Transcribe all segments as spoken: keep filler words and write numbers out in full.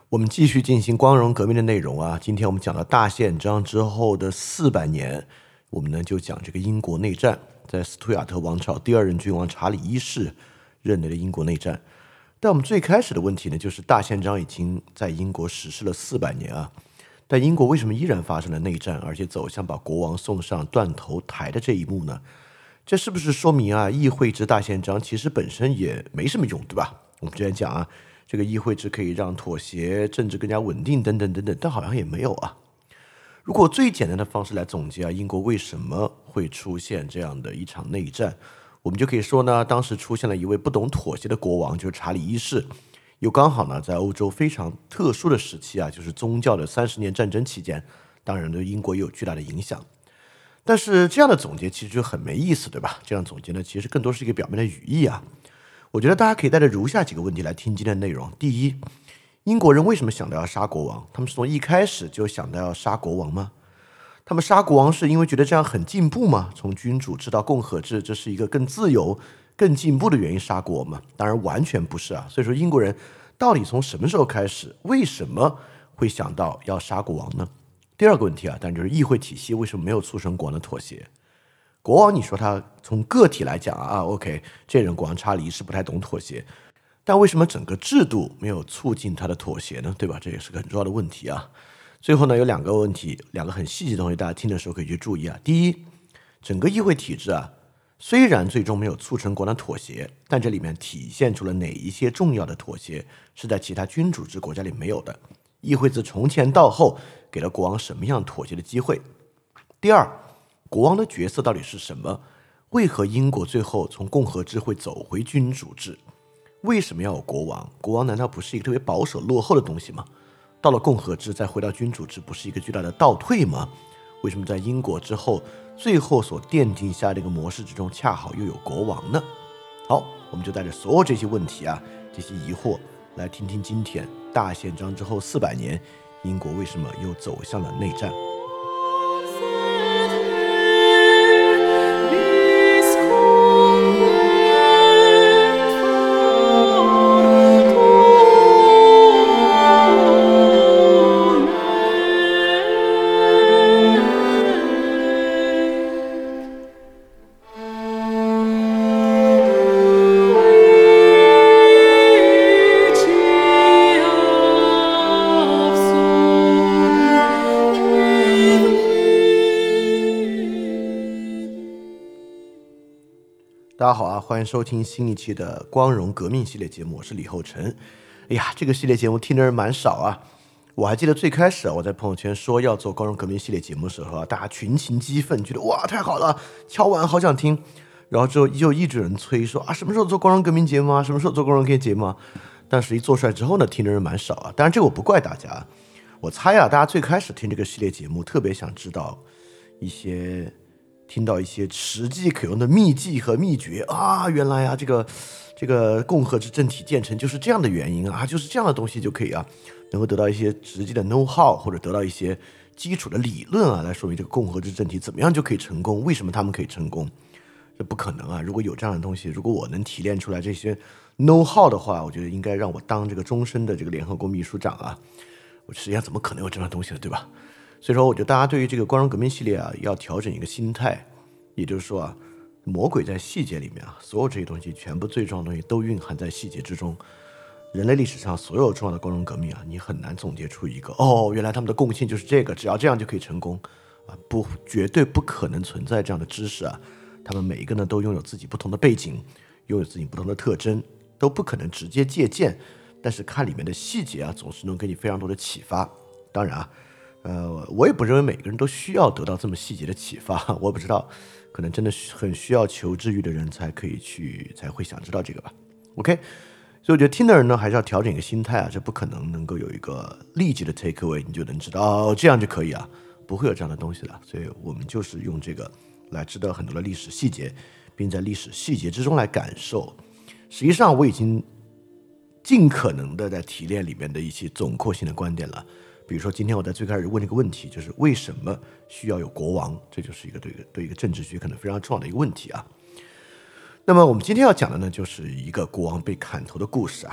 我们继续进行光荣革命的内容啊，今天我们讲到大宪章之后的四百年，我们呢就讲这个英国内战，在斯图亚特王朝第二任君王查理一世任内的英国内战。但我们最开始的问题呢，就是大宪章已经在英国实施了四百年啊，但英国为什么依然发生了内战，而且走向把国王送上断头台的这一幕呢？这是不是说明啊，议会制大宪章其实本身也没什么用，对吧？我们之前讲啊，这个议会制可以让妥协、政治更加稳定等等等等，但好像也没有啊。如果最简单的方式来总结啊，英国为什么会出现这样的一场内战，我们就可以说呢，当时出现了一位不懂妥协的国王，就是查理一世，又刚好呢在欧洲非常特殊的时期啊，就是宗教的三十年战争期间，当然对英国也有巨大的影响。但是这样的总结其实就很没意思，对吧？这样总结呢，其实更多是一个表面的语义啊。我觉得大家可以带着如下几个问题来听今天的内容。第一，英国人为什么想到要杀国王？他们是从一开始就想到要杀国王吗？他们杀国王是因为觉得这样很进步吗？从君主制到共和制，这是一个更自由、更进步的原因杀国王吗？当然完全不是啊。所以说英国人到底从什么时候开始，为什么会想到要杀国王呢？第二个问题啊，当然就是议会体系为什么没有促成国王的妥协？国王，你说他从个体来讲啊 ，OK， 这人国王查理一世不太懂妥协，但为什么整个制度没有促进他的妥协呢？对吧？这也是个很重要的问题啊。最后呢，有两个问题，两个很细节的东西，大家听的时候可以去注意啊。第一，整个议会体制啊，虽然最终没有促成国王的妥协，但这里面体现出了哪一些重要的妥协是在其他君主制国家里没有的？议会自从前到后给了国王什么样妥协的机会？第二，国王的角色到底是什么？为何英国最后从共和制会走回君主制？为什么要有国王？国王难道不是一个特别保守落后的东西吗？到了共和制再回到君主制，不是一个巨大的倒退吗？为什么在英国之后最后所奠定下这个模式之中恰好又有国王呢？好，我们就带着所有这些问题啊，这些疑惑来听听今天大宪章之后四百年英国为什么又走向了内战。大家好啊，欢迎收听新一期的光荣革命系列节目，我是李厚成。哎呀，这个系列节目听的人蛮少啊。我还记得最开始啊，我在朋友圈说要做光荣革命系列节目的时候啊，大家群情激愤，觉得哇太好了，敲完好想听。然后之后又一直有人催说啊，什么时候做光荣革命节目啊？什么时候做光荣革命节目啊？但是一做出来之后呢，听的人蛮少啊。当然这个我不怪大家，我猜啊，大家最开始听这个系列节目，特别想知道一些。听到一些实际可用的秘技和秘诀啊，原来啊，这个这个共和制政体建成就是这样的原因啊，就是这样的东西就可以啊，能够得到一些实际的 know how 或者得到一些基础的理论啊，来说明这个共和制政体怎么样就可以成功，为什么他们可以成功？这不可能啊！如果有这样的东西，如果我能提炼出来这些 know how 的话，我觉得应该让我当这个终身的这个联合国秘书长啊！我实际上怎么可能有这样的东西呢？对吧？所以说，我觉得大家对于这个光荣革命系列啊，要调整一个心态，也就是说啊，魔鬼在细节里面啊，所有这些东西，全部最重要的东西都蕴含在细节之中。人类历史上所有重要的光荣革命啊，你很难总结出一个哦，原来他们的贡献就是这个，只要这样就可以成功啊，不，绝对不可能存在这样的知识啊。他们每一个呢，都拥有自己不同的背景，拥有自己不同的特征，都不可能直接借鉴，但是看里面的细节啊，总是能给你非常多的启发。当然啊。呃，我也不认为每个人都需要得到这么细节的启发，我不知道，可能真的很需要求知欲的人才可以去，才会想知道这个吧。OK， 所以我觉得听的人呢，还是要调整一个心态啊，这不可能能够有一个立即的 take away， 你就能知道哦，这样就可以啊，不会有这样的东西的。所以我们就是用这个来知道很多的历史细节，并在历史细节之中来感受。实际上，我已经尽可能的在提炼里面的一些总括性的观点了。比如说今天我在最开始问这个问题，就是为什么需要有国王，这就是一个对一个对一个政治学可能非常重要的一个问题啊。那么我们今天要讲的呢，就是一个国王被砍头的故事啊。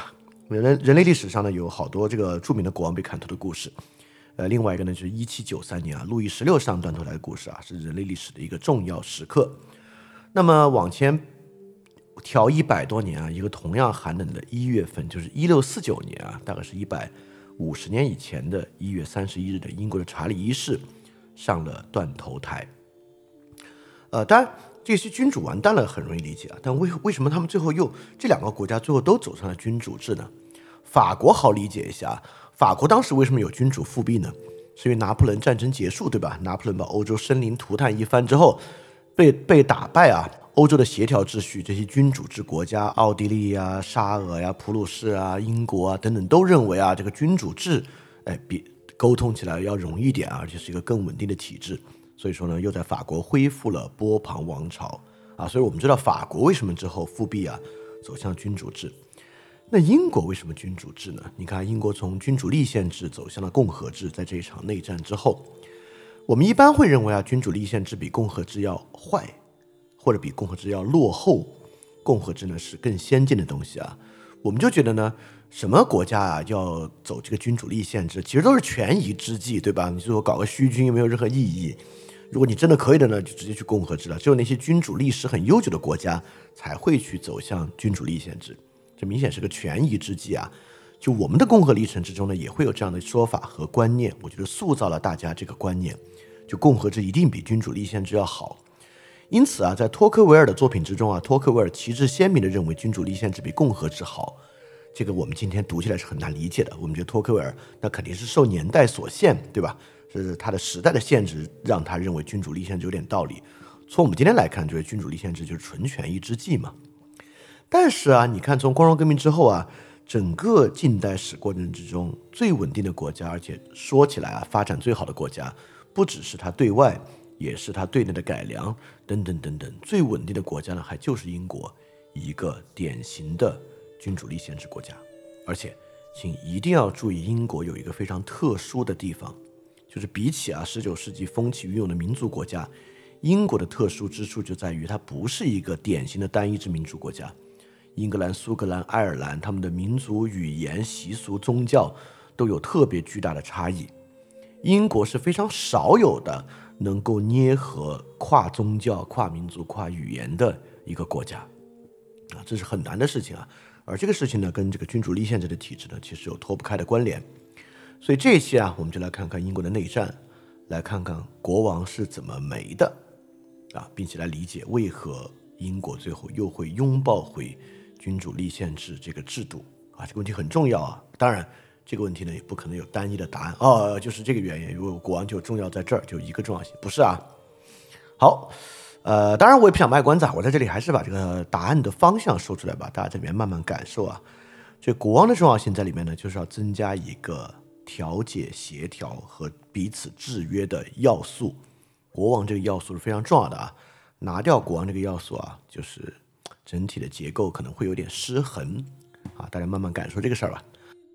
人人类历史上呢有好多这个著名的国王被砍头的故事，呃，另外一个呢就是一七九三年啊，路易十六上断头台的故事啊，是人类历史的一个重要时刻。那么往前调一百多年啊，一个同样寒冷的一月份，就是一六四九年啊，大概是一百五十年以前的一月三十一日的英国的查理一世上了断头台。呃，当然这些君主完蛋了很容易理解啊，但为为什么他们最后又这两个国家最后都走上了君主制呢？法国好理解一下，法国当时为什么有君主复辟呢？是因为拿破仑战争结束，对吧？拿破仑把欧洲生灵涂炭一番之后，被被打败啊，欧洲的协调秩序，这些君主制国家，奥地利啊、沙俄呀、普鲁士啊、英国啊等等，都认为啊，这个君主制，哎，比沟通起来要容易一点，而且是一个更稳定的体制。所以说呢，又在法国恢复了波旁王朝啊。所以我们知道法国为什么之后复辟啊，走向君主制。那英国为什么君主制呢？你看，英国从君主立宪制走向了共和制，在这一场内战之后，我们一般会认为啊，君主立宪制比共和制要坏，或者比共和制要落后。共和制呢是更先进的东西啊，我们就觉得呢，什么国家啊要走这个君主立宪制，其实都是权宜之计，对吧？你说搞个虚君又没有任何意义。如果你真的可以的呢，就直接去共和制了。只有那些君主历史很悠久的国家才会去走向君主立宪制。这明显是个权宜之计啊！就我们的共和历程之中呢，也会有这样的说法和观念。我觉得塑造了大家这个观念，就共和制一定比君主立宪制要好。因此啊，在托克维尔的作品之中啊，托克维尔旗帜鲜明地认为君主立宪制比共和制好。这个我们今天读起来是很难理解的。我们觉得托克维尔那肯定是受年代所限，对吧？是他的时代的限制让他认为君主立宪制有点道理。从我们今天来看，就是君主立宪制就是纯权宜之计嘛。但是啊，你看从光荣革命之后啊，整个近代史过程之中最稳定的国家，而且说起来啊发展最好的国家，不只是它对外，也是它对内的改良等等等等，最稳定的国家呢，还就是英国，一个典型的君主立宪制国家。而且请一定要注意，英国有一个非常特殊的地方，就是比起啊十九世纪风起云涌的民族国家，英国的特殊之处就在于它不是一个典型的单一制民主国家。英格兰、苏格兰、爱尔兰，他们的民族、语言、习俗、宗教都有特别巨大的差异。英国是非常少有的能够捏合跨宗教、跨民族、跨语言的一个国家啊，这是很难的事情啊。而这个事情呢，跟这个君主立宪制的体制呢，其实有脱不开的关联。所以这一期啊，我们就来看看英国的内战，来看看国王是怎么没的啊，并且来理解为何英国最后又会拥抱回君主立宪制这个制度啊，这个问题很重要啊。当然，这个问题呢也不可能有单一的答案哦，就是这个原因，如果国王就重要在这儿，就一个重要性，不是啊。好，呃，当然我也不想卖关子，我在这里还是把这个答案的方向说出来吧，大家在里面慢慢感受啊。这国王的重要性在里面呢，就是要增加一个调解、协调和彼此制约的要素。国王这个要素是非常重要的啊，拿掉国王这个要素啊，就是整体的结构可能会有点失衡啊，大家慢慢感受这个事儿吧。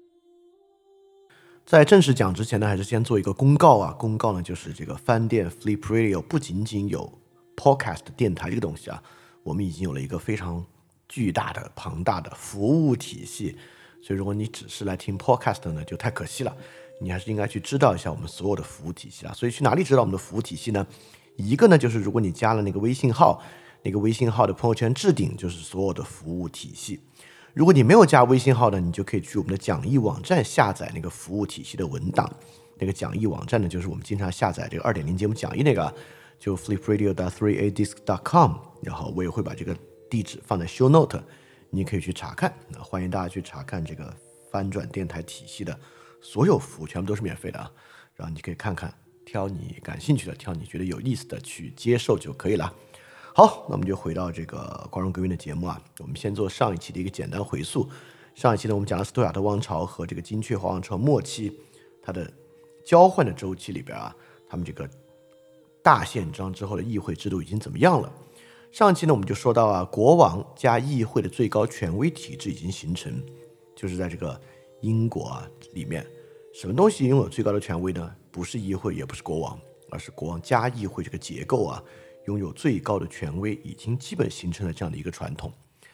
在正式讲之前呢，还是先做一个公告啊。公告呢，就是这个翻店 Flip Radio 不仅仅有 Podcast 电台这个东西啊，我们已经有了一个非常巨大的、庞大的服务体系。所以如果你只是来听 Podcast 呢，就太可惜了。你还是应该去知道一下我们所有的服务体系啊。所以去哪里知道我们的服务体系呢？一个呢，就是如果你加了那个微信号，那个微信号的朋友圈置顶就是所有的服务体系。如果你没有加微信号呢，你就可以去我们的讲义网站下载那个服务体系的文档。那个讲义网站呢，就是我们经常下载这个 二点零 节目讲义那个，就 flip radio dot three a disc dot com， 然后我也会把这个地址放在 show note， 你可以去查看。那欢迎大家去查看这个翻转电台体系的所有服务，全部都是免费的啊。然后你可以看看，挑你感兴趣的，挑你觉得有意思的去接受就可以了。好，那我们就回到这个光荣革命的节目啊。我们先做上一期的一个简单回溯。上一期呢，我们讲了斯图亚特王朝和这个金雀华王朝末期它的交换的周期里边啊，他们这个大宪章之后的议会制度已经怎么样了？上一期呢，我们就说到啊，国王加议会的最高权威体制已经形成，就是在这个英国啊里面，什么东西拥有最高的权威呢？不是议会，也不是国王，而是国王加议会这个结构啊。拥有最高的权威，已经基本形成了这样的一个传统。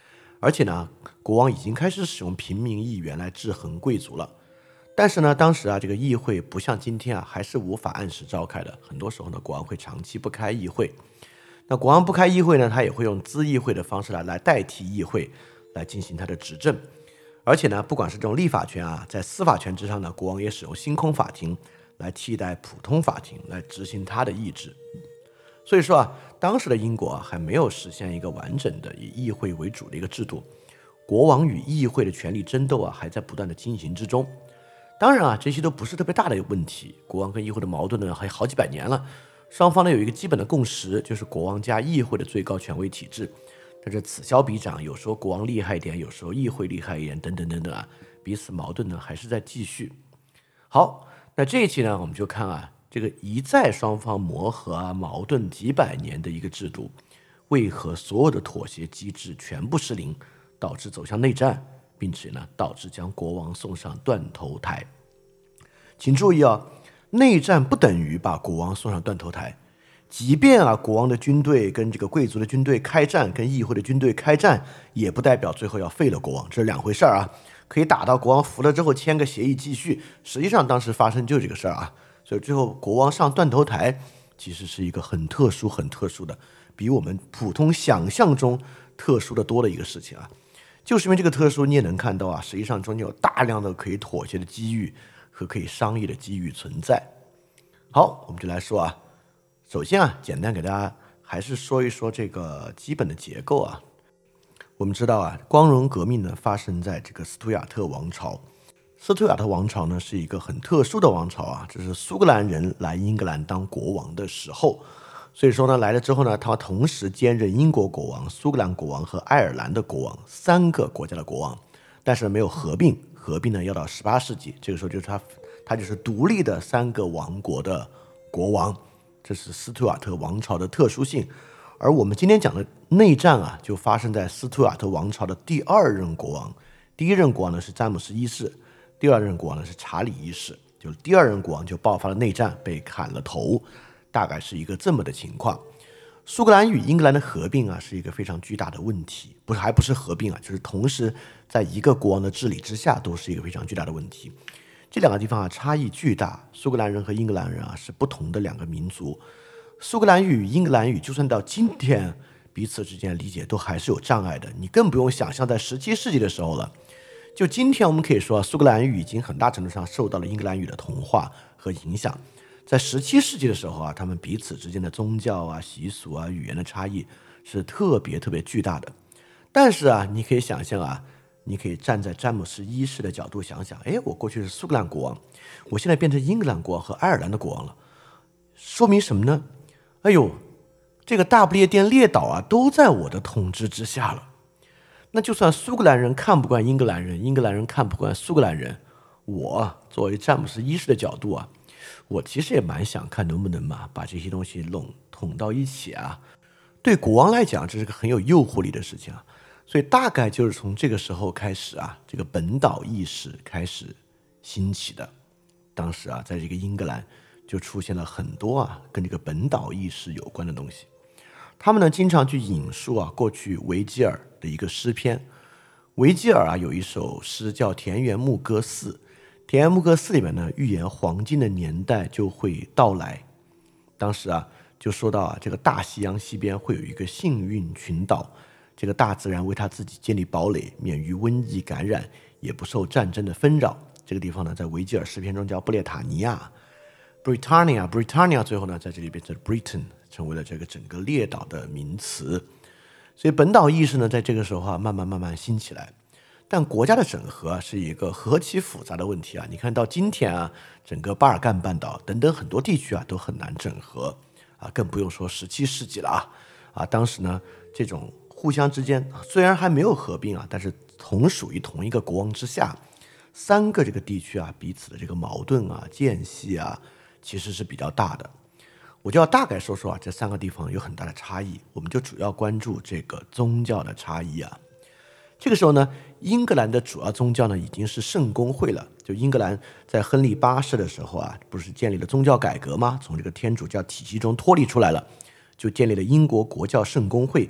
而且呢，国王已经开始使用平民议员来制衡贵族了。但是呢，当时啊，这个议会不像今天啊，还是无法按时召开的。很多时候呢，国王会长期不开议会。那国王不开议会呢，他也会用资议会的方式来来代替议会来进行他的执政。而且呢，不管是这种立法权啊，在司法权之上呢，国王也使用星空法庭来替代普通法庭来执行他的意志。所以说啊，当时的英国啊还没有实现一个完整的以议会为主的一个制度，国王与议会的权力争斗啊还在不断的进行之中。当然啊，这些都不是特别大的问题，国王跟议会的矛盾呢还好几百年了，双方呢有一个基本的共识，就是国王加议会的最高权威体制。但是此消彼长，有时候国王厉害一点，有时候议会厉害一点，等等等等啊，彼此矛盾呢还是在继续。好，那这一期呢，我们就看啊，这个一再双方磨合啊、矛盾几百年的一个制度，为何所有的妥协机制全部失灵，导致走向内战，并且呢，导致将国王送上断头台。请注意啊，内战不等于把国王送上断头台。即便啊，国王的军队跟这个贵族的军队开战，跟议会的军队开战，也不代表最后要废了国王，这是两回事啊。可以打到国王服了之后签个协议继续，实际上当时发生就这个事儿啊。所以最后国王上断头台，其实是一个很特殊、很特殊的，比我们普通想象中特殊的多的一个事情啊。就是因为这个特殊，你也能看到啊，实际上中间有大量的可以妥协的机遇和可以商议的机遇存在。好，我们就来说啊。首先啊，简单给大家还是说一说这个基本的结构啊。我们知道啊，光荣革命呢发生在这个斯图亚特王朝。斯图亚特王朝呢是一个很特殊的王朝啊，这是苏格兰人来英格兰当国王的时候。所以说呢，来了之后呢，他同时兼任英国国王、苏格兰国王和爱尔兰的国王，三个国家的国王，但是没有合并。合并呢要到十八世纪，这个时候就是他，他就是独立的三个王国的国王。这是斯图亚特王朝的特殊性，而我们今天讲的内战啊，就发生在斯图亚特王朝的第二任国王。第一任国王呢是詹姆斯一世，第二任国王呢是查理一世。就是第二任国王就爆发了内战，被砍了头，大概是一个这么的情况。苏格兰与英格兰的合并啊，是一个非常巨大的问题，不是还不是合并啊，就是同时在一个国王的治理之下，都是一个非常巨大的问题。这两个地方啊差异巨大，苏格兰人和英格兰人啊是不同的两个民族。苏格兰语与英格兰语就算到今天彼此之间的理解都还是有障碍的，你更不用想象在十七世纪的时候了。就今天我们可以说苏格兰语已经很大程度上受到了英格兰语的同化和影响。在十七世纪的时候啊，他们彼此之间的宗教啊、习俗啊、语言的差异是特别特别巨大的。但是啊，你可以想象啊，你可以站在詹姆斯一世的角度想想，哎，我过去是苏格兰国王，我现在变成英格兰国王和爱尔兰的国王了，说明什么呢？哎呦，这个大不列颠列岛啊，都在我的统治之下了。那就算苏格兰人看不惯英格兰人，英格兰人看不惯苏格兰人，我作为詹姆斯一世的角度啊，我其实也蛮想看能不能嘛把这些东西拢统到一起啊。对国王来讲，这是个很有诱惑力的事情啊。所以大概就是从这个时候开始啊，这个本岛意识开始兴起的。当时啊，在这个英格兰就出现了很多啊跟这个本岛意识有关的东西。他们呢经常去引述啊过去维吉尔的一个诗篇。维吉尔啊有一首诗叫《田园牧歌四》，《田园牧歌四》里面呢预言黄金的年代就会到来。当时啊就说到啊这个大西洋西边会有一个幸运群岛。这个大自然为他自己建立堡垒，免于瘟疫感染，也不受战争的纷扰。这个地方呢，在维吉尔诗篇中叫布列塔尼亚 （Britannia）。Britannia 最后呢，在这里变成 Britain， 成为了这个整个列岛的名词。所以本岛意识呢，在这个时候啊，慢慢慢慢兴起来。但国家的整合啊，是一个何其复杂的问题啊！你看到今天啊，整个巴尔干半岛等等很多地区啊，都很难整合啊，更不用说十七世纪了啊！啊，当时呢，这种互相之间虽然还没有合并啊，但是同属于同一个国王之下，三个这个地区啊彼此的这个矛盾啊间隙啊其实是比较大的。我就要大概说说啊这三个地方有很大的差异，我们就主要关注这个宗教的差异啊。这个时候呢，英格兰的主要宗教呢已经是圣公会了。就英格兰在亨利八世的时候啊，不是建立了宗教改革吗？从这个天主教体系中脱离出来了，就建立了英国国教圣公会。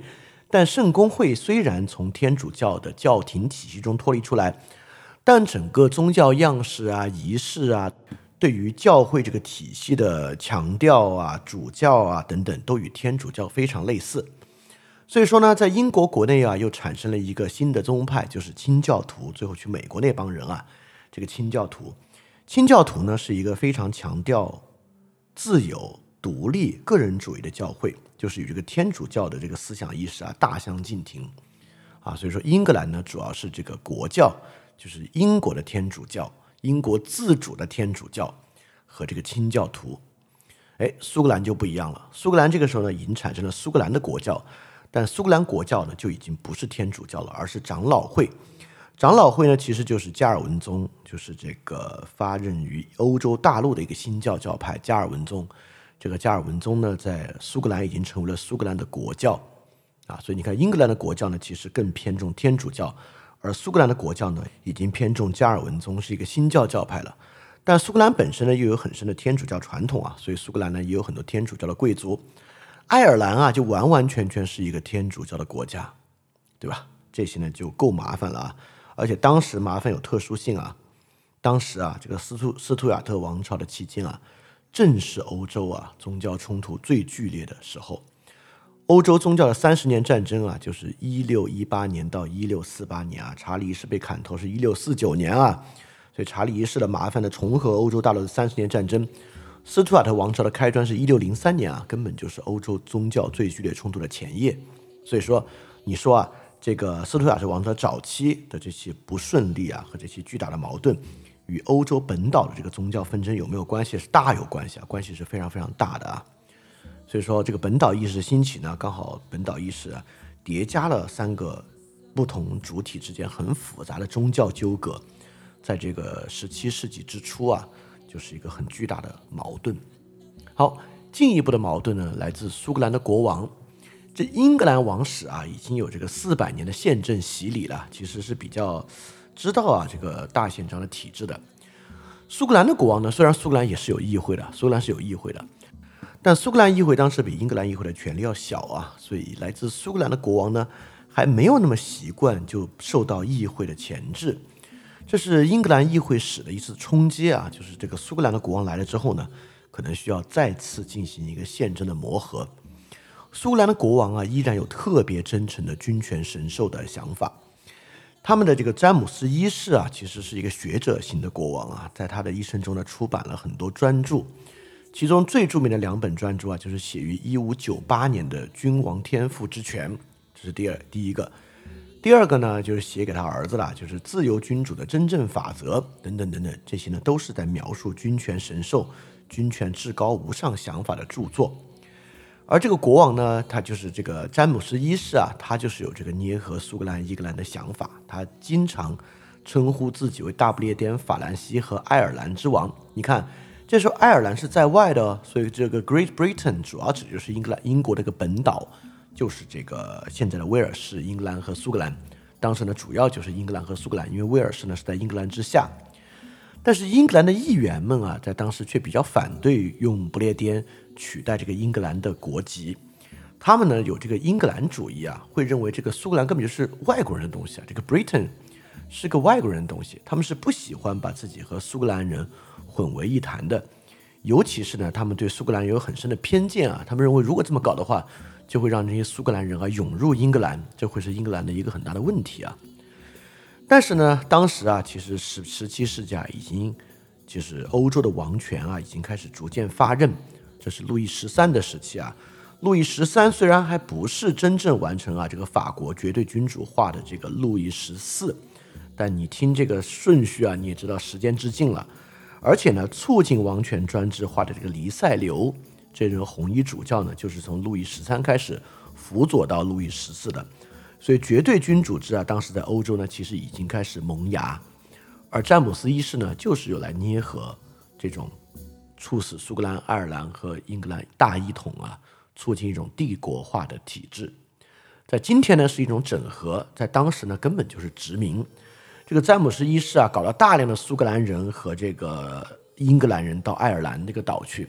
但圣公会虽然从天主教的教廷体系中脱离出来，但整个宗教样式啊、仪式啊，对于教会这个体系的强调啊、主教啊等等，都与天主教非常类似。所以说呢，在英国国内啊，又产生了一个新的宗派，就是清教徒。最后去美国那帮人啊，这个清教徒，清教徒呢是一个非常强调自由、独立、个人主义的教会，就是与这个天主教的这个思想意识啊大相径庭啊。所以说，英格兰呢主要是这个国教，就是英国的天主教，英国自主的天主教和这个清教徒。哎，苏格兰就不一样了，苏格兰这个时候呢已经产生了苏格兰的国教。但苏格兰国教呢，就已经不是天主教了，而是长老会。长老会呢，其实就是加尔文宗，就是这个发轫于欧洲大陆的一个新教教派——加尔文宗。这个加尔文宗呢，在苏格兰已经成为了苏格兰的国教啊。所以你看，英格兰的国教呢，其实更偏重天主教，而苏格兰的国教呢，已经偏重加尔文宗，是一个新教教派了。但苏格兰本身呢，又有很深的天主教传统啊，所以苏格兰呢，也有很多天主教的贵族。爱尔兰啊，就完完全全是一个天主教的国家，对吧？这些呢就够麻烦了啊！而且当时麻烦有特殊性啊，当时啊，这个斯图斯图亚特王朝的期间啊，正是欧洲啊宗教冲突最剧烈的时候。欧洲宗教的三十年战争啊，就是一六一八年到一六四八年啊，查理一世被砍头是一六四九年啊，所以查理一世的麻烦的重合欧洲大陆的三十年战争。斯图亚特王朝的开端是一六零三年啊，根本就是欧洲宗教最剧烈冲突的前夜。所以说，你说啊，这个斯图亚特王朝早期的这些不顺利啊，和这些巨大的矛盾，与欧洲本岛的这个宗教纷争有没有关系？是大有关系啊，关系是非常非常大的啊。所以说，这个本岛意识兴起呢，刚好本岛意识啊叠加了三个不同主体之间很复杂的宗教纠葛，在这个十七世纪之初啊。就是一个很巨大的矛盾。好，进一步的矛盾呢，来自苏格兰的国王。这英格兰王室啊，已经有这个四百年的宪政洗礼了，其实是比较知道啊这个大宪章的体制的。苏格兰的国王呢，虽然苏格兰也是有议会的，苏格兰是有议会的，但苏格兰议会当时比英格兰议会的权力要小啊，所以来自苏格兰的国王呢，还没有那么习惯就受到议会的钳制。这是英格兰议会史的一次冲击啊，就是这个苏格兰的国王来了之后呢，可能需要再次进行一个宪政的磨合。苏格兰的国王啊，依然有特别真诚的君权神授的想法。他们的这个詹姆斯一世啊，其实是一个学者型的国王啊，在他的一生中呢，出版了很多专著，其中最著名的两本专著啊，就是写于一五九八年的《君王天赋之权》，这是第二第一个。第二个呢，就是写给他儿子了，就是自由君主的真正法则等等等等，这些呢都是在描述君权神授、君权至高无上想法的著作。而这个国王呢，他就是这个詹姆斯一世啊，他就是有这个捏合苏格兰、英格兰的想法，他经常称呼自己为大不列颠、法兰西和爱尔兰之王。你看，这时候爱尔兰是在外的，所以这个 Great Britain 主要指就是英格兰、英国这个本岛。就是这个现在的威尔士、英格兰和苏格兰，当时呢主要就是英格兰和苏格兰，因为威尔士呢是在英格兰之下。但是英格兰的议员们啊，在当时却比较反对用不列颠取代这个英格兰的国籍，他们呢有这个英格兰主义啊，会认为这个苏格兰根本就是外国人的东西啊，这个 Britain 是个外国人的东西，他们是不喜欢把自己和苏格兰人混为一谈的。尤其是呢，他们对苏格兰有很深的偏见啊，他们认为如果这么搞的话，就会让这些苏格兰人啊涌入英格兰，这会是英格兰的一个很大的问题啊。但是呢，当时啊，其实十十七世纪啊，已经就是欧洲的王权啊，已经开始逐渐发轫。这是路易十三的时期啊。路易十三虽然还不是真正完成啊这个法国绝对君主化的这个路易十四，但你听这个顺序啊，你也知道时间之近了。而且呢，促进王权专制化的这个黎塞留这任红衣主教呢，就是从路易十三开始辅佐到路易十四的，所以绝对君主制啊，当时在欧洲呢，其实已经开始萌芽。而詹姆斯一世呢，就是用来捏合这种促使苏格兰、爱尔兰和英格兰大一统啊，促进一种帝国化的体制。在今天呢，是一种整合，在当时呢，根本就是殖民。这个詹姆斯一世啊，搞了大量的苏格兰人和这个英格兰人到爱尔兰这个岛去。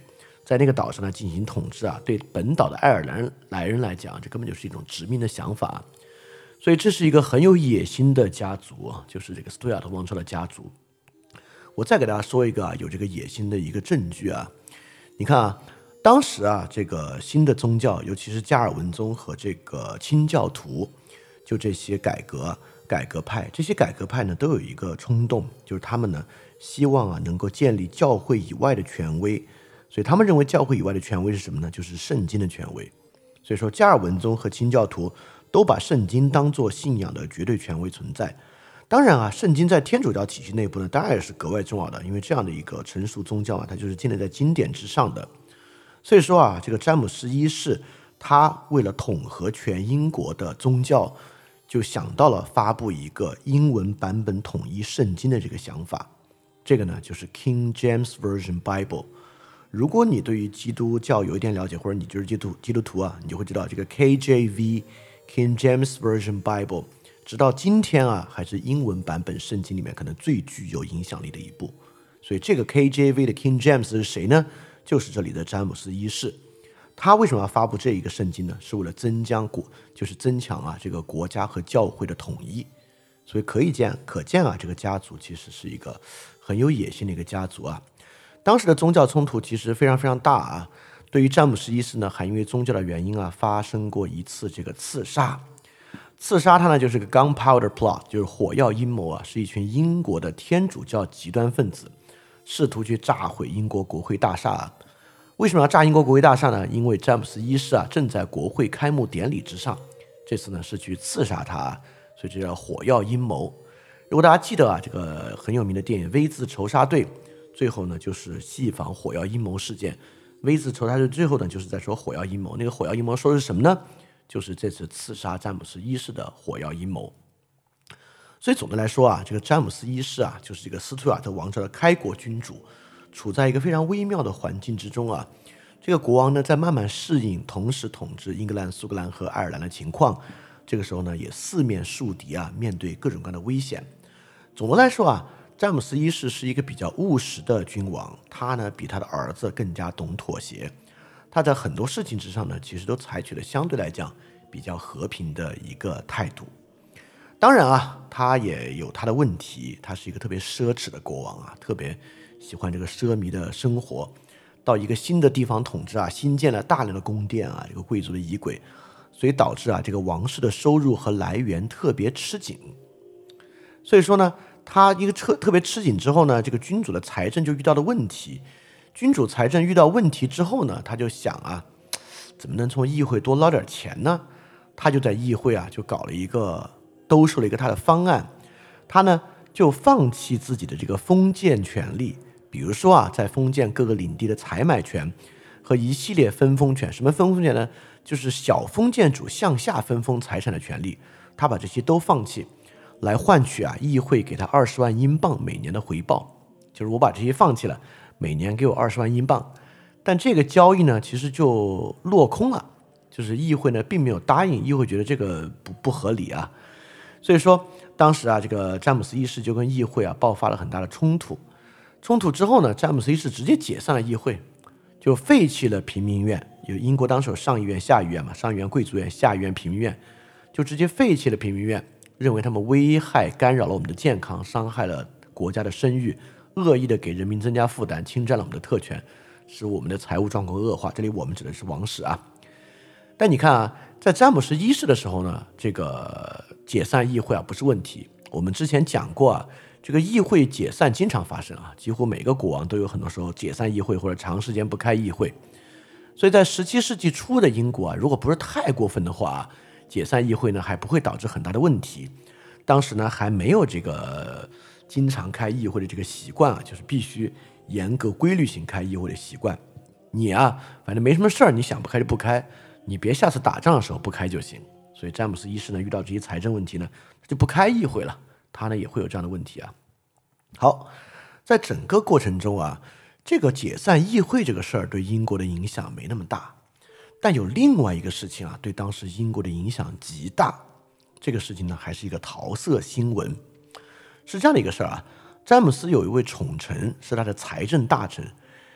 在那个岛上呢进行统治啊，对本岛的爱尔兰来人来讲，这根本就是一种殖民的想法。所以这是一个很有野心的家族啊，就是这个斯图亚特王朝的家族。我再给大家说一个啊有这个野心的一个证据啊，你看啊，当时啊这个新的宗教，尤其是加尔文宗和这个清教徒，就这些改革改革派，这些改革派呢都有一个冲动，就是他们呢希望啊能够建立教会以外的权威，所以他们认为教会以外的权威是什么呢？就是圣经的权威。所以说加尔文宗和清教徒都把圣经当作信仰的绝对权威存在。当然啊，圣经在天主教体系内部呢，当然也是格外重要的，因为这样的一个成熟宗教啊，它就是建立在经典之上的。所以说啊，这个詹姆斯一世他为了统合全英国的宗教，就想到了发布一个英文版本统一圣经的这个想法。这个呢，就是 King James Version Bible。如果你对于基督教有一点了解，或者你就是基督基督徒啊，你就会知道这个 K J V King James Version Bible。直到今天啊，还是英文版本圣经里面可能最具有影响力的一部。所以这个 K J V 的 King James 是谁呢？就是这里的詹姆斯一世。他为什么要发布这一个圣经呢？是为了增强国，就是增强啊这个国家和教会的统一。所以可以见，可见啊，这个家族其实是一个很有野心的一个家族啊。当时的宗教冲突其实非常非常大啊。对于詹姆斯一世呢，还因为宗教的原因啊，发生过一次这个刺杀。刺杀他呢，就是个 gunpowder plot， 就是火药阴谋啊，是一群英国的天主教极端分子，试图去炸毁英国国会大厦啊。为什么要炸英国国会大厦呢？因为詹姆斯一世啊正在国会开幕典礼之上，这次呢是去刺杀他，所以这叫火药阴谋。如果大家记得啊，这个很有名的电影《V 字仇杀队》，最后呢就是戏仿火药阴谋事件。V 字仇杀队最后呢就是在说火药阴谋，那个火药阴谋说的是什么呢？就是这次刺杀詹姆斯一世的火药阴谋。所以总的来说啊，这个詹姆斯一世啊，就是这个斯图亚特王朝的开国君主，处在一个非常微妙的环境之中啊。这个国王呢，在慢慢适应同时统治英格兰、苏格兰和爱尔兰的情况。这个时候呢，也四面树敌啊，面对各种各样的危险。总的来说啊，詹姆斯一世是一个比较务实的君王，他呢比他的儿子更加懂妥协。他在很多事情之上呢，其实都采取了相对来讲比较和平的一个态度。当然啊，他也有他的问题，他是一个特别奢侈的国王啊，特别喜欢这个奢靡的生活。到一个新的地方统治啊，新建了大量的宫殿啊，这个贵族的仪轨，所以导致啊这个王室的收入和来源特别吃紧。所以说呢，他一个特特别吃紧之后呢，这个君主的财政就遇到了问题。君主财政遇到问题之后呢，他就想啊，怎么能从议会多捞点钱呢？他就在议会啊，就搞了一个兜售了一个他的方案。他呢就放弃自己的这个封建权利，比如说啊，在封建各个领地的采买权和一系列分封权。什么分封权呢？就是小封建主向下分封财产的权利，他把这些都放弃，来换取啊议会给他二十万英镑每年的回报。就是我把这些放弃了，每年给我二十万英镑。但这个交易呢，其实就落空了，就是议会呢并没有答应，议会觉得这个不不合理啊。所以说当时啊，这个詹姆斯一世就跟议会啊爆发了很大的冲突。冲突之后呢，詹姆斯一世直接解散了议会，就废弃了平民院。有英国当时有上议院、下议院嘛，上议院贵族院，下议院平民院，就直接废弃了平民院，认为他们危害干扰了我们的健康，伤害了国家的声誉，恶意的给人民增加负担，侵占了我们的特权，使我们的财务状况恶化。这里我们指的是王室啊。但你看啊，在詹姆斯一世的时候呢，这个解散议会啊不是问题。我们之前讲过啊，这个议会解散经常发生啊，几乎每个国王都有很多时候解散议会或者长时间不开议会。所以在十七世纪初的英国啊，如果不是太过分的话，解散议会呢还不会导致很大的问题。当时呢还没有这个经常开议会的这个习惯啊，就是必须严格规律性开议会的习惯。你啊，反正没什么事儿，你想不开就不开，你别下次打仗的时候不开就行。所以詹姆斯一世呢遇到这些财政问题呢，他就不开议会了，他呢也会有这样的问题啊。好，在整个过程中啊，这个解散议会这个事儿对英国的影响没那么大，但有另外一个事情啊，对当时英国的影响极大。这个事情呢，还是一个桃色新闻。是这样的一个事儿啊，詹姆斯有一位宠臣是他的财政大臣，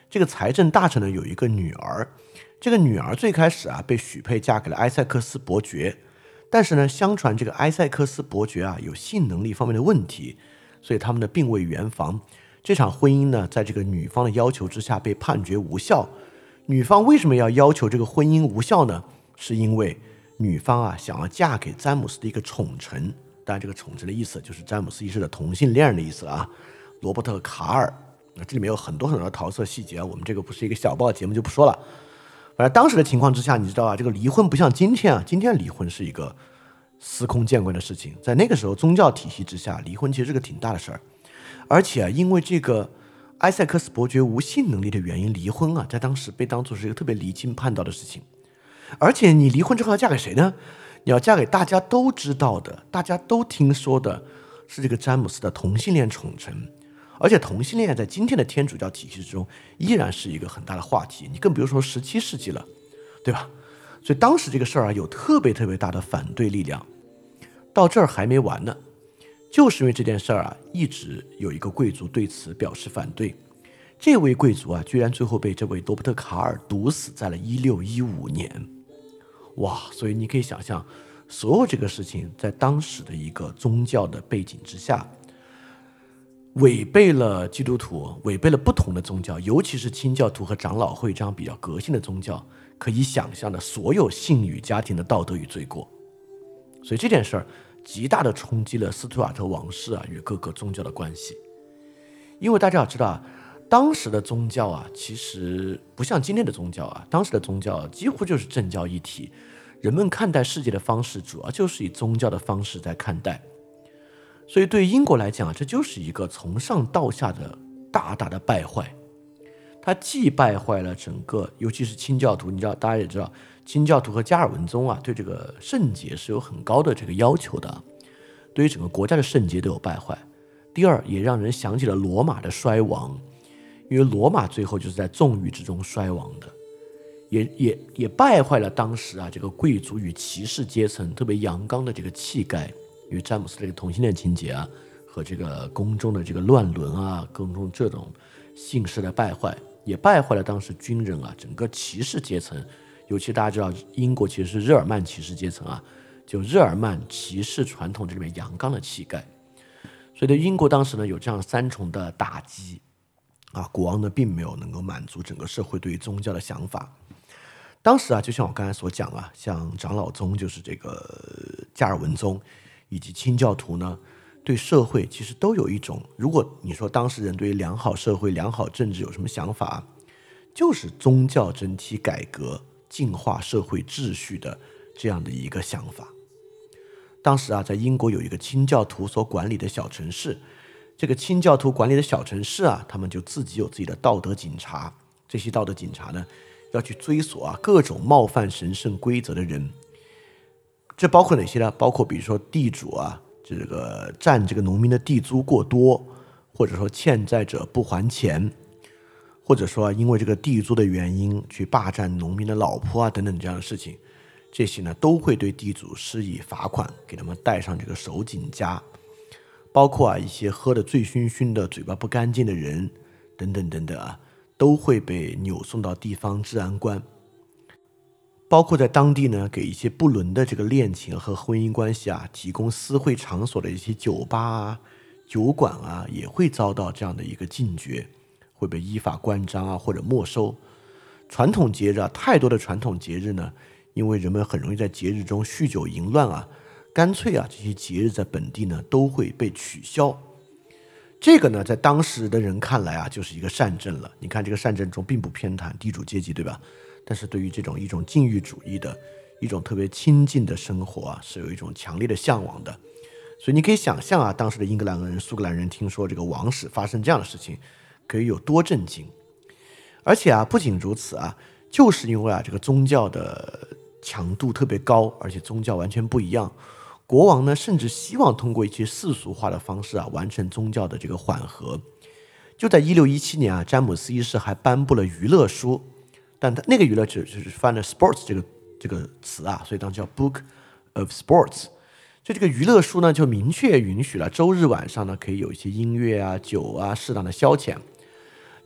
这个财政大臣呢有一个女儿，这个女儿最开始啊被许配嫁给了埃塞克斯伯爵，但是呢，相传这个埃塞克斯伯爵啊有性能力方面的问题，所以他们呢并未圆房。这场婚姻呢，在这个女方的要求之下被判决无效。女方为什么要要求这个婚姻无效呢？是因为女方啊想要嫁给詹姆斯的一个宠臣，当然这个宠臣的意思就是詹姆斯一世的同性恋人的意思啊，罗伯特·卡尔。那这里面有很多很多的桃色细节，我们这个不是一个小报节目就不说了。反正当时的情况之下，你知道啊，这个离婚不像今天啊，今天离婚是一个司空见惯的事情，在那个时候宗教体系之下，离婚其实是个挺大的事儿。而且啊，因为这个埃塞克斯伯爵无性能力的原因离婚啊，在当时被当作是一个特别离经叛道的事情。而且你离婚之后要嫁给谁呢？你要嫁给大家都知道的、大家都听说的是这个詹姆斯的同性恋宠臣。而且同性恋在今天的天主教体系之中依然是一个很大的话题，你更比如说十七世纪了，对吧？所以当时这个事儿啊有特别特别大的反对力量。到这儿还没完呢，就是因为这件事儿啊，一直有一个贵族对此表示反对。这位贵族啊，居然最后被这位罗伯特·卡尔毒死在了一六一五年。哇！所以你可以想象，所有这个事情在当时的一个宗教的背景之下，违背了基督徒，违背了不同的宗教，尤其是清教徒和长老会这样比较革新的宗教可以想象的所有性与家庭的道德与罪过。所以这件事儿极大的冲击了斯图亚特王室啊与各个宗教的关系。因为大家要知道啊，当时的宗教啊其实不像今天的宗教啊，当时的宗教几乎就是政教一体，人们看待世界的方式主要就是以宗教的方式在看待。所以对于英国来讲，这就是一个从上到下的大大的败坏。它既败坏了整个，尤其是清教徒，你知道，大家也知道，清教徒和加尔文宗啊，对这个圣洁是有很高的这个要求的，对于整个国家的圣洁都有败坏。第二，也让人想起了罗马的衰亡，因为罗马最后就是在纵欲之中衰亡的，也也也败坏了当时啊这个贵族与骑士阶层特别阳刚的这个气概。因为詹姆斯这个同性恋情节啊，和这个宫中的这个乱伦啊，宫中这种姓氏的败坏，也败坏了当时军人啊，整个骑士阶层。尤其大家知道，英国其实是日耳曼骑士阶层啊，就日耳曼骑士传统这里面阳刚的气概。所以对英国当时呢有这样三重的打击啊，国王呢并没有能够满足整个社会对于宗教的想法。当时啊，就像我刚才所讲啊，像长老宗就是这个加尔文宗。以及清教徒呢，对社会其实都有一种，如果你说当事人对于良好社会、良好政治有什么想法，就是宗教整体改革、净化社会秩序的这样的一个想法。当时啊，在英国有一个清教徒所管理的小城市，这个清教徒管理的小城市啊，他们就自己有自己的道德警察，这些道德警察呢，要去追索啊各种冒犯神圣规则的人。这包括哪些呢？包括比如说地主啊，这个占这个农民的地租过多，或者说欠债者不还钱，或者说因为这个地租的原因去霸占农民的老婆啊等等这样的事情，这些呢都会对地主施以罚款，给他们戴上这个手警枷。包括啊一些喝得醉醺醺的、嘴巴不干净的人等等等等啊，都会被扭送到地方治安官。包括在当地呢，给一些不伦的这个恋情和婚姻关系啊，提供私会场所的一些酒吧啊、酒馆啊，也会遭到这样的一个禁绝，会被依法关张啊或者没收。传统节日啊，太多的传统节日呢，因为人们很容易在节日中酗酒淫乱啊，干脆啊这些节日在本地呢都会被取消。这个呢，在当时的人看来啊，就是一个善政了。你看这个善政中并不偏袒地主阶级，对吧？但是对于这种一种禁欲主义的一种特别亲近的生活啊，是有一种强烈的向往的。所以你可以想象啊，当时的英格兰人、苏格兰人听说这个王室发生这样的事情，可以有多震惊。而且啊，不仅如此啊，就是因为啊这个宗教的强度特别高，而且宗教完全不一样，国王呢甚至希望通过一些世俗化的方式啊，完成宗教的这个缓和。就在一六一七年啊，詹姆斯一世还颁布了娱乐书。但他那个娱乐只是翻了 sports 这个这个词啊，所以当时叫 Book of Sports。就这个娱乐书呢，就明确允许了周日晚上呢可以有一些音乐啊、酒啊、适当的消遣。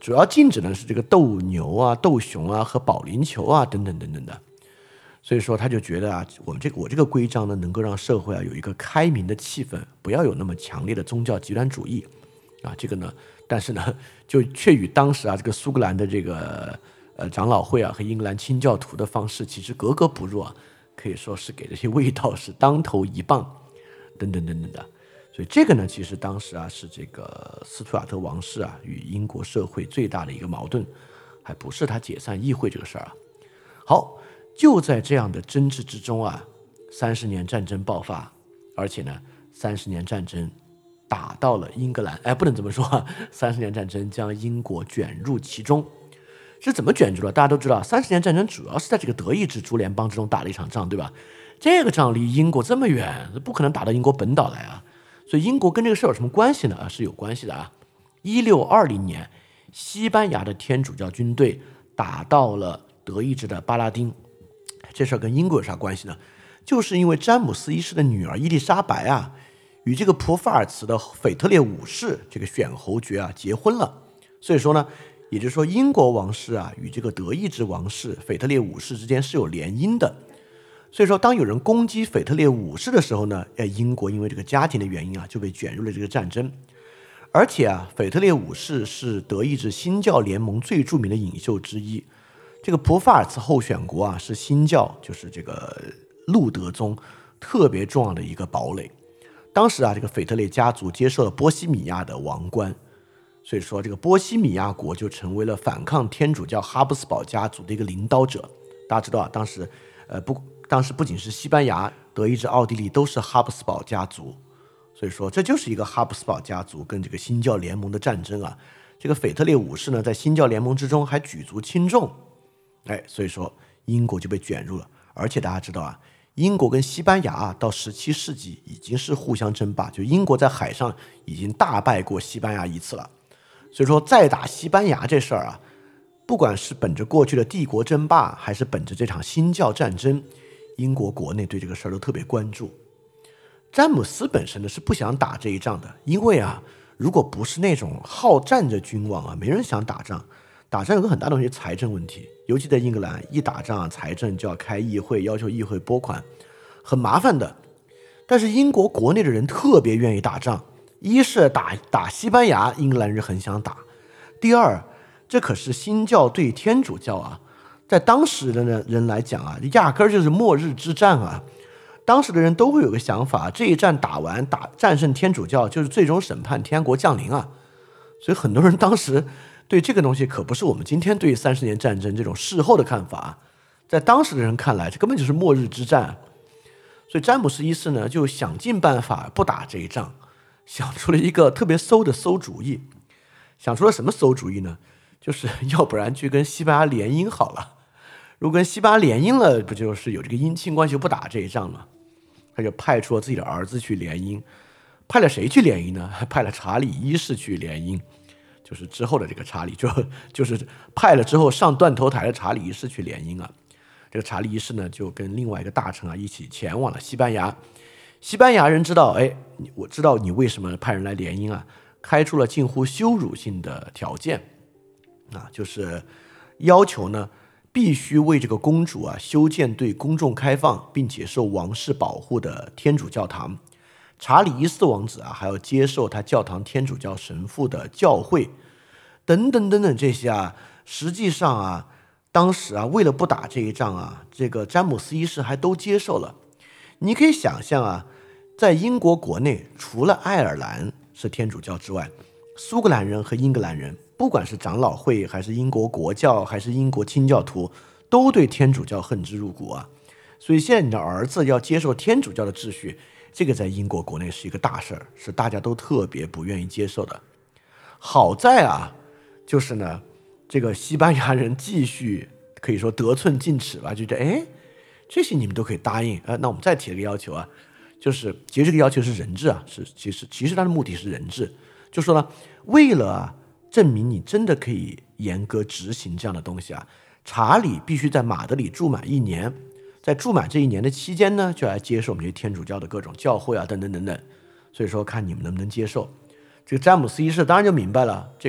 主要禁止的是这个斗牛啊、斗熊啊和保龄球啊等等等等的。所以说他就觉得啊，我们这个我这个规章呢，能够让社会啊有一个开明的气氛，不要有那么强烈的宗教极端主义啊。这个呢，但是呢，就却与当时啊这个苏格兰的这个呃长老会啊和英格兰清教徒的方式其实格格不入啊，可以说是给这些卫道士当头一棒，等等等等的。所以这个呢，其实当时啊是这个斯图亚特王室啊与英国社会最大的一个矛盾，还不是他解散议会这个事儿啊。好。就在这样的争执之中啊，三十年战争爆发，而且呢，三十年战争打到了英格兰，哎，不能这么说啊，三十年战争将英国卷入其中，是怎么卷入了？大家都知道，三十年战争主要是在这个德意志诸联邦之中打了一场仗，对吧？这个仗离英国这么远，不可能打到英国本岛来啊，所以英国跟这个事有什么关系呢？啊，是有关系的啊。一六二零年，西班牙的天主教军队打到了德意志的巴拉丁。这事儿跟英国有啥关系呢？就是因为詹姆斯一世的女儿伊丽莎白啊，与这个普法尔茨的腓特烈五世这个选侯爵啊结婚了。所以说呢，也就是说英国王室啊与这个德意志王室腓特烈五世之间是有联姻的。所以说，当有人攻击腓特烈五世的时候呢，哎，英国因为这个家庭的原因啊，就被卷入了这个战争。而且啊，腓特烈五世是德意志新教联盟最著名的领袖之一。这个普法尔茨候选国啊，是新教，就是这个路德宗特别重要的一个堡垒。当时啊，这个腓特烈家族接受了波西米亚的王冠，所以说这个波西米亚国就成为了反抗天主教哈布斯堡家族的一个领导者。大家知道啊，当时呃不，当时不仅是西班牙、德意志、奥地利都是哈布斯堡家族，所以说这就是一个哈布斯堡家族跟这个新教联盟的战争啊。这个腓特烈五世呢，在新教联盟之中还举足轻重。哎，所以说英国就被卷入了，而且大家知道啊，英国跟西班牙啊，到十七世纪已经是互相争霸，就英国在海上已经大败过西班牙一次了，所以说再打西班牙这事儿啊，不管是本着过去的帝国争霸，还是本着这场新教战争，英国国内对这个事儿都特别关注。詹姆斯本身呢是不想打这一仗的，因为啊，如果不是那种好战的君王啊，没人想打仗。打仗有个很大的问题，财政问题，尤其在英格兰，一打仗财政就要开议会，要求议会拨款，很麻烦的。但是英国国内的人特别愿意打仗，一是打打西班牙，英格兰人很想打；第二，这可是新教对天主教啊，在当时的人来讲啊，压根儿就是末日之战啊。当时的人都会有个想法，这一战打完，打战胜天主教就是最终审判，天国降临啊。所以很多人当时对这个东西可不是我们今天对三十年战争这种事后的看法，在当时的人看来，这根本就是末日之战。所以詹姆斯一世呢，就想尽办法不打这一仗，想出了一个特别馊的馊主意。想出了什么馊主意呢？就是要不然去跟西班牙联姻好了。如果跟西班牙联姻了，不就是有这个姻亲关系，不打这一仗吗？他就派出了自己的儿子去联姻。派了谁去联姻呢？派了查理一世去联姻。就是之后的这个查理，就就是派了之后上断头台的查理一世去联姻啊。这个查理一世呢，就跟另外一个大臣啊一起前往了西班牙。西班牙人知道，哎，我知道你为什么派人来联姻啊，开出了近乎羞辱性的条件啊，就是要求呢，必须为这个公主啊修建对公众开放并且受王室保护的天主教堂。查理一世王子啊，还要接受他教堂天主教神父的教会，等等等等这些啊，实际上啊，当时啊，为了不打这一仗啊，这个詹姆斯一世还都接受了。你可以想象啊，在英国国内，除了爱尔兰是天主教之外，苏格兰人和英格兰人，不管是长老会还是英国国教还是英国清教徒，都对天主教恨之入骨啊。所以现在你的儿子要接受天主教的秩序，这个在英国国内是一个大事儿，是大家都特别不愿意接受的。好在啊，就是呢，这个西班牙人继续可以说得寸进尺吧，就觉得哎，这些你们都可以答应啊，那我们再提了个要求啊，就是其实这个要求是人质啊，是其实其实它的目的是人质，就说呢，为了啊证明你真的可以严格执行这样的东西啊，查理必须在马德里住满一年。在住满这一年的期间呢，就来接受我们这些天主教的各种教会啊，等等等等。所以说，看你们能不能接受。这个詹姆斯一世当然就明白了，这个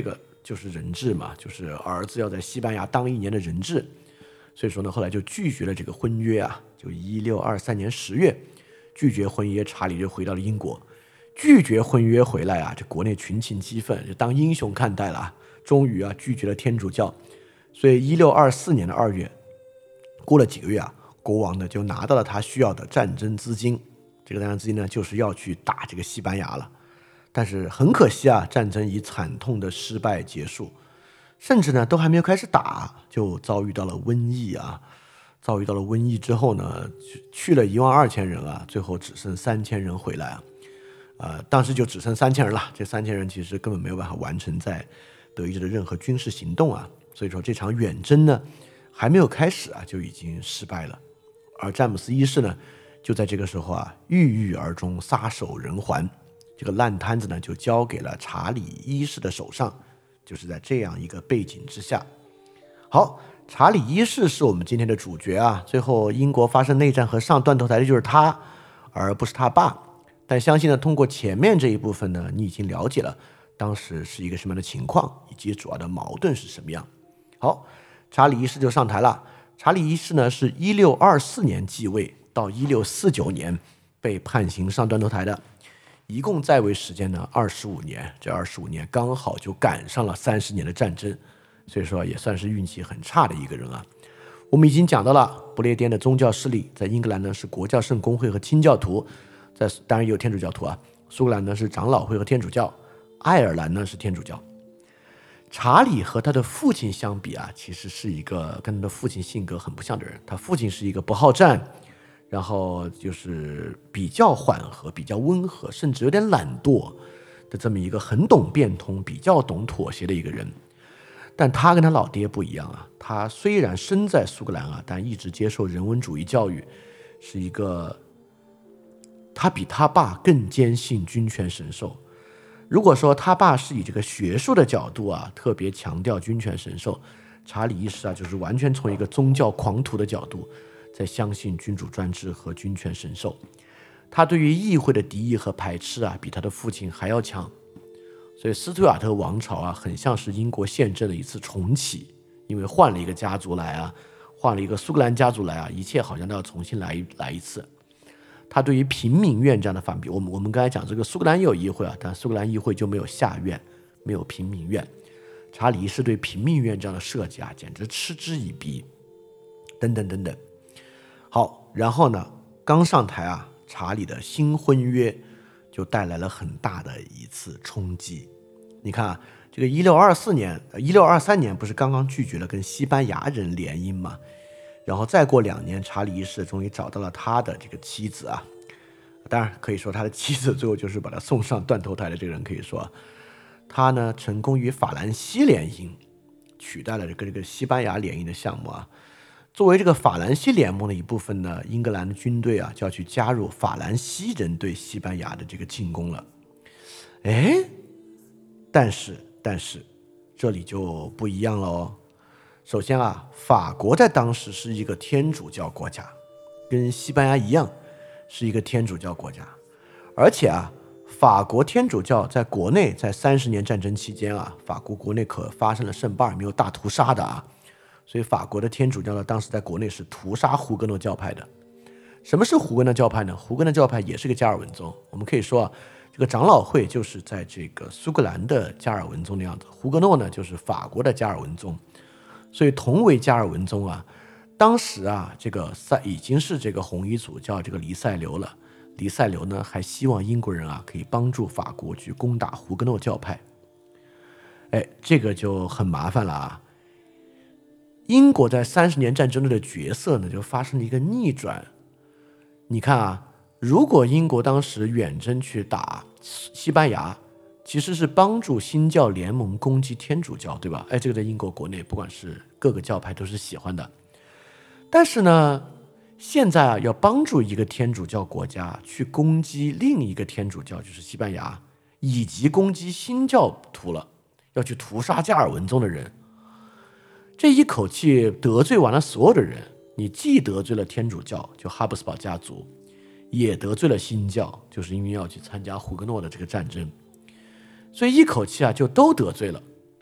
就是人质嘛，就是儿子要在西班牙当一年的人质，所以说呢，后来就拒绝了这个婚约啊，就一六二三年十月拒绝婚约，查理就回到了英国。拒绝婚约回来啊，这国内群情激愤，就当英雄看待了啊，终于啊拒绝了天主教。所以一六二四年的二月，过了几个月啊，国王呢就拿到了他需要的战争资金，这个战争资金呢就是要去打这个西班牙了。但是很可惜啊，战争以惨痛的失败结束，甚至呢都还没有开始打，就遭遇到了瘟疫啊。遭遇到了瘟疫之后呢，去了一万二千人啊，最后只剩三千人回来啊。呃，当时就只剩三千人了，这三千人其实根本没有办法完成在德意志的任何军事行动啊，所以说这场远征呢还没有开始啊就已经失败了。而詹姆斯一世呢就在这个时候啊郁郁而终，撒手人寰，这个烂摊子呢就交给了查理一世的手上，就是在这样一个背景之下。好，查理一世是我们今天的主角啊，最后英国发生内战和上断头台的就是他，而不是他爸。但相信呢，通过前面这一部分呢，你已经了解了当时是一个什么样的情况，以及主要的矛盾是什么样。好，查理一世就上台了。查理一世呢是一六二四年继位，到一六四九年被判刑上断头台的，一共在位时间呢二十五年。这二十五年刚好就赶上了三十年的战争，所以说也算是运气很差的一个人啊。我们已经讲到了不列颠的宗教势力，在英格兰呢是国教圣公会和清教徒。在当然也有天主教徒啊，苏格兰呢是长老会和天主教，爱尔兰呢是天主教。查理和他的父亲相比啊，其实是一个跟他的父亲性格很不像的人。他父亲是一个不好战，然后就是比较缓和、比较温和，甚至有点懒惰的这么一个很懂变通、比较懂妥协的一个人。但他跟他老爹不一样啊，他虽然生在苏格兰啊，但一直接受人文主义教育，是一个。他比他爸更坚信君权神授。如果说他爸是以这个学术的角度啊，特别强调君权神授，查理一世啊，就是完全从一个宗教狂徒的角度，在相信君主专制和君权神授。他对于议会的敌意和排斥啊，比他的父亲还要强。所以斯图亚特王朝啊，很像是英国宪政的一次重启，因为换了一个家族来啊，换了一个苏格兰家族来啊，一切好像都要重新来一来一次。他对于平民院这样的反比，我们我们刚才讲这个苏格兰也有议会啊，但苏格兰议会就没有下院，没有平民院。查理是对平民院这样的设计啊，简直嗤之以鼻，等等等等。好，然后呢，刚上台啊，查理的新婚约就带来了很大的一次冲击。你看啊，这个一六二四年、一六二三年不是刚刚拒绝了跟西班牙人联姻吗？然后再过两年，查理一世终于找到了他的这个妻子啊，当然可以说他的妻子最后就是把他送上断头台的这个人，可以说他呢成功与法兰西联姻，取代了这个这个西班牙联姻的项目啊。作为这个法兰西联盟的一部分呢，英格兰的军队啊就要去加入法兰西人对西班牙的这个进攻了。哎，但是但是这里就不一样了哦。首先啊，法国在当时是一个天主教国家，跟西班牙一样是一个天主教国家。而且啊，法国天主教在国内在三十年战争期间啊，法国国内可发生了圣巴尔缪大屠杀的啊，所以法国的天主教呢，当时在国内是屠杀胡格诺教派的。什么是胡格诺教派呢？胡格诺教派也是个加尔文宗，我们可以说啊，这个长老会就是在这个苏格兰的加尔文宗的样子，胡格诺呢就是法国的加尔文宗。所以同为加尔文宗啊，当时啊，这个塞已经是这个红衣组叫这个黎塞留了。黎塞留呢还希望英国人啊可以帮助法国去攻打胡格诺教派。哎，这个就很麻烦了啊。英国在三十年战争的角色呢就发生了一个逆转。你看啊，如果英国当时远征去打西班牙，其实是帮助新教联盟攻击天主教，对吧？哎，这个在英国国内不管是各个教派都是喜欢的。但是呢，现在啊要帮助一个天主教国家去攻击另一个天主教，就是西班牙，以及攻击新教徒了，要去屠杀加尔文宗的人。这一口气得罪完了所有的人，你既得罪了天主教，就哈布斯堡家族，也得罪了新教，就是因为要去参加胡格诺的这个战争。所以一口气啊就都得罪了。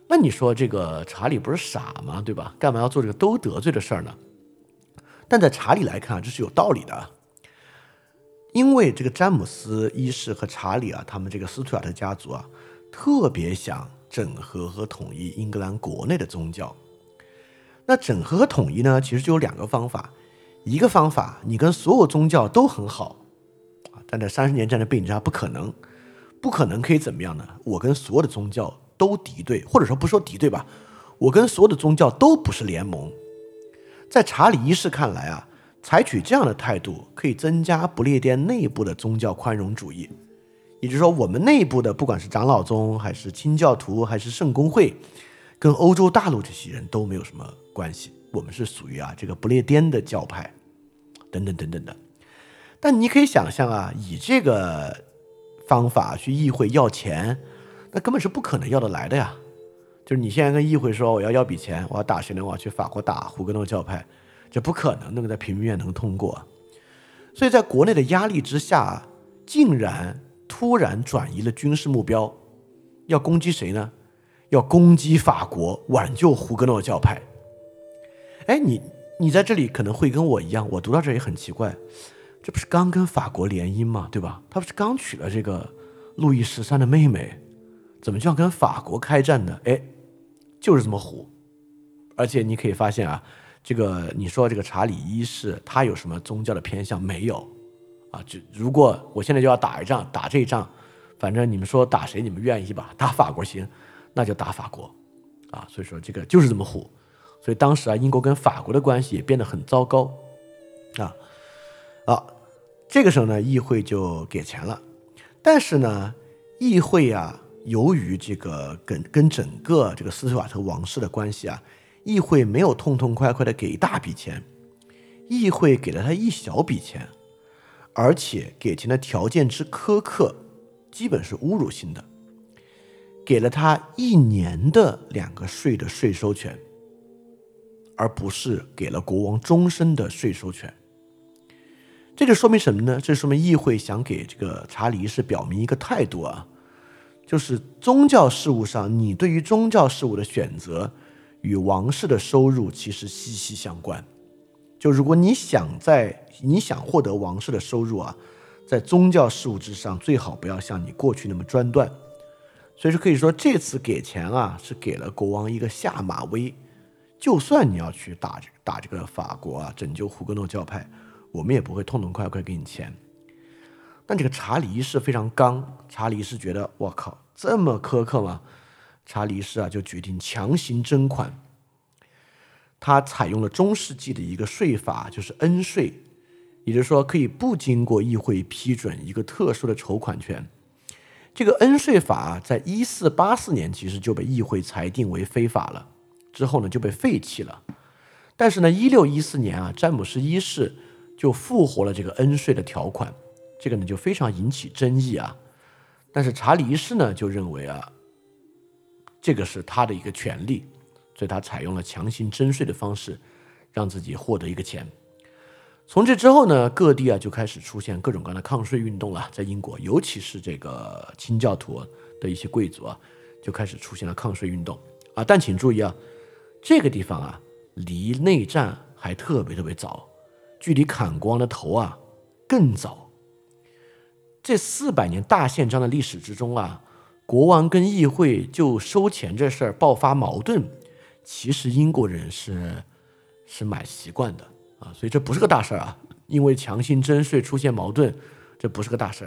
那你说这个查理不是傻吗？对吧？干嘛要做这个都得罪的事儿呢？但在查理来看，这是有道理的，因为这个詹姆斯一世和查理啊，他们这个斯图亚特家族啊，特别想整合和统一英格兰国内的宗教。那整合和统一呢，其实就有两个方法。一个方法，你跟所有宗教都很好，但在三十年战争背景之下不可能，不可能可以怎么样呢？我跟所有的宗教都敌对，或者说不说敌对吧，我跟所有的宗教都不是联盟。在查理一世看来啊，采取这样的态度可以增加不列颠内部的宗教宽容主义，也就是说，我们内部的不管是长老宗还是清教徒还是圣公会，跟欧洲大陆这些人都没有什么关系，我们是属于啊这个不列颠的教派，等等等等的。但你可以想象啊，以这个方法去议会要钱，那根本是不可能要得来的呀。就是你现在跟议会说我要要笔钱，我要打谁呢？我要去法国打胡格诺教派，这不可能，那个在平民院能通过啊。所以在国内的压力之下啊，竟然突然转移了军事目标，要攻击谁呢？要攻击法国，挽救胡格诺教派。哎，你你在这里可能会跟我一样，我读到这也很奇怪，这不是刚跟法国联姻吗？对吧？他不是刚娶了这个路易十三的妹妹，怎么就要跟法国开战呢？哎，就是这么虎。而且你可以发现啊，这个你说这个查理一世他有什么宗教的偏向没有啊？就如果我现在就要打一仗，打这一仗，反正你们说打谁你们愿意吧，打法国行，那就打法国啊。所以说这个就是这么虎。所以当时啊，英国跟法国的关系也变得很糟糕啊。啊，这个时候呢，议会就给钱了，但是呢，议会啊，由于这个跟跟整个这个斯图亚特王室的关系啊，议会没有痛痛快快的给一大笔钱，议会给了他一小笔钱，而且给钱的条件之苛刻，基本是侮辱性的，给了他一年的两个税的税收权，而不是给了国王终身的税收权。这就说明什么呢？这说明议会想给这个查理一世表明一个态度啊，就是宗教事务上，你对于宗教事务的选择与王室的收入其实息息相关。就如果你想在你想获得王室的收入啊，在宗教事务之上，最好不要像你过去那么专断。所以说可以说这次给钱啊，是给了国王一个下马威。就算你要去打打这个法国啊，拯救胡格诺教派，我们也不会痛痛快快给你钱。但这个查理一世非常刚，查理一世觉得我靠这么苛刻吗？查理一世啊就决定强行征款。他采用了中世纪的一个税法，就是恩税，也就是说可以不经过议会批准一个特殊的筹款权。这个恩税法在一四八四年其实就被议会裁定为非法了，之后呢就被废弃了。但是呢一六一四年啊，詹姆斯一世就复活了这个恩税的条款，这个呢就非常引起争议啊。但是查理一世呢就认为啊，这个是他的一个权利，所以他采用了强行征税的方式，让自己获得一个钱。从这之后呢，各地啊就开始出现各种各样的抗税运动了，在英国，尤其是这个清教徒的一些贵族啊，就开始出现了抗税运动啊。但请注意啊，这个地方啊，离内战还特别特别早，距离砍国王的头啊更早。这四百年大宪章的历史之中啊，国王跟议会就收钱这事儿爆发矛盾，其实英国人是是蛮习惯的啊，所以这不是个大事啊。因为强行征税出现矛盾，这不是个大事。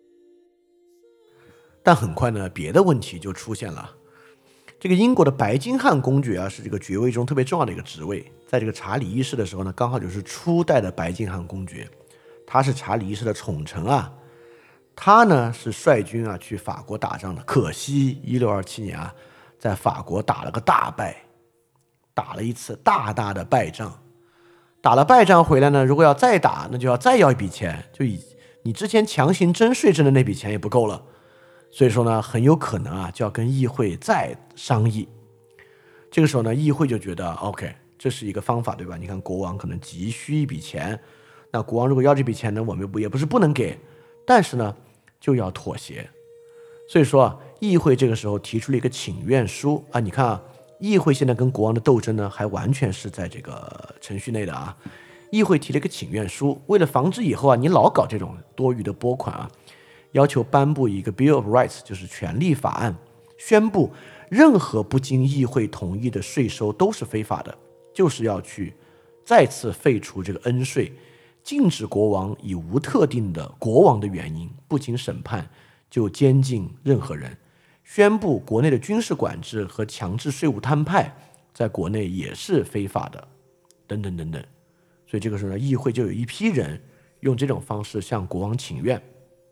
但很快呢，别的问题就出现了。这个英国的白金汉公爵啊，是这个爵位中特别重要的一个职位。在这个查理一世的时候呢，刚好就是初代的白金汉公爵，他是查理一世的宠臣啊。他呢是率军啊去法国打仗的，可惜一六二七年啊，在法国打了个大败，打了一次大大的败仗。打了败仗回来呢，如果要再打，那就要再要一笔钱，就以你之前强行征税挣的那笔钱也不够了。所以说呢，很有可能啊，就要跟议会再商议。这个时候呢，议会就觉得 OK， 这是一个方法，对吧？你看国王可能急需一笔钱，那国王如果要这笔钱呢，我们也不是不能给，但是呢，就要妥协。 所以说啊，议会这个时候提出了一个请愿书啊，你看啊，议会现在跟国王的斗争呢，还完全是在这个程序内的啊。议会提了一个请愿书，为了防止以后啊，你老搞这种多余的拨款啊，要求颁布一个 Bill of Rights， 就是权利法案，宣布任何不经议会同意的税收都是非法的，就是要去再次废除这个恩税，禁止国王以无特定的国王的原因不经审判就监禁任何人，宣布国内的军事管制和强制税务摊派在国内也是非法的，等等等等。所以这个时候呢，议会就有一批人用这种方式向国王请愿，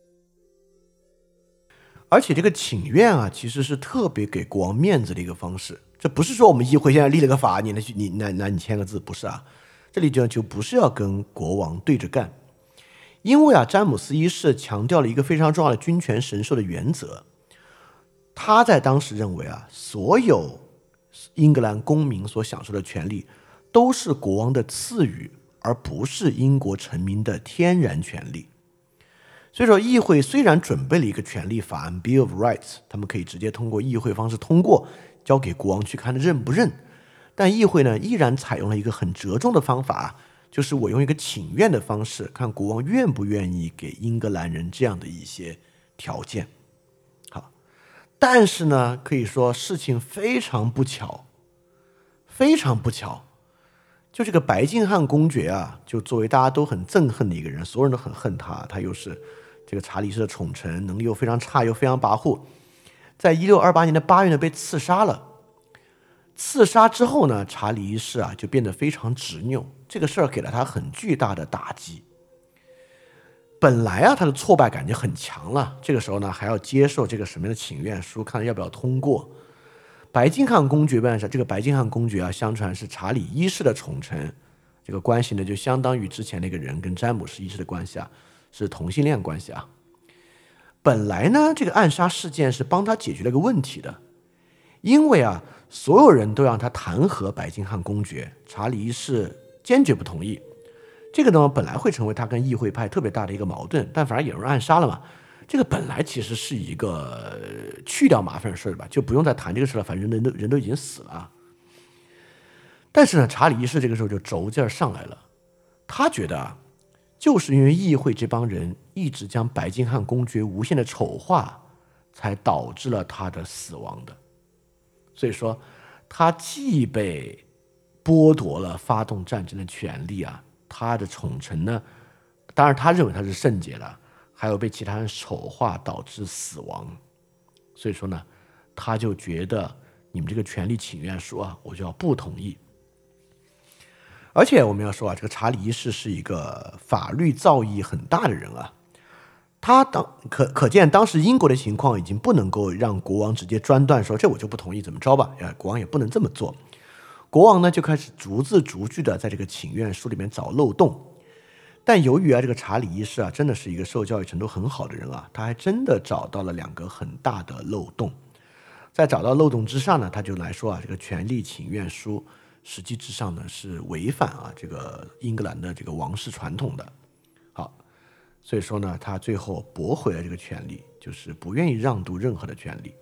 而且这个请愿啊，其实是特别给国王面子的一个方式。这不是说我们议会现在立了个法，你你那那你签个字，不是啊，这里就就不是要跟国王对着干。因为啊，詹姆斯一世强调了一个非常重要的君权神授的原则，他在当时认为啊，所有英格兰公民所享受的权利都是国王的赐予，而不是英国臣民的天然权利。所以说，议会虽然准备了一个权利法案 Bill of Rights， 他们可以直接通过议会方式通过，交给国王去看他认不认，但议会呢依然采用了一个很折中的方法，就是我用一个请愿的方式，看国王愿不愿意给英格兰人这样的一些条件。好，但是呢，可以说事情非常不巧，非常不巧，就这个白金汉公爵啊，就作为大家都很憎恨的一个人，所有人都很恨他，他又是这个查理士的宠臣，能力又非常差，又非常跋扈，在一六二八年的八月呢被刺杀了。刺杀之后呢，查理一世啊就变得非常执拗，这个事儿给了他很巨大的打击。本来啊他的挫败感就很强了，这个时候呢还要接受这个什么样的请愿书，看要不要通过。白金汉公爵办事，这个白金汉公爵啊，相传是查理一世的宠臣，这个关系呢就相当于之前那个人跟詹姆斯一世的关系啊，是同性恋关系啊。本来呢这个暗杀事件是帮他解决了个问题的，因为啊所有人都让他弹劾白金汉公爵，查理一世坚决不同意。这个呢本来会成为他跟议会派特别大的一个矛盾，但反而有人暗杀了嘛。这个本来其实是一个去掉麻烦的事吧，就不用再谈这个事了，反正人都人都已经死了。但是呢，查理一世这个时候就轴劲儿上来了，他觉得啊，就是因为议会这帮人一直将白金汉公爵无限的丑化，才导致了他的死亡的。所以说，他既被剥夺了发动战争的权利啊，他的宠臣呢，当然他认为他是圣洁的，还有被其他人丑化导致死亡。所以说呢，他就觉得你们这个权利请愿书啊，我就要不同意。而且我们要说啊，这个查理一世是一个法律造诣很大的人啊，他当可可见当时英国的情况已经不能够让国王直接专断说这我就不同意怎么着吧，国王也不能这么做。国王呢就开始逐字逐句的在这个请愿书里面找漏洞。但由于啊这个查理一世啊真的是一个受教育程度很好的人啊，他还真的找到了两个很大的漏洞。在找到漏洞之上呢，他就来说啊这个权利请愿书实际之上呢是违反啊这个英格兰的这个王室传统的。好，所以说呢他最后驳回了这个权利，就是不愿意让渡任何的权利。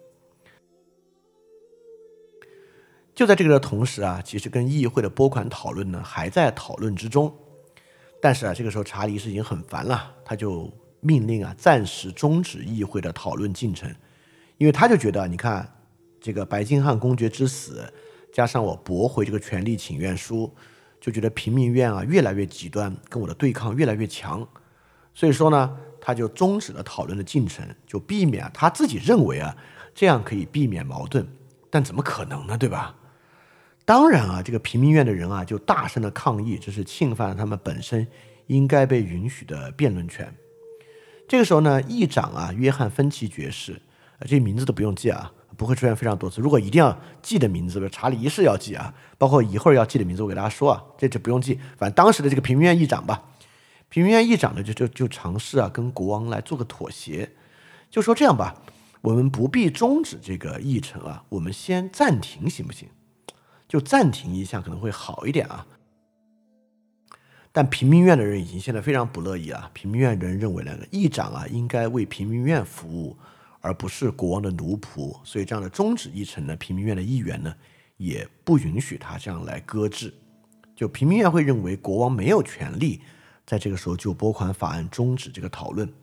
就在这个的同时啊，其实跟议会的拨款讨论呢还在讨论之中。但是啊，这个时候查理一世已经很烦了，他就命令啊暂时终止议会的讨论进程，因为他就觉得，你看这个白金汉公爵之死，加上我驳回这个权利请愿书，就觉得平民院啊越来越极端，跟我的对抗越来越强，所以说呢，他就终止了讨论的进程，就避免、啊、他自己认为啊这样可以避免矛盾，但怎么可能呢，对吧？当然啊，这个平民院的人啊就大声的抗议，这是侵犯了他们本身应该被允许的辩论权。这个时候呢，议长啊约翰芬奇爵士，呃，这名字都不用记啊，不会出现非常多次。如果一定要记的名字，比如查理一世要记啊，包括一会儿要记的名字，我给大家说啊，这就不用记。反正当时的这个平民院议长吧，平民院议长呢就就就尝试啊跟国王来做个妥协，就说这样吧，我们不必终止这个议程啊，我们先暂停行不行？就暂停一下可能会好一点啊。但平民院的人已经现在非常不乐意啊，平民院的人认为呢，议长啊应该为平民院服务， 而不是国王的奴仆，所以这样的终止议程呢，平民院的议员呢也不允许他这样来搁置。就平民院会认为国王没有权利在这个时候就拨款法案终止这个讨论。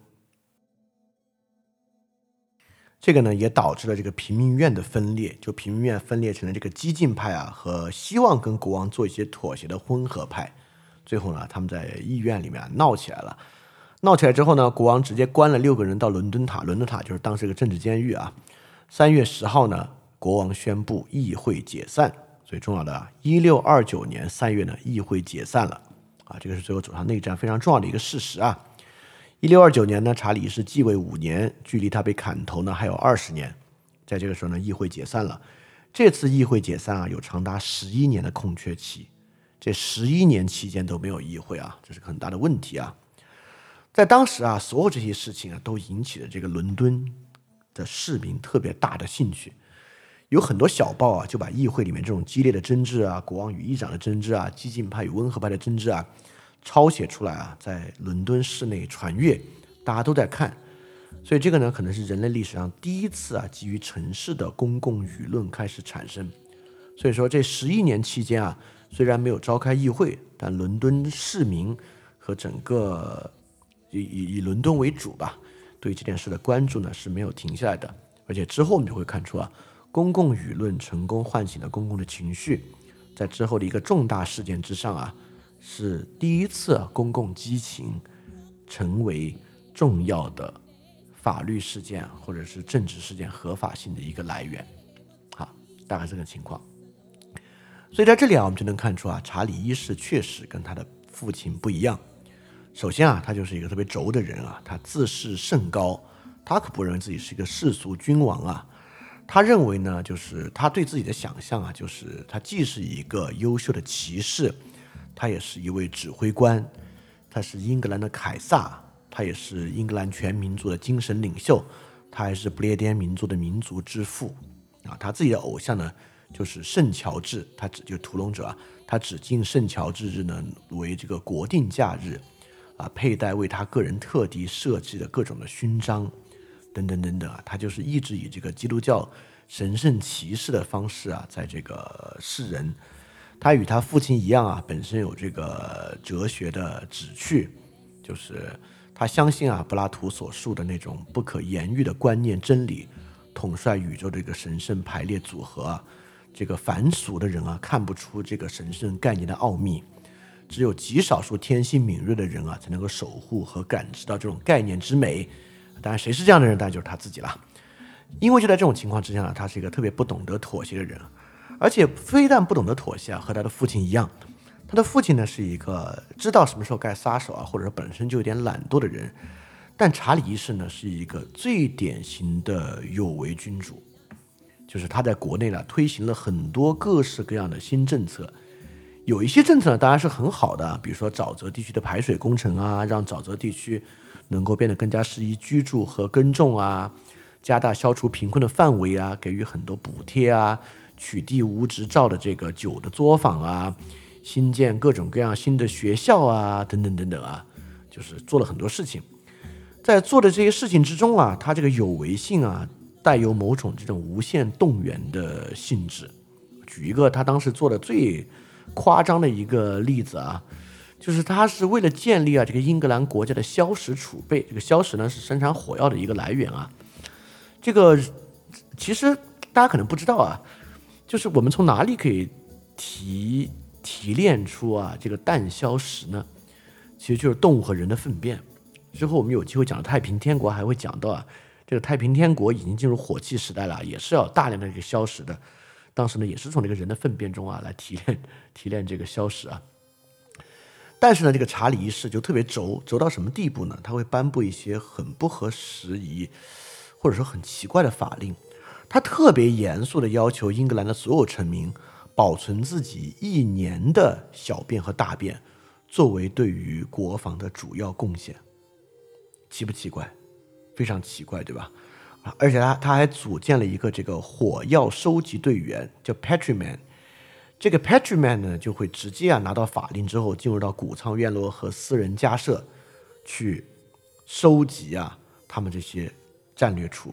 这个呢也导致了这个平民院的分裂，就平民院分裂成了这个激进派啊和希望跟国王做一些妥协的温和派。最后呢，他们在议院里面、啊、闹起来了。闹起来之后呢，国王直接关了六个人到伦敦塔，伦敦塔就是当时一个政治监狱啊。三月十号呢，国王宣布议会解散。最重要的啊，一六二九年三月呢，议会解散了啊，这个是最后走上内战非常重要的一个事实啊。一六二九年呢，查理一世继位五年，距离他被砍头呢还有二十年。在这个时候呢，议会解散了。这次议会解散啊，有长达十一年的空缺期，这十一年期间都没有议会啊，这是个很大的问题啊。在当时啊，所有这些事情啊，都引起了这个伦敦的市民特别大的兴趣。有很多小报啊，就把议会里面这种激烈的争执啊，国王与议长的争执啊，激进派与温和派的争执啊，抄写出来啊，在伦敦市内传阅，大家都在看。所以这个呢，可能是人类历史上第一次啊，基于城市的公共舆论开始产生。所以说这十一年期间啊，虽然没有召开议会，但伦敦市民和整个以以以伦敦为主吧，对这件事的关注呢是没有停下来的。而且之后我们就会看出啊，公共舆论成功唤醒了公共的情绪，在之后的一个重大事件之上啊，是第一次公共激情成为重要的法律事件或者是政治事件合法性的一个来源。好，大概这个情况。所以在这里啊，我们就能看出啊，查理一世确实跟他的父亲不一样。首先啊，他就是一个特别轴的人啊，他自视甚高，他可不认为自己是一个世俗君王啊。他认为呢，就是他对自己的想象啊，就是他既是一个优秀的骑士，他也是一位指挥官，他是英格兰的凯撒，他也是英格兰全民族的精神领袖，他还是不列颠民族的民族之父啊。他自己的偶像呢，就是圣乔治，他只就屠龙者啊，他只敬圣乔治日呢为这个国定假日啊，佩戴为他个人特地设计的各种的勋章。等等等等啊，他就是一直以这个基督教神圣骑士的方式啊，在这个世人。他与他父亲一样啊，本身有这个哲学的旨趣，就是他相信啊，柏拉图所述的那种不可言喻的观念真理，统帅宇宙的一个神圣排列组合啊。这个凡俗的人啊，看不出这个神圣概念的奥秘，只有极少数天性敏锐的人啊，才能够守护和感知到这种概念之美。当然谁是这样的人，当然就是他自己了。因为就在这种情况之下呢，他是一个特别不懂得妥协的人，而且非但不懂得妥协啊，和他的父亲一样，他的父亲呢是一个知道什么时候该撒手啊，或者本身就有点懒惰的人。但查理一世呢是一个最典型的有为君主，就是他在国内呢推行了很多各式各样的新政策。有一些政策呢当然是很好的，比如说沼泽地区的排水工程啊，让沼泽地区能够变得更加适宜居住和耕种啊，加大消除贫困的范围啊，给予很多补贴啊，取缔无执照的这个酒的作坊啊，新建各种各样新的学校啊，等等等等啊，就是做了很多事情。在做的这些事情之中啊，他这个有为性啊，带有某种这种无限动员的性质。举一个他当时做的最夸张的一个例子啊，就是他是为了建立啊这个英格兰国家的硝石储备，这个硝石呢是生产火药的一个来源啊。这个其实大家可能不知道啊，就是我们从哪里可以提提炼出啊这个氮硝石呢？其实就是动物和人的粪便。之后我们有机会讲到太平天国，还会讲到啊，这个太平天国已经进入火器时代了，也是要大量的这个硝石的。当时呢，也是从这个人的粪便中啊来提炼提炼这个硝石啊。但是呢，这个查理一世就特别轴，轴到什么地步呢？他会颁布一些很不合时宜，或者说很奇怪的法令。他特别严肃地要求英格兰的所有臣民保存自己一年的小便和大便，作为对于国防的主要贡献。奇不奇怪？非常奇怪，对吧？而且他他还组建了一个这个火药收集队员，叫 Petryman。这个 Petryman 呢，就会直接啊拿到法令之后，进入到谷仓院落和私人家舍去收集啊他们这些战略储备，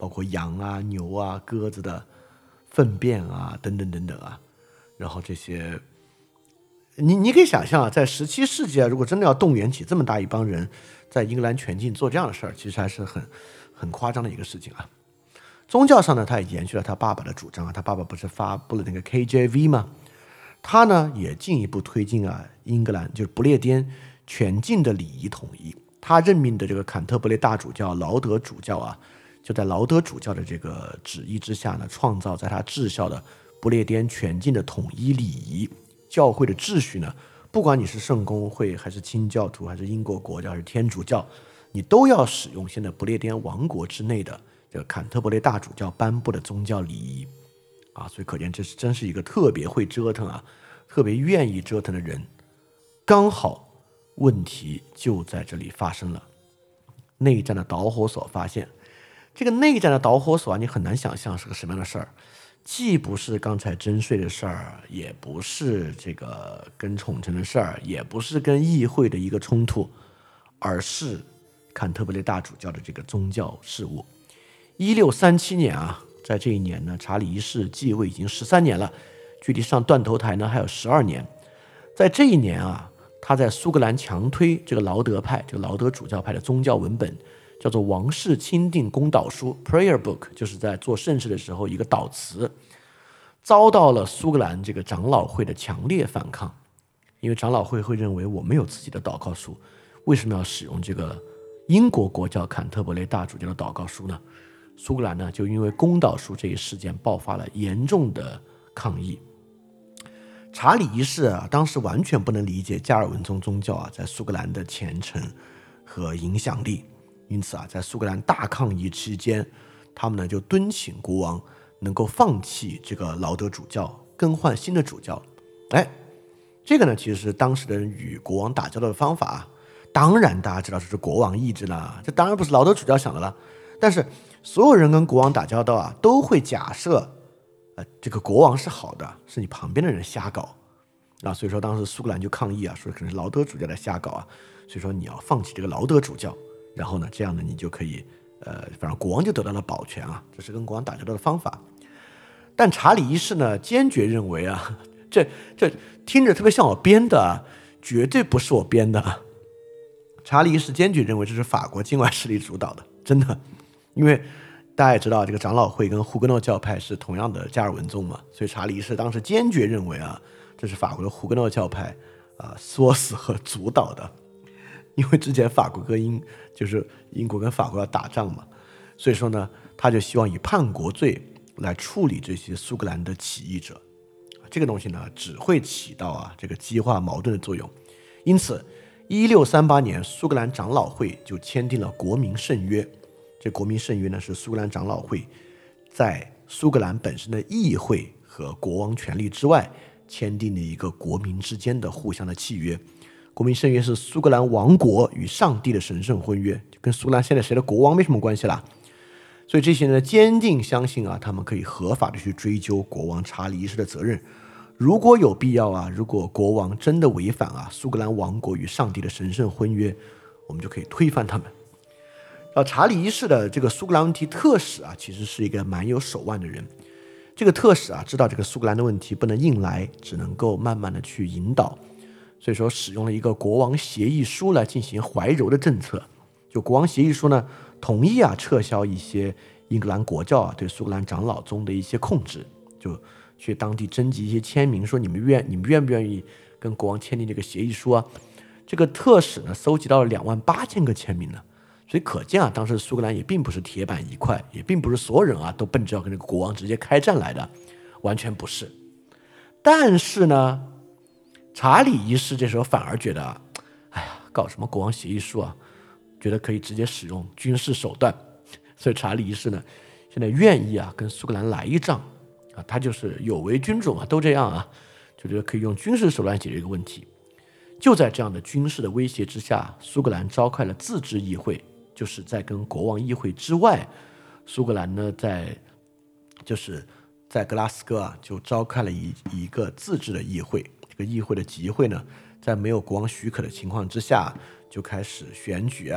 包括羊啊、牛啊、鸽子的粪便啊等等等等啊。然后这些，你你可以想象啊，在十七世纪啊，如果真的要动员起这么大一帮人在英格兰全境做这样的事儿，其实还是很很夸张的一个事情啊。宗教上呢，他也延续了他爸爸的主张啊，他爸爸不是发布了那个 K J V 吗？他呢也进一步推进啊英格兰就是不列颠全境的礼仪统一。他任命的这个坎特伯雷大主教劳德主教啊，就在劳德主教的这个旨意之下呢，创造在他治校的不列颠全境的统一礼仪。教会的秩序呢，不管你是圣公会还是清教徒还是英国国教还是天主教，你都要使用现在不列颠王国之内的这个坎特伯雷大主教颁布的宗教礼仪啊，所以可见这是真是一个特别会折腾啊，特别愿意折腾的人。刚好问题就在这里发生了，内战的导火索发现。这个内战的导火索啊，你很难想象是个什么样的事儿，既不是刚才征税的事儿，也不是这个跟宠臣的事儿，也不是跟议会的一个冲突，而是坎特伯雷大主教的这个宗教事务。一六三七年啊，在这一年呢，查理一世继位已经十三年了，距离上断头台呢还有十二年。在这一年啊，他在苏格兰强推这个劳德派，这个劳德主教派的宗教文本，叫做王室钦定公祷书 Prayer Book， 就是在做圣事的时候一个祷词，遭到了苏格兰这个长老会的强烈反抗。因为长老会会认为我们有自己的祷告书，为什么要使用这个英国国教坎特伯雷大主教的祷告书呢？苏格兰呢，就因为公祷书这一事件爆发了严重的抗议。查理一世啊，当时完全不能理解加尔文宗宗教啊在苏格兰的虔诚和影响力，因此啊，在苏格兰大抗议期间，他们呢就敦请国王能够放弃这个劳德主教，更换新的主教。哎，这个呢其实是当时的人与国王打交道的方法。当然大家知道这是国王意志了，这当然不是劳德主教想的了。但是所有人跟国王打交道啊，都会假设呃，这个国王是好的，是你旁边的人瞎搞啊。所以说当时苏格兰就抗议啊，说可能是劳德主教在瞎搞啊，所以说你要放弃这个劳德主教，然后呢，这样呢你就可以呃，反正国王就得到了保全啊，这是跟国王打交道的方法。但查理一世呢，坚决认为啊，这这听着特别像我编的啊，绝对不是我编的。查理一世坚决认为这是法国境外势力主导的，真的，因为大家也知道，这个长老会跟胡格诺教派是同样的加尔文宗嘛，所以查理一世当时坚决认为啊，这是法国的胡格诺教派啊唆使和主导的。因为之前法国跟英就是英国跟法国要打仗嘛，所以说呢，他就希望以叛国罪来处理这些苏格兰的起义者。这个东西呢，只会起到啊这个激化矛盾的作用。因此一六三八年苏格兰长老会就签订了国民圣约。这国民圣约呢，是苏格兰长老会在苏格兰本身的议会和国王权力之外签订的一个国民之间的互相的契约。国民圣约是苏格兰王国与上帝的神圣婚约，跟苏格兰现在谁的国王没什么关系啦。所以这些人坚定相信啊，他们可以合法的去追究国王查理一世的责任。如果有必要啊，如果国王真的违反啊苏格兰王国与上帝的神圣婚约，我们就可以推翻他们。然后查理一世的这个苏格兰问题特使啊，其实是一个蛮有手腕的人。这个特使啊，知道这个苏格兰的问题不能硬来，只能够慢慢的去引导，所以说使用了一个国王协议书来进行怀柔的政策。就国王协议书呢，同意啊撤销一些英格兰国教啊对苏格兰长老宗的一些控制，就去当地征集一些签名，说你们愿你们愿不愿意跟国王签订这个协议书啊？这个特使呢，搜集到了两万八千个签名呢。所以可见啊，当时苏格兰也并不是铁板一块，也并不是所有人啊都奔着要跟这个国王直接开战来的，完全不是。但是呢，查理一世这时候反而觉得，哎呀，搞什么国王协议书啊，觉得可以直接使用军事手段，所以查理一世呢，现在愿意啊跟苏格兰来一仗啊，他就是有为君主嘛，都这样啊，就觉得可以用军事手段解决一个问题。就在这样的军事的威胁之下，苏格兰召开了自治议会。就是在跟国王议会之外，苏格兰呢在就是在格拉斯哥啊就召开了一一个自治的议会。这个议会的集会呢，在没有国王许可的情况之下，就开始选举，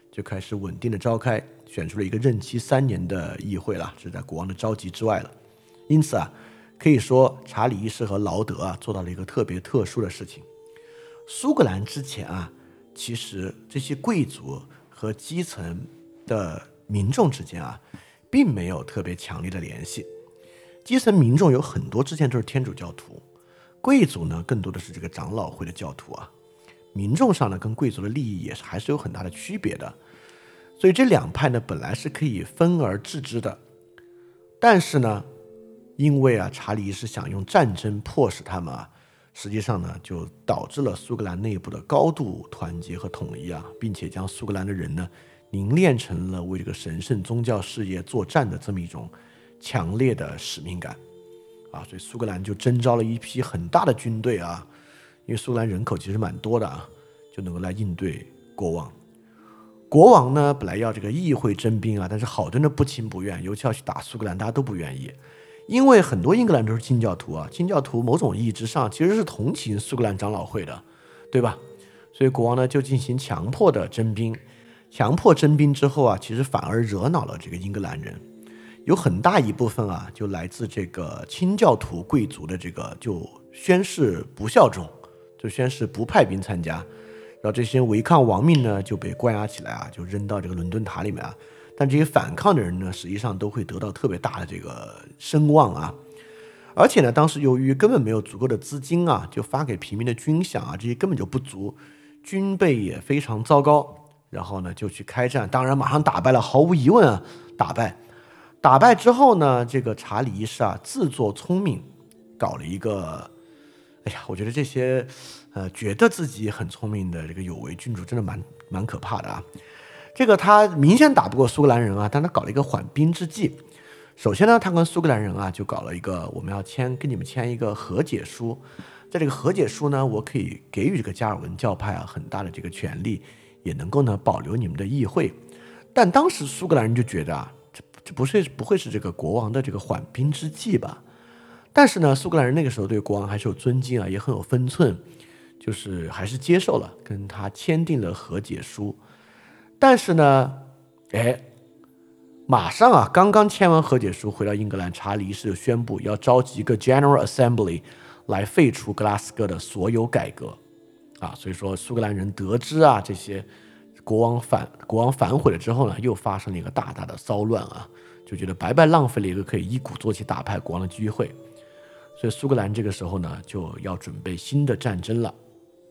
就开始稳定的召开，选出了一个任期三年的议会了，这是在国王的召集之外了。因此啊，可以说查理一世和劳德啊做到了一个特别特殊的事情。苏格兰之前啊，其实这些贵族和基层的民众之间啊，并没有特别强烈的联系。基层民众有很多之前都是天主教徒，贵族呢更多的是这个长老会的教徒啊。民众上呢跟贵族的利益也是还是有很大的区别的，所以这两派呢本来是可以分而治之的，但是呢，因为啊查理一世想用战争迫使他们啊，实际上呢就导致了苏格兰内部的高度团结和统一啊，并且将苏格兰的人呢凝练成了为这个神圣宗教事业作战的这么一种强烈的使命感啊，所以苏格兰就征召了一批很大的军队啊，因为苏格兰人口其实蛮多的啊，就能够来应对国王。国王呢本来要这个议会征兵啊，但是好多人不情不愿，尤其要去打苏格兰，大家都不愿意，因为很多英格兰都是清教徒啊，清教徒某种意义之上其实是同情苏格兰长老会的，对吧？所以国王呢就进行强迫的征兵，强迫征兵之后啊，其实反而惹恼了这个英格兰人，有很大一部分啊就来自这个清教徒贵族的这个就宣誓不效忠，就宣誓不派兵参加，然后这些违抗王命呢就被关押起来啊，就扔到这个伦敦塔里面啊。但这些反抗的人呢，实际上都会得到特别大的这个声望啊。而且呢，当时由于根本没有足够的资金啊，就发给平民的军饷啊，这些根本就不足，军备也非常糟糕。然后呢，就去开战，当然马上打败了，毫无疑问啊，打败。打败之后呢，这个查理一世啊，自作聪明，搞了一个，哎呀，我觉得这些，呃，觉得自己很聪明的这个有为君主，真的蛮蛮可怕的啊。这个他明显打不过苏格兰人啊，但他搞了一个缓兵之计。首先呢，他跟苏格兰人啊就搞了一个，我们要签跟你们签一个和解书。在这个和解书呢，我可以给予这个加尔文教派啊很大的这个权利，也能够呢保留你们的议会。但当时苏格兰人就觉得啊，这这不是不会是这个国王的这个缓兵之计吧？但是呢，苏格兰人那个时候对国王还是有尊敬啊，也很有分寸，就是还是接受了，跟他签订了和解书。但是呢，哎，马上啊，刚刚签完和解书回到英格兰，查理一世就宣布要召集一个 General Assembly 来废除格拉斯哥的所有改革啊。所以说苏格兰人得知啊这些国王反国王反悔了之后呢，又发生了一个大大的骚乱啊，就觉得白白浪费了一个可以一鼓作气打败国王的机会。所以苏格兰这个时候呢，就要准备新的战争了。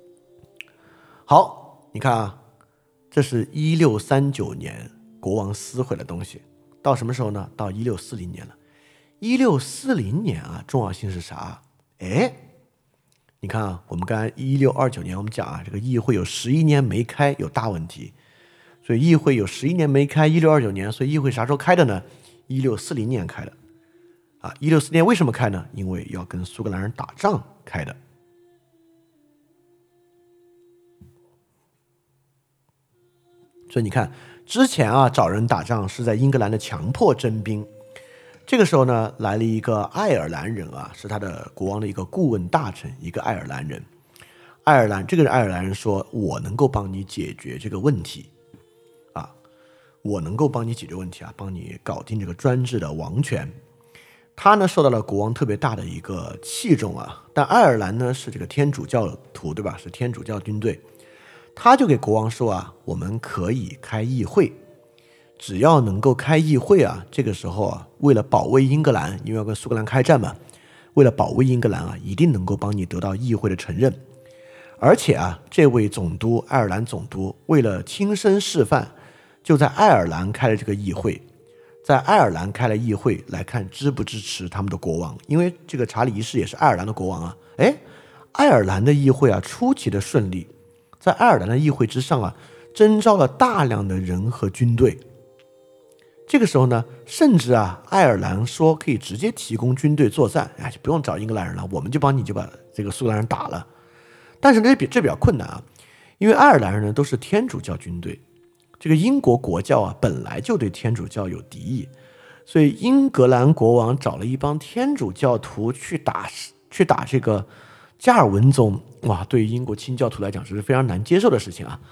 好，你看啊，这是一六三九年国王撕毁的东西，到什么时候呢？到一六四零年了。一六四零年啊，重要性是啥？哎，你看啊，我们刚才一六二九年我们讲啊，这个议会有十一年没开，有大问题，所以议会有十一年没开，一六二九年，所以议会啥时候开的呢？一六四零年开的。啊，一六四年为什么开呢？因为要跟苏格兰人打仗开的。所以你看，之前啊找人打仗是在英格兰的强迫征兵，这个时候呢来了一个爱尔兰人啊，是他的国王的一个顾问大臣，一个爱尔兰人。爱尔兰这个爱尔兰人说：“我能够帮你解决这个问题啊，我能够帮你解决问题啊，帮你搞定这个专制的王权。”他呢受到了国王特别大的一个器重啊，但爱尔兰呢是这个天主教徒，对吧？是天主教军队。他就给国王说啊，我们可以开议会，只要能够开议会啊，这个时候啊，为了保卫英格兰，因为要跟苏格兰开战嘛，为了保卫英格兰啊，一定能够帮你得到议会的承认。而且啊，这位总督，爱尔兰总督，为了亲身示范，就在爱尔兰开了这个议会，在爱尔兰开了议会来看支不支持他们的国王，因为这个查理一世也是爱尔兰的国王啊。哎，爱尔兰的议会啊，出奇的顺利。在爱尔兰的议会之上啊，征召了大量的人和军队。这个时候呢，甚至啊，爱尔兰说可以直接提供军队作战，哎，就不用找英格兰人了，我们就帮你就把这个苏格兰人打了。但是呢，这比这比较困难啊，因为爱尔兰人呢都是天主教军队，这个英国国教啊本来就对天主教有敌意，所以英格兰国王找了一帮天主教徒去打去打这个加尔文宗，哇，对于英国清教徒来讲这是非常难接受的事情啊。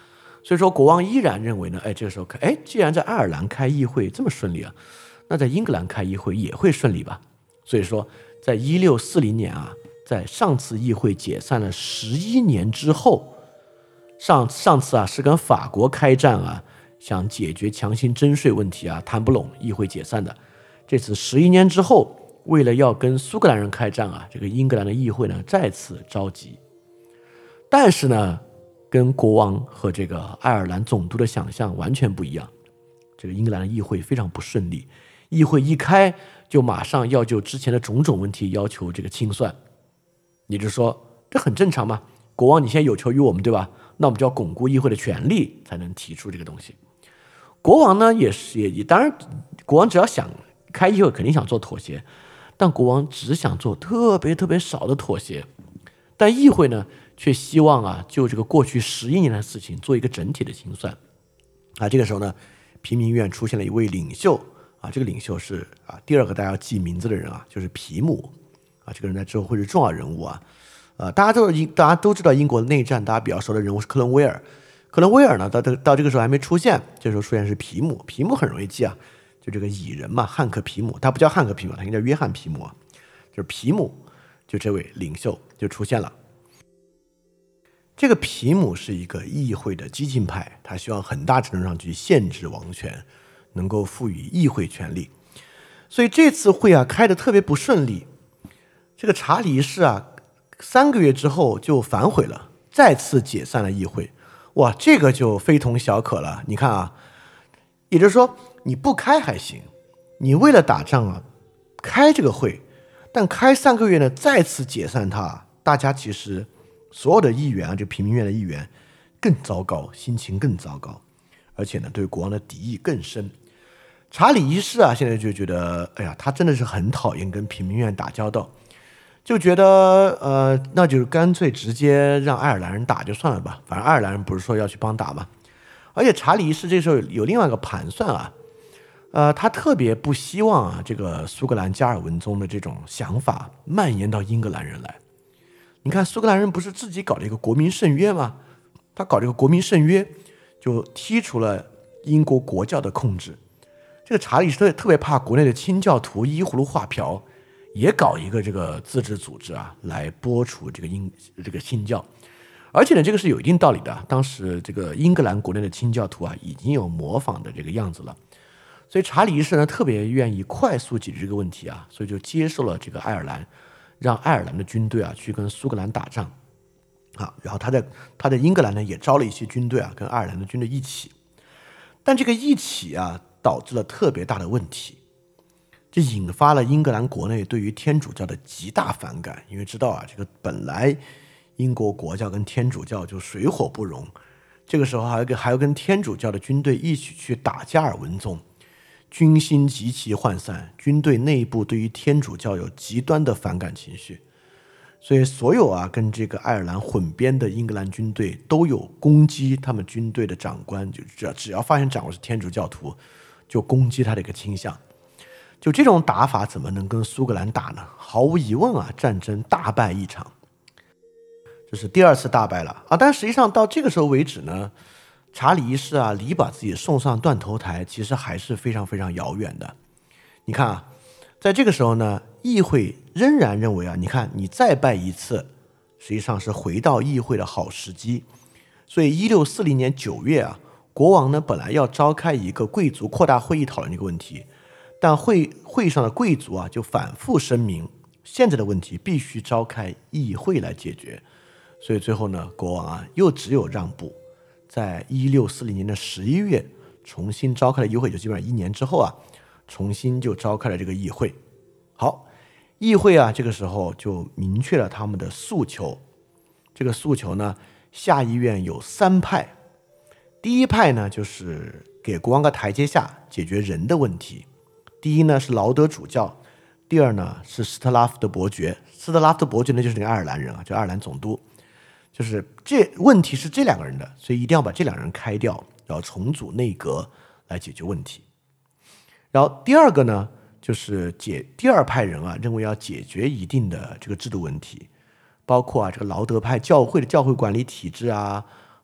所以说国王依然认为呢，哎，这个时候看，哎，既然在爱尔兰开议会这么顺利啊，那在英格兰开议会也会顺利吧。所以说在一六四零年啊，在上次议会解散了十一年之后，上上次啊是跟法国开战啊，想解决强行征税问题啊，谈不拢，议会解散的。这次十一年之后，为了要跟苏格兰人开战啊，这个英格兰的议会呢再次召集。但是呢，跟国王和这个爱尔兰总督的想象完全不一样。这个英格兰的议会非常不顺利，议会一开就马上要就之前的种种问题要求这个清算。也就是说，这很正常嘛，国王你现在有求于我们，对吧？那我们就要巩固议会的权利，才能提出这个东西。国王呢也是也也当然，国王只要想开议会，肯定想做妥协，但国王只想做特别特别少的妥协。但议会呢，却希望啊，就这个过去十一年的事情做一个整体的清算。啊，这个时候呢，平民院出现了一位领袖啊，这个领袖是啊第二个大家要记名字的人啊，就是皮姆啊，这个人在之后会是重要人物啊。呃，大家都英大家都知道英国的内战，大家比较熟的人物是克伦威尔。克伦威尔呢，到到这个时候还没出现，这时候出现是皮姆。皮姆很容易记啊，就这个蚁人嘛，汉克皮姆，他不叫汉克皮姆，他应该叫约翰皮姆啊，就是皮姆，就这位领袖就出现了。这个皮姆是一个议会的激进派，他希望很大程度上去限制王权，能够赋予议会权力。所以这次会啊开得特别不顺利。这个查理一世啊，三个月之后就反悔了，再次解散了议会。哇，这个就非同小可了。你看啊，也就是说你不开还行，你为了打仗啊开这个会，但开三个月呢再次解散它，大家其实所有的议员啊，这平民院的议员更糟糕，心情更糟糕，而且呢对国王的敌意更深。查理一世啊现在就觉得，哎呀，他真的是很讨厌跟平民院打交道，就觉得呃，那就干脆直接让爱尔兰人打就算了吧，反正爱尔兰人不是说要去帮打嘛。而且查理一世这时候有另外一个盘算啊，呃，他特别不希望啊这个苏格兰加尔文宗的这种想法蔓延到英格兰人来。你看苏格兰人不是自己搞了一个国民圣约吗？他搞这个国民圣约，就剔除了英国国教的控制。这个查理是特别怕国内的清教徒依葫芦画瓢，也搞一个这个自治组织啊，来剥除这个英这个新教。而且呢，这个是有一定道理的。当时这个英格兰国内的清教徒啊，已经有模仿的这个样子了。所以查理一世呢，特别愿意快速解决这个问题啊，所以就接受了这个爱尔兰，让爱尔兰的军队啊去跟苏格兰打仗啊。然后他在他在英格兰呢也招了一些军队啊，跟爱尔兰的军队一起。但这个一起啊，导致了特别大的问题。这引发了英格兰国内对于天主教的极大反感，因为知道啊，这个本来英国国教跟天主教就水火不容，这个时候还要跟还要跟天主教的军队一起去打加尔文宗，军心极其涣散，军队内部对于天主教有极端的反感情绪，所以所有啊跟这个爱尔兰混编的英格兰军队都有攻击他们军队的长官，就只要只要发现长官是天主教徒，就攻击他的一个倾向。就这种打法怎么能跟苏格兰打呢？毫无疑问啊，战争大败一场，这是第二次大败了啊！但实际上到这个时候为止呢，查理一世啊离把自己送上断头台其实还是非常非常遥远的。你看啊，在这个时候呢，议会仍然认为啊，你看你再败一次，实际上是回到议会的好时机。所以一六四零年九月啊，国王呢本来要召开一个贵族扩大会议讨论这个问题。但会会上的贵族啊，就反复声明，现在的问题必须召开议会来解决。所以最后呢，国王啊又只有让步，在一六四零年的十一月重新召开了议会，就基本上一年之后啊，重新就召开了这个议会。好，议会啊这个时候就明确了他们的诉求。这个诉求呢，下议院有三派。第一派呢，就是给国王个台阶下，解决人的问题。第一呢是劳德主教，第二呢是斯特拉夫德伯爵。斯特拉夫德伯爵呢就是那个爱尔兰人啊，就爱尔兰总督。就是这问题是这两个人的，所以一定要把这两个人开掉，然后重组内阁来解决问题。然后第二个呢，就是解第二派人啊认为要解决一定的这个制度问题，包括啊这个劳德派教会的教会管理体制啊，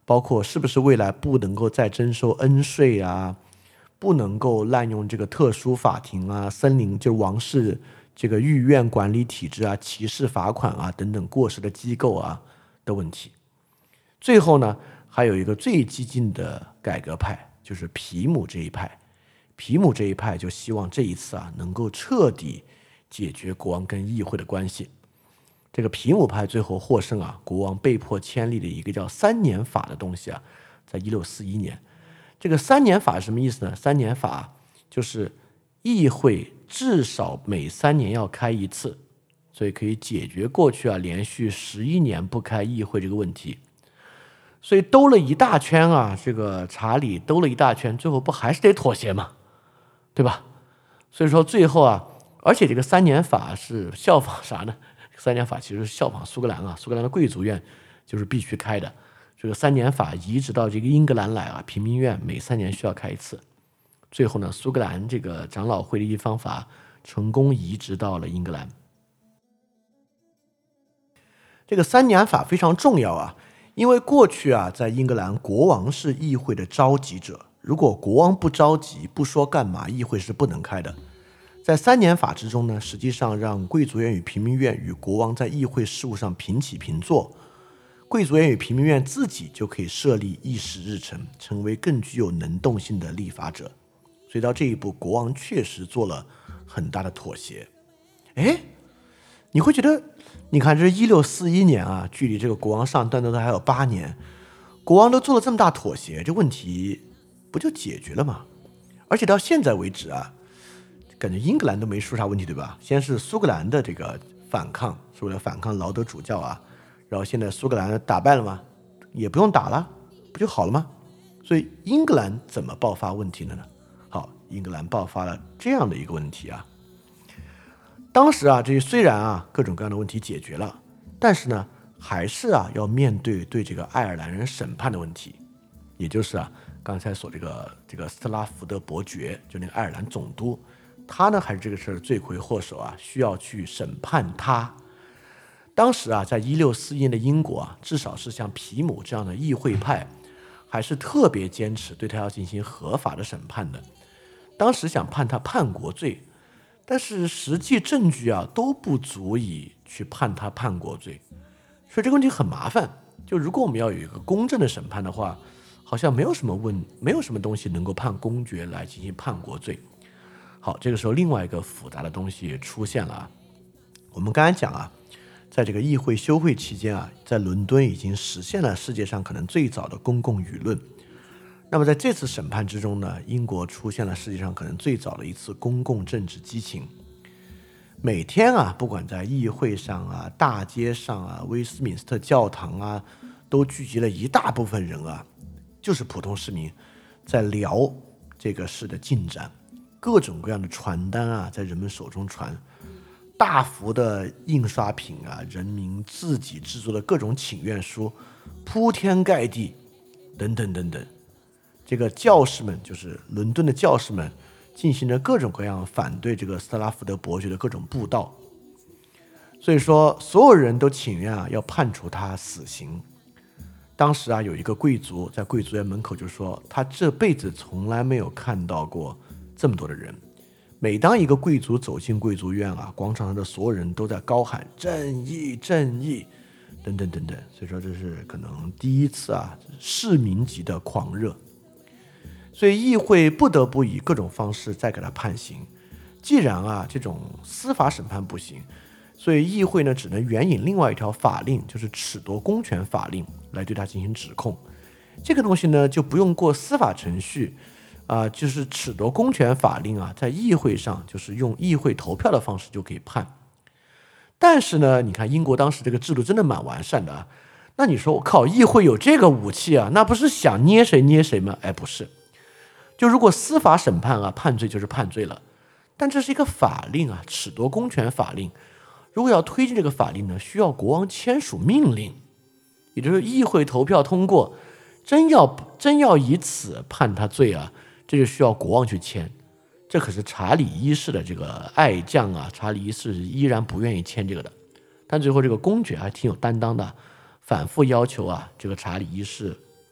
包括是不是未来不能够再征收恩税啊，不能够滥用这个特殊法庭啊、森林就是王室这个御苑管理体制啊、歧视罚款啊等等过时的机构啊的问题。最后呢，还有一个最激进的改革派，就是皮姆这一派。皮姆这一派就希望这一次啊能够彻底解决国王跟议会的关系。这个皮姆派最后获胜啊，国王被迫签立了一个叫三年法的东西啊，在一六四一年。这个三年法是什么意思呢？三年法就是议会至少每三年要开一次，所以可以解决过去啊连续十一年不开议会这个问题。所以兜了一大圈啊，这个查理兜了一大圈，最后不还是得妥协嘛，对吧？所以说最后啊，而且这个三年法是效仿啥呢？三年法其实是效仿苏格兰啊，苏格兰的贵族院就是必须开的。这个三年法移植到这个英格兰来啊，平民院每三年需要开一次。最后呢，苏格兰这个长老会的一方法成功移植到了英格兰。这个三年法非常重要啊，因为过去啊，在英格兰国王是议会的召集者，如果国王不召集，不说干嘛，议会是不能开的。在三年法之中呢，实际上让贵族院与平民院与国王在议会事务上平起平坐，贵族院与平民院自己就可以设立议事日程，成为更具有能动性的立法者。所以到这一步，国王确实做了很大的妥协。哎，你会觉得，你看这是一六四一年啊，距离这个国王上断头台还有八年，国王都做了这么大妥协，这问题不就解决了吗？而且到现在为止啊，感觉英格兰都没出啥问题，对吧？先是苏格兰的这个反抗，是为了反抗劳德主教啊，然后现在苏格兰打败了吗？也不用打了，不就好了吗？所以英格兰怎么爆发问题了呢？好，英格兰爆发了这样的一个问题啊。当时啊，这虽然啊各种各样的问题解决了，但是呢，还是啊要面对对这个爱尔兰人审判的问题，也就是啊刚才所这个这个斯特拉福德伯爵，就那个爱尔兰总督。他呢还是这个事儿的罪魁祸首啊，需要去审判他。当时啊，在一六四一年的英国啊，至少是像皮姆这样的议会派，还是特别坚持对他要进行合法的审判的。当时想判他叛国罪，但是实际证据啊都不足以去判他叛国罪，所以这个问题很麻烦。就如果我们要有一个公正的审判的话，好像没有什么问，没有什么东西能够判公爵来进行叛国罪。好，这个时候另外一个复杂的东西也出现了啊。我们刚才讲啊，在这个议会休会期间啊，在伦敦已经实现了世界上可能最早的公共舆论。那么在这次审判之中呢，英国出现了世界上可能最早的一次公共政治激情。每天啊，不管在议会上啊、大街上啊、威斯敏斯特教堂啊，都聚集了一大部分人啊，就是普通市民在聊这个事的进展。各种各样的传单啊，在人们手中传，大幅的印刷品啊，人民自己制作的各种请愿书，铺天盖地，等等等等。这个教士们，就是伦敦的教士们，进行了各种各样反对这个斯特拉福德伯爵的各种布道。所以说，所有人都请愿啊，要判处他死刑。当时啊，有一个贵族在贵族院门口就说，他这辈子从来没有看到过这么多的人。每当一个贵族走进贵族院啊，广场上的所有人都在高喊正义正义等等等等。所以说这是可能第一次啊市民级的狂热。所以议会不得不以各种方式再给他判刑。既然啊这种司法审判不行，所以议会呢只能援引另外一条法令，就是褫夺公权法令来对他进行指控。这个东西呢就不用过司法程序啊、呃，就是褫夺公权法令啊，在议会上就是用议会投票的方式就可以判。但是呢，你看英国当时这个制度真的蛮完善的啊。那你说我靠，议会有这个武器啊，那不是想捏谁捏谁吗？哎，不是。就如果司法审判啊，判罪就是判罪了，但这是一个法令啊，褫夺公权法令。如果要推进这个法令呢，需要国王签署命令，也就是议会投票通过。真要真要以此判他罪啊，这就需要国王去签。这可是查理一世的这个爱将啊，查理一世依然不愿意签这个的。但最后这个公爵还挺有担当的，反复要求啊，这个查理一世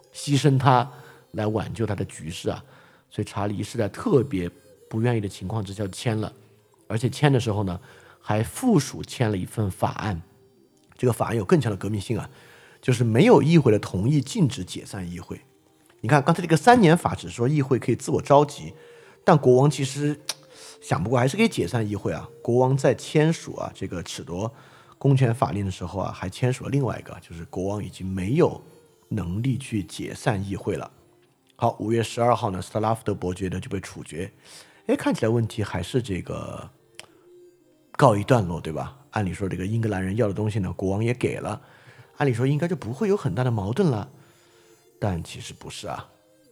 牺牲他来挽救他的局势啊。所以查理一世在特别不愿意的情况之下签了，而且签的时候呢，还附属签了一份法案。这个法案有更强的革命性啊，就是没有议会的同意禁止解散议会。你看刚才这个三年法只说议会可以自我召集，但国王其实想不过还是可以解散议会啊。国王在签署啊这个褫夺公权法令的时候啊，还签署了另外一个，就是国王已经没有能力去解散议会了。好，五月十二号呢，斯特拉福德伯爵呢就被处决。哎，看起来问题还是这个告一段落，对吧？按理说这个英格兰人要的东西呢，国王也给了，按理说应该就不会有很大的矛盾了，但其实不是啊。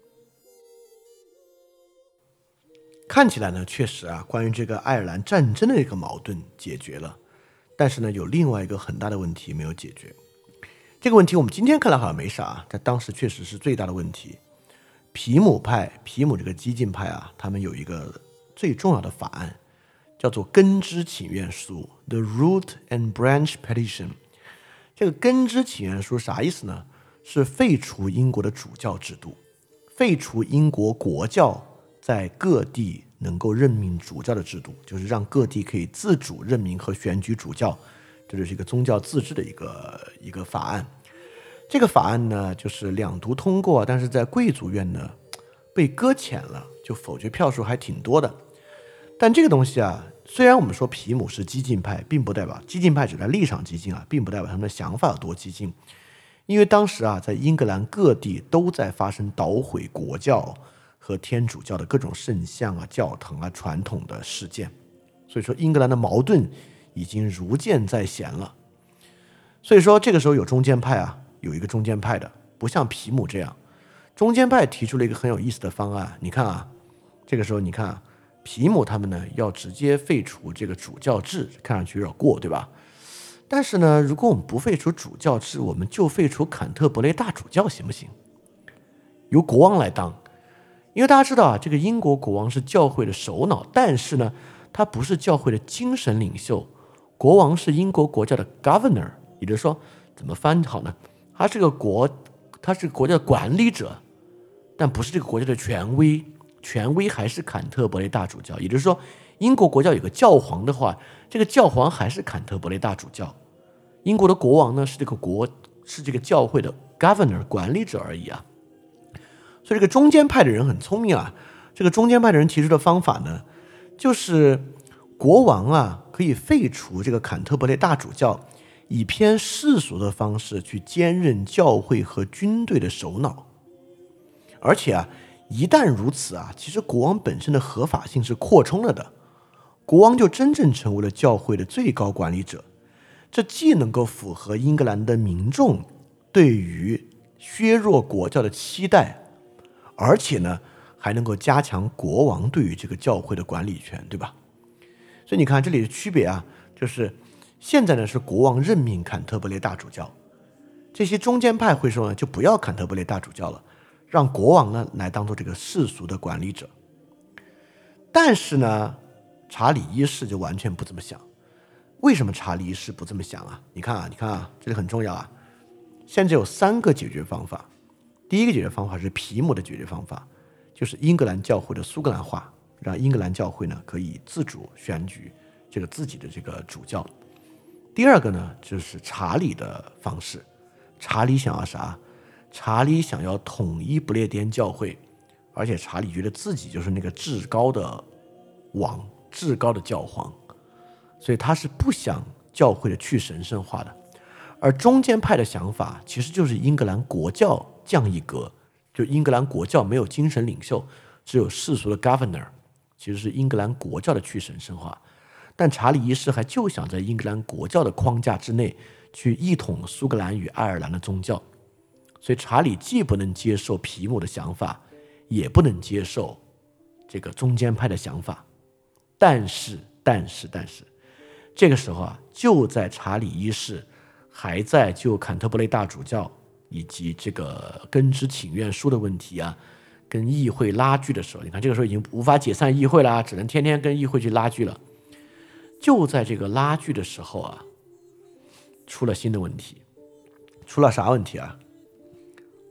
看起来呢，确实啊，关于这个爱尔兰战争的这个矛盾解决了，但是呢，有另外一个很大的问题没有解决。这个问题我们今天看来好像没啥，但当时确实是最大的问题。皮姆派，皮姆这个激进派啊，他们有一个最重要的法案，叫做根枝请愿书 The Root and Branch Petition。 这个根枝请愿书啥意思呢？是废除英国的主教制度，废除英国国教在各地能够任命主教的制度，就是让各地可以自主任命和选举主教，这就是一个宗教自治的一个一个法案。这个法案呢，就是两读通过，但是在贵族院呢被搁浅了，就否决票数还挺多的。但这个东西啊，虽然我们说皮姆是激进派，并不代表激进派只在立场激进啊，并不代表他们的想法有多激进。因为当时啊，在英格兰各地都在发生捣毁国教和天主教的各种圣像啊、教堂啊、传统的事件，所以说英格兰的矛盾已经如箭在弦了。所以说这个时候有中间派啊，有一个中间派的，不像皮姆这样，中间派提出了一个很有意思的方案。你看啊，这个时候你看啊，皮姆他们呢要直接废除这个主教制，看上去有点过，对吧？但是呢，如果我们不废除主教制，我们就废除坎特伯雷大主教行不行？由国王来当。因为大家知道啊，这个英国国王是教会的首脑，但是呢，他不是教会的精神领袖。国王是英国国教的 governor， 也就是说，怎么翻好呢？他是个国，他是国家的管理者，但不是这个国家的权威，权威还是坎特伯雷大主教。也就是说，英国国教有个教皇的话，这个教皇还是坎特伯雷大主教。英国的国王呢，是这个国是这个教会的 governor 管理者而已啊。所以这个中间派的人很聪明啊，这个中间派的人提出的方法呢，就是国王啊可以废除这个坎特伯雷大主教，以偏世俗的方式去兼任教会和军队的首脑。而且啊，一旦如此啊，其实国王本身的合法性是扩充了的，国王就真正成为了教会的最高管理者。这既能够符合英格兰的民众对于削弱国教的期待，而且呢，还能够加强国王对于这个教会的管理权，对吧？所以你看这里的区别啊，就是现在呢是国王任命坎特伯雷大主教，这些中间派会说呢，就不要坎特伯雷大主教了，让国王呢来当做这个世俗的管理者。但是呢，查理一世就完全不这么想。为什么查理一世不这么想啊？你看啊，你看啊，这里很重要啊。现在有三个解决方法。第一个解决方法是皮姆的解决方法，就是英格兰教会的苏格兰化，让英格兰教会呢可以自主选举这个自己的这个主教。第二个呢，就是查理的方式。查理想要啥？查理想要统一不列颠教会，而且查理觉得自己就是那个至高的王，至高的教皇，所以他是不想教会的去神圣化的。而中间派的想法其实就是英格兰国教降一格，就英格兰国教没有精神领袖，只有世俗的 governor， 其实是英格兰国教的去神圣化。但查理一世还就想在英格兰国教的框架之内去一统苏格兰与爱尔兰的宗教，所以查理既不能接受皮姆的想法，也不能接受这个中间派的想法。但是但是但是这个时候啊，就在查理一世还在就坎特伯雷大主教以及这个根枝请愿书的问题啊，跟议会拉锯的时候，你看这个时候已经无法解散议会了，只能天天跟议会去拉锯了。就在这个拉锯的时候啊，出了新的问题。出了啥问题啊？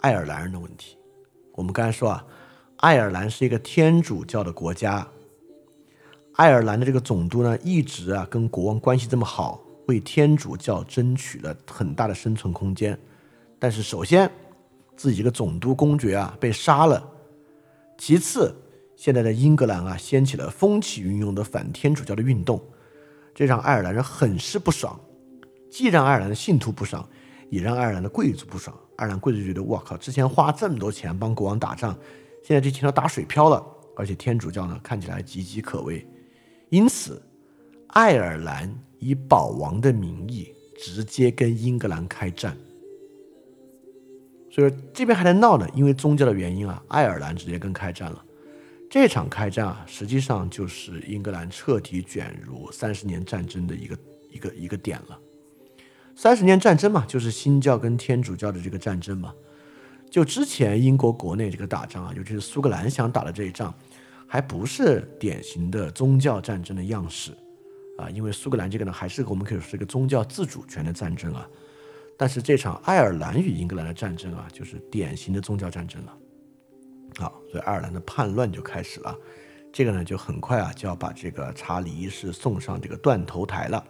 爱尔兰人的问题。我们刚才说啊，爱尔兰是一个天主教的国家，爱尔兰的这个总督呢，一直啊跟国王关系这么好，为天主教争取了很大的生存空间。但是首先，自己这个总督公爵啊被杀了，其次，现在的英格兰啊掀起了风起云涌的反天主教的运动，这让爱尔兰人很是不爽，既让爱尔兰的信徒不爽，也让爱尔兰的贵族不爽。爱尔兰贵族觉得，哇靠，之前花这么多钱帮国王打仗，现在这钱都打水漂了，而且天主教呢看起来岌岌可危，因此爱尔兰以保王的名义直接跟英格兰开战。所以说这边还在闹呢，因为宗教的原因啊，爱尔兰直接跟开战了。这场开战啊，实际上就是英格兰彻底卷入三十年战争的一个一个一个点了。三十年战争嘛，就是新教跟天主教的这个战争嘛。就之前英国国内这个打仗啊，尤其是苏格兰想打的这一仗，还不是典型的宗教战争的样式啊，因为苏格兰这个呢，还是我们可以说是一个宗教自主权的战争啊。但是这场爱尔兰与英格兰的战争啊，就是典型的宗教战争了。好，所以爱尔兰的叛乱就开始了。这个呢，就很快啊，就要把这个查理一世送上这个断头台了。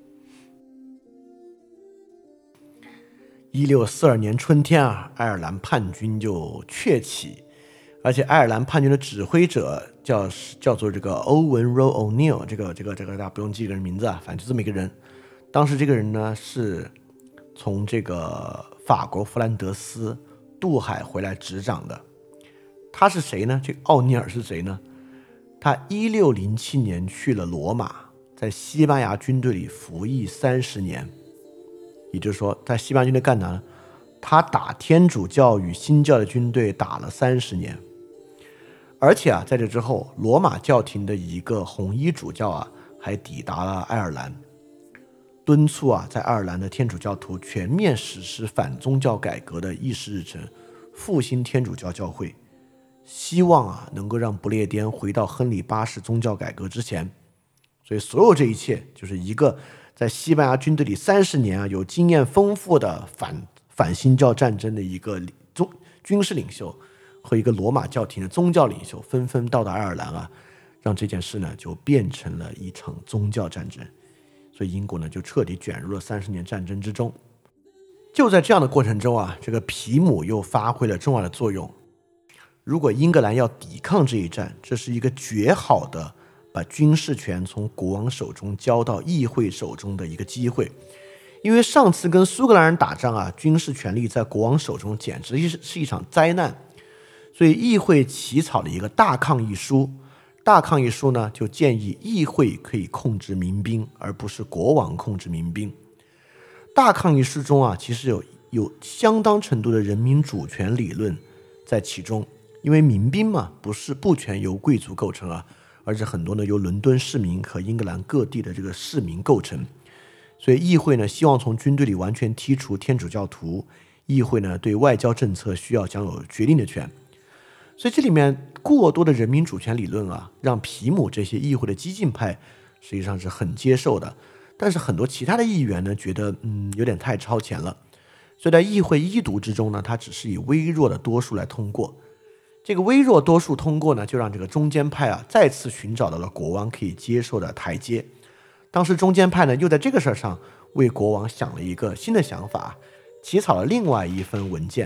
一六四二年春天啊，爱尔兰叛军就鹊起，而且爱尔兰叛军的指挥者叫叫做这个欧文 Roe O'Neill， 这个这个这个大家不用记个人名字啊，反正就这么一个人。当时这个人呢是从这个法国弗兰德斯渡海回来执掌的。他是谁呢？这个奥尼尔是谁呢？他一六零七年去了罗马，在西班牙军队里服役三十年。也就是说，在西班牙军队干啥呢？他打天主教与新教的军队打了三十年。而且啊，在这之后，罗马教廷的一个红衣主教啊，还抵达了爱尔兰，敦促啊，在爱尔兰的天主教徒全面实施反宗教改革的议事日程，复兴天主教教会，希望啊能够让不列颠回到亨利八世宗教改革之前。所以所有这一切就是一个在西班牙军队里三十年啊有经验丰富的反反新教战争的一个宗军事领袖和一个罗马教廷的宗教领袖纷纷到达爱尔兰啊，让这件事呢就变成了一场宗教战争。所以英国呢就彻底卷入了三十年战争之中。就在这样的过程中啊，这个皮姆又发挥了重要的作用。如果英格兰要抵抗这一战，这是一个绝好的把军事权从国王手中交到议会手中的一个机会。因为上次跟苏格兰人打仗啊，军事权力在国王手中简直是一场灾难，所以议会起草了一个大抗议书。大抗议书呢，就建议议会可以控制民兵，而不是国王控制民兵。大抗议书中啊，其实有有相当程度的人民主权理论在其中，因为民兵嘛，不是不全由贵族构成啊，而是很多呢由伦敦市民和英格兰各地的这个市民构成。所以议会呢希望从军队里完全剔除天主教徒，议会呢对外交政策需要享有决定的权。所以这里面过多的人民主权理论啊，让皮姆这些议会的激进派实际上是很接受的，但是很多其他的议员呢觉得嗯有点太超前了，所以在议会一读之中呢，他只是以微弱的多数来通过。这个微弱多数通过呢，就让这个中间派啊再次寻找到了国王可以接受的台阶。当时中间派呢又在这个事儿上为国王想了一个新的想法，起草了另外一份文件。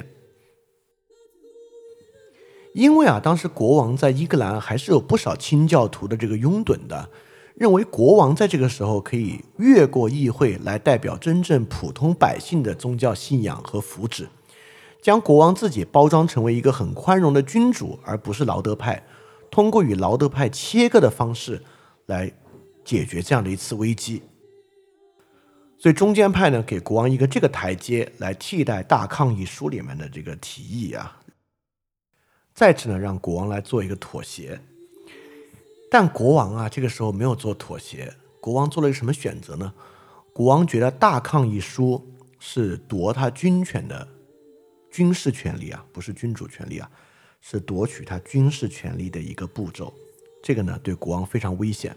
因为啊，当时国王在英格兰还是有不少清教徒的这个拥趸的，认为国王在这个时候可以越过议会来代表真正普通百姓的宗教信仰和福祉，将国王自己包装成为一个很宽容的君主，而不是劳德派，通过与劳德派切割的方式来解决这样的一次危机。所以中间派呢给国王一个这个台阶来替代大抗议书里面的这个提议啊，再次呢让国王来做一个妥协。但国王啊这个时候没有做妥协，国王做了一个什么选择呢？国王觉得大抗议书是夺他军权的军事权利啊，不是君主权利啊，是夺取他军事权利的一个步骤。这个呢对国王非常危险。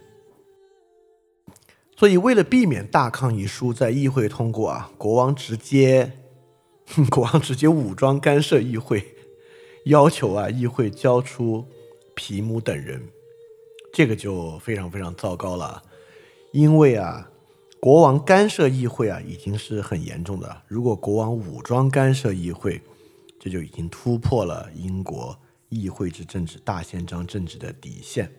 所以为了避免大抗议书在议会通过啊，国王直接国王直接武装干涉议会，要求啊议会交出皮姆等人，这个就非常非常糟糕了。因为啊国王干涉议会啊已经是很严重的，如果国王武装干涉议会，这就已经突破了英国议会制政治、大宪章政治的底线。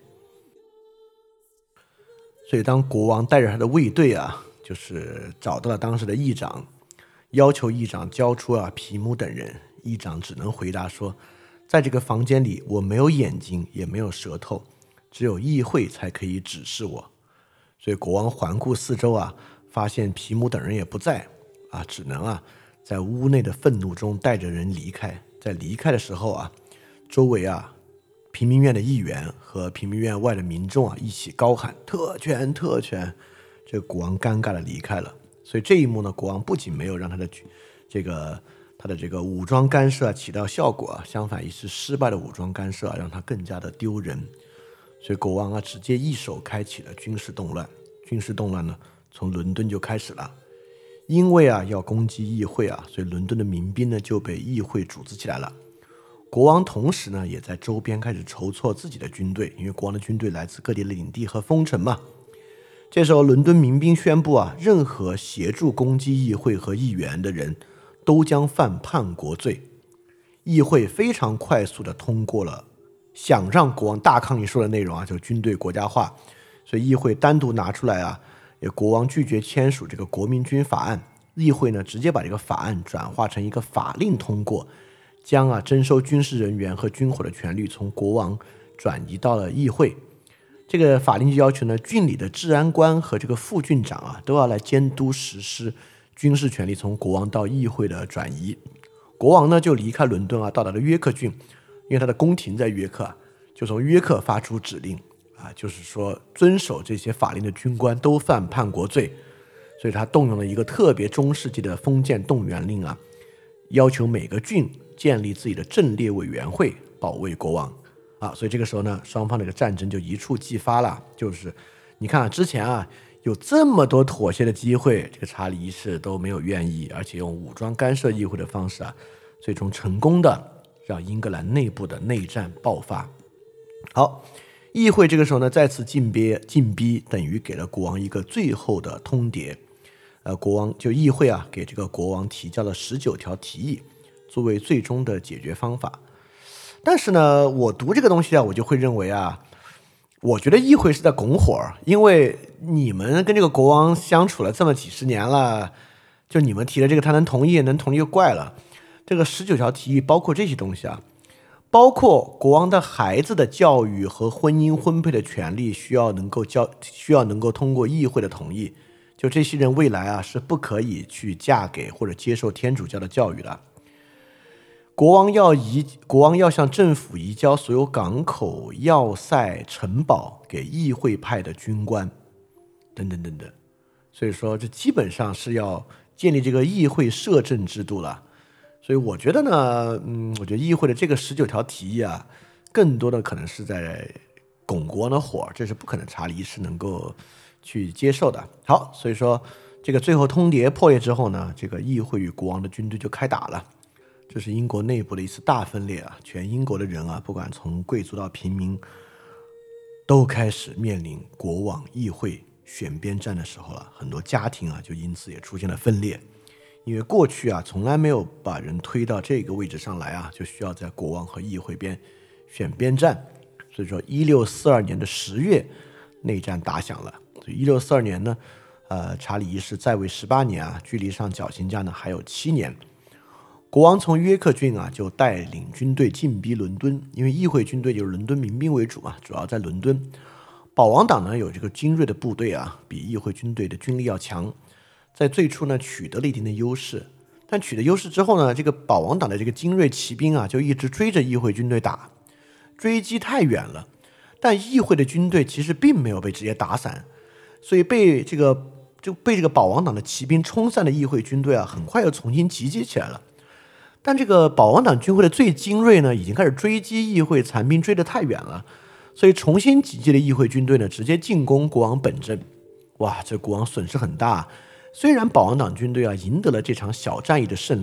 所以当国王带着他的卫队啊，就是找到了当时的议长，要求议长交出啊皮姆等人，议长只能回答说，在这个房间里我没有眼睛也没有舌头，只有议会才可以指示我。所以国王环顾四周啊，发现皮姆等人也不在啊，只能啊在屋内的愤怒中带着人离开。在离开的时候啊，周围啊平民院的议员和平民院外的民众啊一起高喊特权特权，这个国王尴尬的离开了。所以这一幕呢，国王不仅没有让他的这个他的这个武装干涉啊起到效果啊，相反一次失败的武装干涉啊让他更加的丢人。所以国王啊直接一手开启了军事动乱。军事动乱呢从伦敦就开始了。因为啊要攻击议会啊，所以伦敦的民兵呢就被议会组织起来了。国王同时呢也在周边开始筹措自己的军队，因为国王的军队来自各地的领地和封城嘛。这时候伦敦民兵宣布啊，任何协助攻击议会和议员的人都将犯叛国罪。议会非常快速地通过了想让国王大抗议说的内容啊，就军队国家化。所以议会单独拿出来啊，也国王拒绝签署这个国民军法案，议会呢直接把这个法案转化成一个法令通过，将啊征收军事人员和军火的权利从国王转移到了议会。这个法令就要求呢，郡里的治安官和这个副郡长啊都要来监督实施军事权利从国王到议会的转移。国王呢就离开伦敦啊，到达了约克郡，因为他的宫廷在约克啊，就从约克发出指令啊，就是说遵守这些法令的军官都犯叛国罪。所以他动用了一个特别中世纪的封建动员令啊，要求每个郡建立自己的阵列委员会保卫国王啊。所以这个时候呢，双方这个战争就一触即发了。就是你看啊，之前啊有这么多妥协的机会，这个查理一世都没有愿意，而且用武装干涉议会的方式啊，最终成功的让英格兰内部的内战爆发。好，议会这个时候呢再次进逼，进逼等于给了国王一个最后的通牒。呃，国王就议会啊，给这个国王提交了十九条提议，作为最终的解决方法。但是呢，我读这个东西啊，我就会认为啊，我觉得议会是在拱火，因为你们跟这个国王相处了这么几十年了，就你们提的这个他能同意，能同意就怪了。这个十九条提议包括这些东西啊，包括国王的孩子的教育和婚姻婚配的权利需要能够交，需要能够通过议会的同意。就这些人未来啊是不可以去嫁给或者接受天主教的教育的。国王要移，国王要向政府移交所有港口、要塞、城堡给议会派的军官，等等等等。所以说，这基本上是要建立这个议会摄政制度了。所以我觉得呢，嗯，我觉得议会的这个十九条提议啊，更多的可能是在拱国王的火，这是不可能查理一世能够去接受的。好，所以说这个最后通牒破裂之后呢，这个议会与国王的军队就开打了。这是英国内部的一次大分裂啊，全英国的人啊，不管从贵族到平民，都开始面临国王议会选边站的时候了。很多家庭啊，就因此也出现了分裂，因为过去啊，从来没有把人推到这个位置上来啊，就需要在国王和议会边选边站。所以说，一六四二年的十月，内战打响了。所以一六四二年呢，呃，查理一世在位十八年啊，距离上绞刑架呢还有七年。国王从约克郡啊就带领军队进逼伦敦，因为议会军队就是伦敦民兵为主嘛，主要在伦敦。保王党呢有这个精锐的部队啊，比议会军队的军力要强，在最初呢取得了一定的优势。但取得优势之后呢，这个保王党的这个精锐骑兵啊就一直追着议会军队打，追击太远了。但议会的军队其实并没有被直接打散，所以被这个就被这个保王党的骑兵冲散的议会军队啊，很快又重新集结起来了。但这个保王党军会的最精锐呢，已经开始追击议会残兵，追得太远了，所以重新集结的议会军队呢，直接进攻国王本镇。哇，这国王损失很大。虽然保王党军队啊赢得了这场小战役的胜利，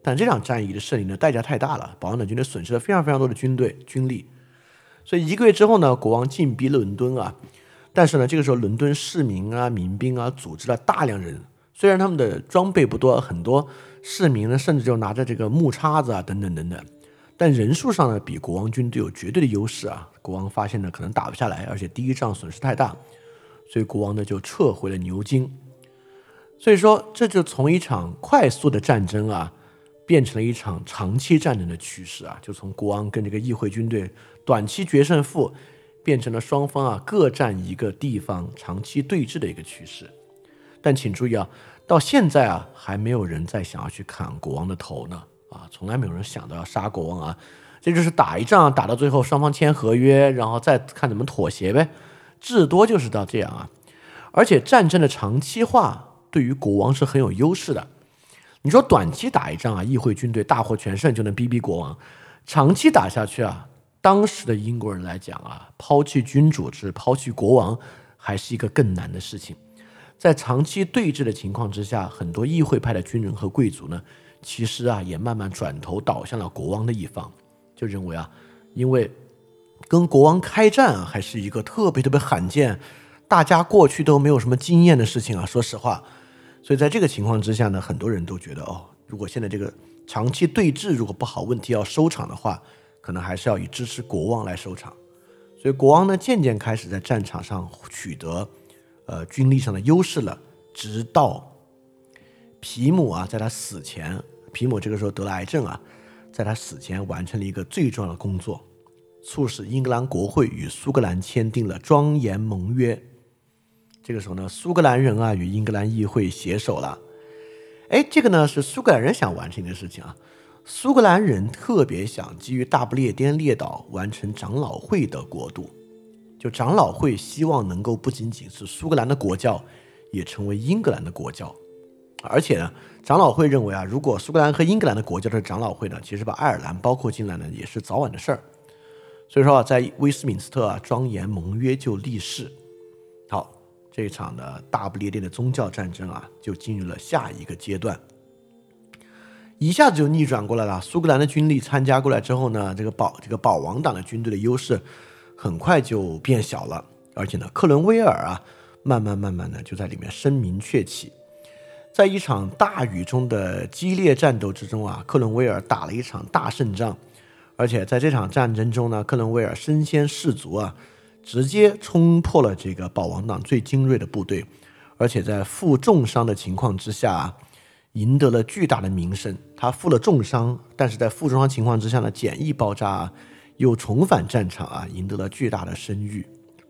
但这场战役的胜利呢，代价太大了，保王党军队损失了非常非常多的军队军力。所以一个月之后呢，国王进逼伦敦啊，但是呢，这个时候伦敦市民啊、民兵啊，组织了大量人，虽然他们的装备不多，很多市民呢甚至就拿着这个木叉子啊等等等等，但人数上呢比国王军队有绝对的优势啊。国王发现呢可能打不下来，而且第一仗损失太大，所以国王呢就撤回了牛津。所以说这就从一场快速的战争啊，变成了一场长期战争的趋势啊，就从国王跟这个议会军队短期决胜负，变成了双方啊各占一个地方长期对峙的一个趋势。但请注意啊，到现在啊还没有人再想要去砍国王的头呢啊，从来没有人想到要杀国王啊，这就是打一仗打到最后双方签合约，然后再看怎么妥协呗，至多就是到这样啊。而且战争的长期化对于国王是很有优势的。你说短期打一仗啊，议会军队大获全胜就能逼逼国王，长期打下去啊，当时的英国人来讲啊，抛弃君主制、抛弃国王还是一个更难的事情。在长期对峙的情况之下，很多议会派的军人和贵族呢，其实啊也慢慢转头倒向了国王的一方，就认为啊，因为跟国王开战啊，还是一个特别特别罕见，大家过去都没有什么经验的事情啊，说实话。所以在这个情况之下呢，很多人都觉得哦，如果现在这个长期对峙如果不好，问题要收场的话，可能还是要以支持国王来收场。所以国王呢，渐渐开始在战场上取得呃军力上的优势了，直到皮姆啊，在他死前，皮姆这个时候得了癌症啊，在他死前完成了一个最重要的工作，促使英格兰国会与苏格兰签订了庄严盟约。这个时候呢，苏格兰人啊与英格兰议会携手了。哎，这个呢是苏格兰人想完成的事情啊。苏格兰人特别想基于大不列颠列岛完成长老会的国度，就长老会希望能够不仅仅是苏格兰的国教，也成为英格兰的国教。而且呢，长老会认为啊，如果苏格兰和英格兰的国教的长老会呢，其实把爱尔兰包括进来呢，也是早晚的事儿。所以说啊，在威斯敏斯特啊，庄严盟约就立誓。好，这场的大不列颠的宗教战争啊，就进入了下一个阶段，一下子就逆转过来了。苏格兰的军力参加过来之后呢，这个保这个保王党的军队的优势很快就变小了，而且呢，克伦威尔啊，慢慢慢慢的就在里面声名鹊起。在一场大雨中的激烈战斗之中啊，克伦威尔打了一场大胜仗，而且在这场战争中呢，克伦威尔身先士卒啊，直接冲破了这个保王党最精锐的部队，而且在负重伤的情况之下啊，赢得了巨大的名声。他负了重伤，但是在负重伤情况之下呢，简易包扎啊，又重返战场啊，赢得了巨大的声誉。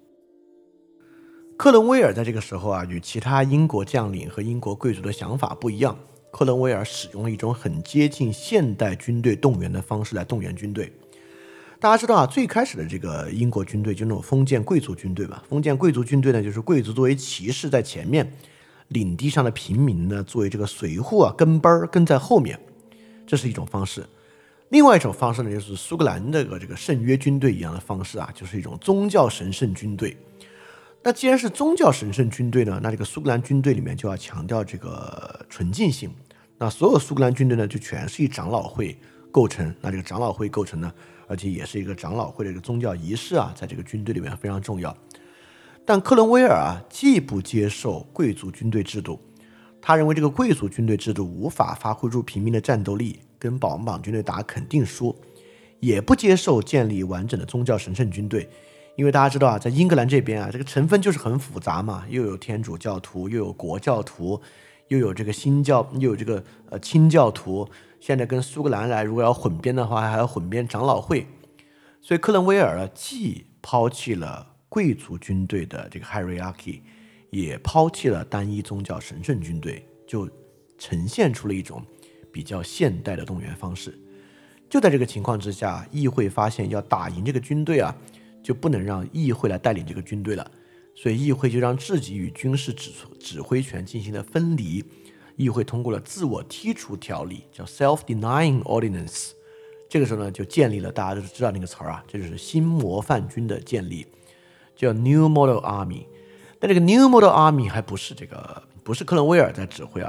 克伦威尔在这个时候啊，与其他英国将领和英国贵族的想法不一样。克伦威尔使用了一种很接近现代军队动员的方式来动员军队。大家知道啊，最开始的这个英国军队就那种封建贵族军队嘛，封建贵族军队呢，就是贵族作为骑士在前面，领地上的平民呢作为这个随护啊，跟班儿跟在后面，这是一种方式。另外一种方式呢，就是苏格兰的这个圣约军队一样的方式啊，就是一种宗教神圣军队。那既然是宗教神圣军队呢，那这个苏格兰军队里面就要强调这个纯净性。那所有苏格兰军队呢，就全是以长老会构成。那这个长老会构成呢，而且也是一个长老会的一个宗教仪式啊，在这个军队里面非常重要。但克伦威尔啊，既不接受贵族军队制度，他认为这个贵族军队制度无法发挥出平民的战斗力，跟保王党军队打肯定输，也不接受建立完整的宗教神圣军队。因为大家知道啊，在英格兰这边啊，这个成分就是很复杂嘛，又有天主教徒，又有国教徒，又有这个新教，又有这个呃清教徒。现在跟苏格兰来，如果要混编的话，还要混编长老会。所以克伦威尔呢，既抛弃了贵族军队的这个 hierarchy， 也抛弃了单一宗教神圣军队，就呈现出了一种比较现代的动员方式。就在这个情况之下，议会发现要打赢这个军队啊，就不能让议会来带领这个军队了，所以议会就让自己与军事 指, 指挥权进行了分离。议会通过了自我剔除条例，叫 Self-Denying Ordinance。 这个时候呢，就建立了大家都知道那个词儿啊，这就是新模范军的建立，叫 New Model Army。 但这个 New Model Army 还不是这个不是克伦威尔在指挥啊，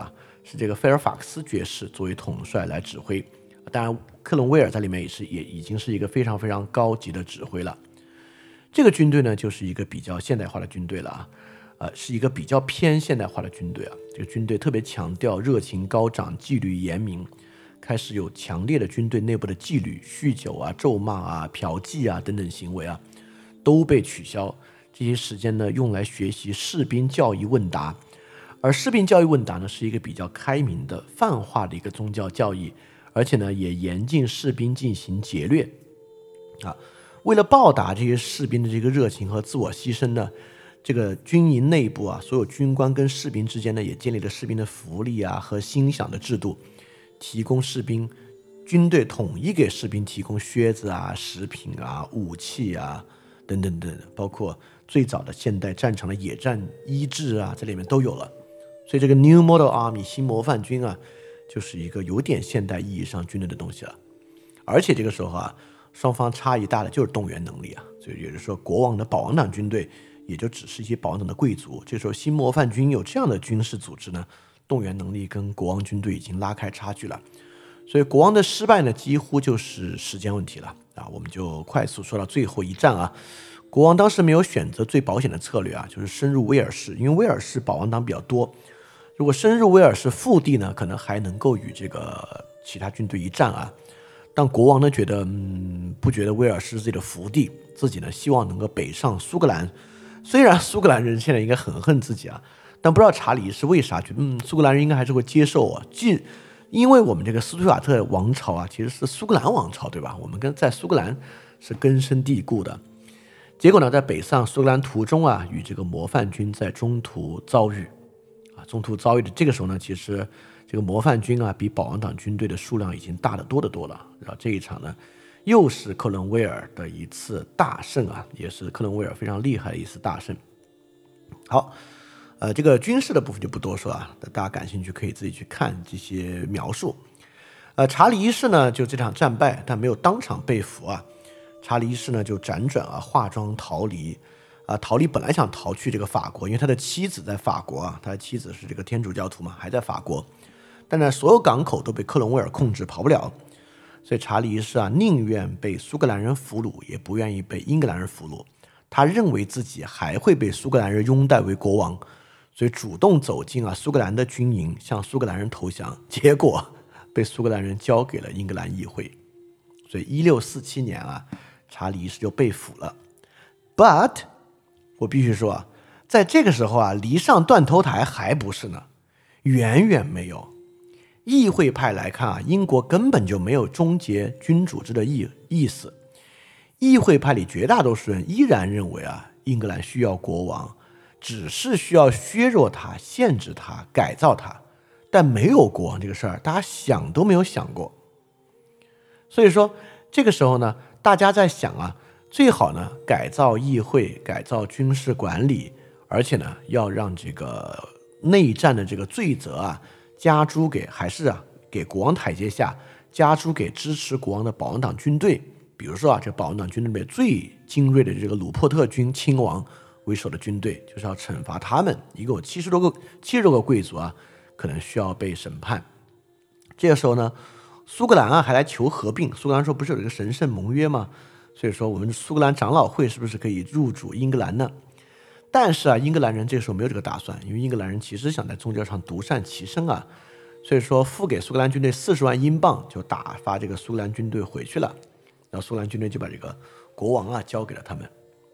是这个费尔法克斯爵士作为统帅来指挥。当然，克伦威尔在里面也是也已经是一个非常非常高级的指挥了。这个军队呢，就是一个比较现代化的军队了啊，呃，是一个比较偏现代化的军队啊。这个军队特别强调热情高涨、纪律严明，开始有强烈的军队内部的纪律，酗酒啊、咒骂啊、嫖妓啊等等行为啊都被取消。这些时间呢，用来学习士兵教义问答，而士兵教义问答呢，是一个比较开明的泛化的一个宗教教义。而且呢，也严禁士兵进行劫掠啊。为了报答这些士兵的这个热情和自我牺牲呢，这个军营内部啊，所有军官跟士兵之间呢，也建立了士兵的福利啊和薪饷的制度，提供士兵军队统一给士兵提供靴子啊、食品啊、武器啊等等等，包括最早的现代战场的野战医治啊，在里面都有了。所以这个 New Model Army 新模范军啊，就是一个有点现代意义上军队的东西了。而且这个时候啊，双方差异大的就是动员能力啊，所以也就是说，国王的保王党军队也就只是一些保王党的贵族。这时候新模范军有这样的军事组织呢，动员能力跟国王军队已经拉开差距了。所以国王的失败呢，几乎就是时间问题了啊。我们就快速说到最后一战啊，国王当时没有选择最保险的策略啊，就是深入威尔士，因为威尔士保王党比较多。如果深入威尔士腹地呢，可能还能够与这个其他军队一战啊。但国王呢觉得，嗯，不觉得威尔士是自己的福地，自己呢希望能够北上苏格兰。虽然苏格兰人现在应该很恨自己啊，但不知道查理是为啥觉得，嗯，苏格兰人应该还是会接受啊。既因为我们这个斯图亚特王朝啊，其实是苏格兰王朝，对吧？我们跟在苏格兰是根深蒂固的。结果呢，在北上苏格兰途中啊，与这个模范军在中途遭遇。中途遭遇的这个时候呢，其实这个模范军啊，比保王党军队的数量已经大得多得多了。然后这一场呢，又是克伦威尔的一次大胜啊，也是克伦威尔非常厉害的一次大胜。好，呃，这个军事的部分就不多说啊，大家感兴趣可以自己去看这些描述。呃，查理一世呢，就这场战败，但没有当场被俘啊。查理一世呢，就辗转啊，化妆逃离。啊，逃离本来想逃去这个法国，因为他的妻子在法国啊，他的妻子是这个天主教徒嘛，还在法国。但呢，所有港口都被克伦威尔控制，跑不了。所以查理一世啊，宁愿被苏格兰人俘虏，也不愿意被英格兰人俘虏。他认为自己还会被苏格兰人拥戴为国王，所以主动走进啊苏格兰的军营，向苏格兰人投降。结果被苏格兰人交给了英格兰议会。所以一六四七年啊，查理一世就被俘了。But我必须说啊，在这个时候啊，离上断头台还不是呢，远远没有。议会派来看啊，英国根本就没有终结君主制的意意思。议会派里绝大多数人依然认为啊，英格兰需要国王，只是需要削弱它、限制它、改造它，但没有国王这个事儿，大家想都没有想过。所以说，这个时候呢，大家在想啊，最好呢改造议会，改造军事管理，而且呢要让这个内战的这个罪责啊加诸给还是啊给国王台阶下，加诸给支持国王的保王党军队。比如说啊，这保王党军队里面最精锐的这个鲁珀特军亲王为首的军队，就是要惩罚他们，一共有七十多个七十多个贵族啊，可能需要被审判。这个时候呢，苏格兰啊还来求合并。苏格兰说不是有一个神圣盟约吗？所以说我们苏格兰长老会是不是可以入主英格兰呢？但是啊，英格兰人这个时候没有这个打算，因为英格兰人其实想在宗教上独善其身啊，所以说付给苏格兰军队四十万英镑，就打发这个苏格兰军队回去了。然后苏格兰军队就把这个国王啊交给了他们。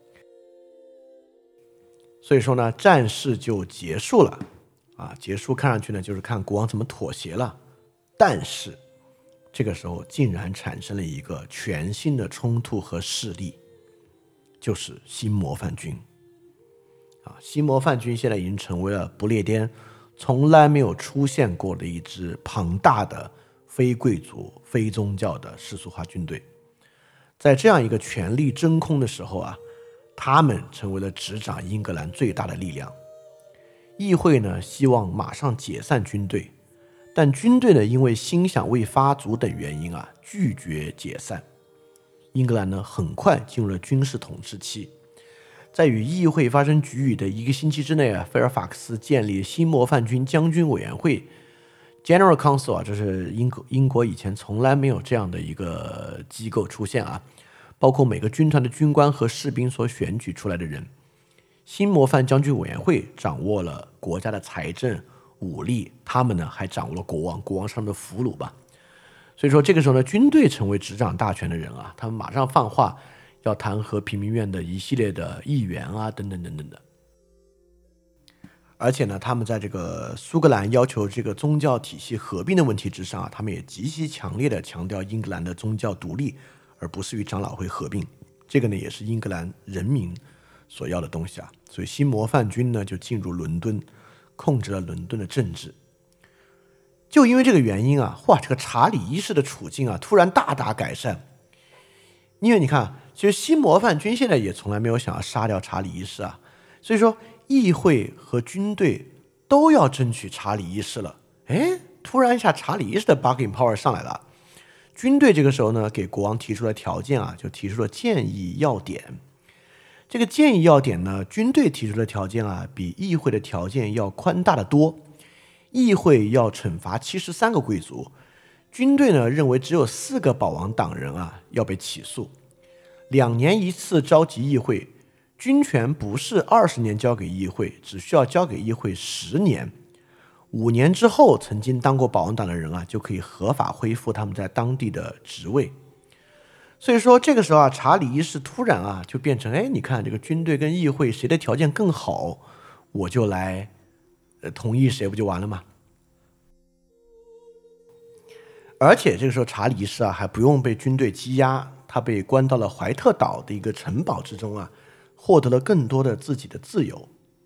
所以说呢，战事就结束了啊，结束看上去呢就是看国王怎么妥协了。但是这个时候竟然产生了一个全新的冲突和势力，就是新模范军啊。新模范军现在已经成为了不列颠从来没有出现过的一支庞大的非贵族非宗教的世俗化军队。在这样一个权力真空的时候啊，他们成为了执掌英格兰最大的力量。议会呢希望马上解散军队，但军队呢因为薪饷未发足等原因啊，拒绝解散。英格兰呢很快进入了军事统治期。在与议会发生局域的一个星期之内啊，菲尔法克斯建立新模范军将军委员会， General Council 啊，这是英国英国以前从来没有这样的一个机构出现啊，包括每个军团的军官和士兵所选举出来的人。新模范将军委员会掌握了国家的财政、武力，他们呢还掌握了国王，国王上的俘虏吧。所以说这个时候呢，军队成为执掌大权的人啊，他们马上放话要弹劾平民院的一系列的议员啊，等等等等的。而且呢，他们在这个苏格兰要求这个宗教体系合并的问题之上啊，他们也极其强烈的强调英格兰的宗教独立，而不是与长老会合并。这个呢，也是英格兰人民所要的东西啊。所以新模范军呢就进入伦敦，控制了伦敦的政治。就因为这个原因啊，哇，这个查理一世的处境啊突然大大改善。因为你看，其实新模范军现在也从来没有想要杀掉查理一世啊，所以说议会和军队都要争取查理一世了。哎，突然一下查理一世的 bargaining power 上来了。军队这个时候呢给国王提出了条件啊，就提出了建议要点。这个建议要点呢，军队提出的条件啊比议会的条件要宽大的多。议会要惩罚七十三个贵族，军队呢认为只有四个保王党人啊要被起诉。两年一次召集议会，军权不是二十年交给议会，只需要交给议会十年。五年之后，曾经当过保王党的人啊就可以合法恢复他们在当地的职位。所以说这个时候啊，查理一世突然啊就变成，哎，你看这个军队跟议会谁的条件更好，我就来呃同意谁，不就完了吗？而且这个时候查理一世啊还不用被军队羁押，他被关到了怀特岛的一个城堡之中啊，获得了更多的自己的自由。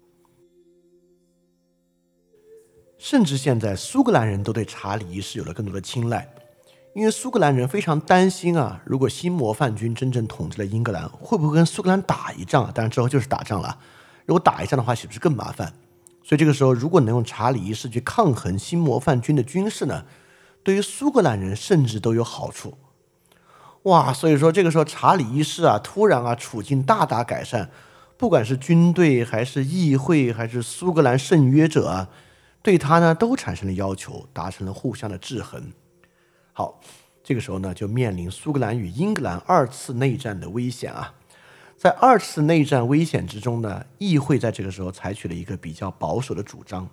甚至现在苏格兰人都对查理一世有了更多的青睐，因为苏格兰人非常担心啊，如果新模范军真正统治了英格兰，会不会跟苏格兰打一仗啊？当然之后就是打仗了，如果打一仗的话，岂不是更麻烦？所以这个时候，如果能用查理一世去抗衡新模范军的军事呢，对于苏格兰人甚至都有好处。哇，所以说这个时候查理一世啊，突然啊处境大大改善，不管是军队还是议会还是苏格兰圣约者啊，对他呢都产生了要求，达成了互相的制衡。好，这个时候呢就面临苏格兰与英格兰二次内战的危险啊。在二次内战危险之中呢，议会在这个时候采取了一个比较保守的主张，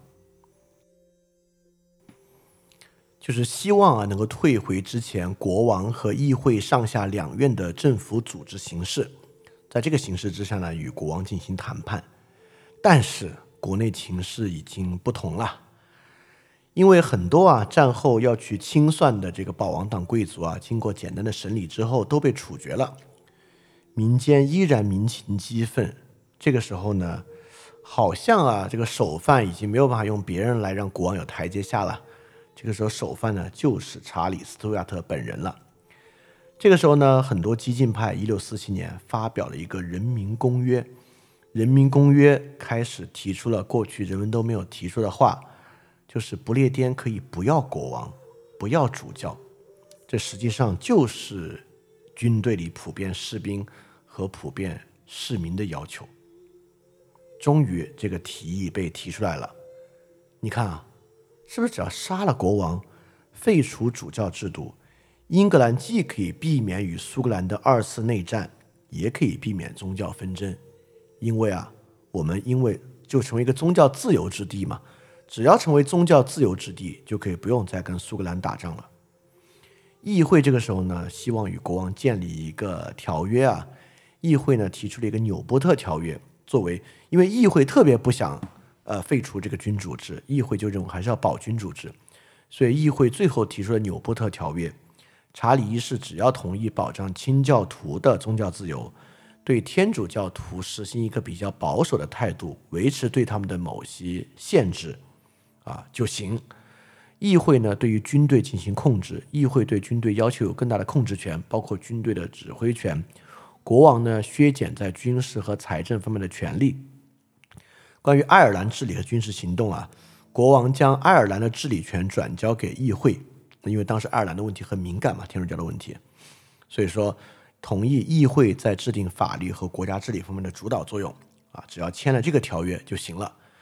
就是希望啊能够退回之前国王和议会上下两院的政府组织形式，在这个形势之下呢与国王进行谈判。但是国内情势已经不同了，因为很多啊战后要去清算的这个保王党贵族啊，经过简单的审理之后都被处决了，民间依然民情激愤。这个时候呢，好像啊这个首犯已经没有办法用别人来让国王有台阶下了。这个时候首犯呢就是查理斯图亚特本人了。这个时候呢，很多激进派一六四七年发表了一个人民公约，人民公约开始提出了过去人们都没有提出的话，就是不列颠可以不要国王，不要主教。这实际上就是军队里普遍士兵和普遍市民的要求。终于这个提议被提出来了。你看啊，是不是只要杀了国王，废除主教制度，英格兰既可以避免与苏格兰的二次内战，也可以避免宗教纷争。因为啊，我们因为就成为一个宗教自由之地嘛，只要成为宗教自由之地，就可以不用再跟苏格兰打仗了。议会这个时候呢，希望与国王建立一个条约啊。议会呢提出了一个纽波特条约，作为因为议会特别不想呃废除这个君主制，议会就认为还是要保君主制，所以议会最后提出了纽波特条约。查理一世只要同意保障清教徒的宗教自由，对天主教徒实行一个比较保守的态度，维持对他们的某些限制啊就行。议会呢对于军队进行控制，议会对军队要求有更大的控制权，包括军队的指挥权。国王呢削减在军事和财政方面的权利。关于爱尔兰治理和军事行动啊，国王将爱尔兰的治理权转交给议会，因为当时爱尔兰的问题很敏感嘛，天主教的问题，所以说同意议会在制定法律和国家治理方面的主导作用啊，只要签了这个条约就行了。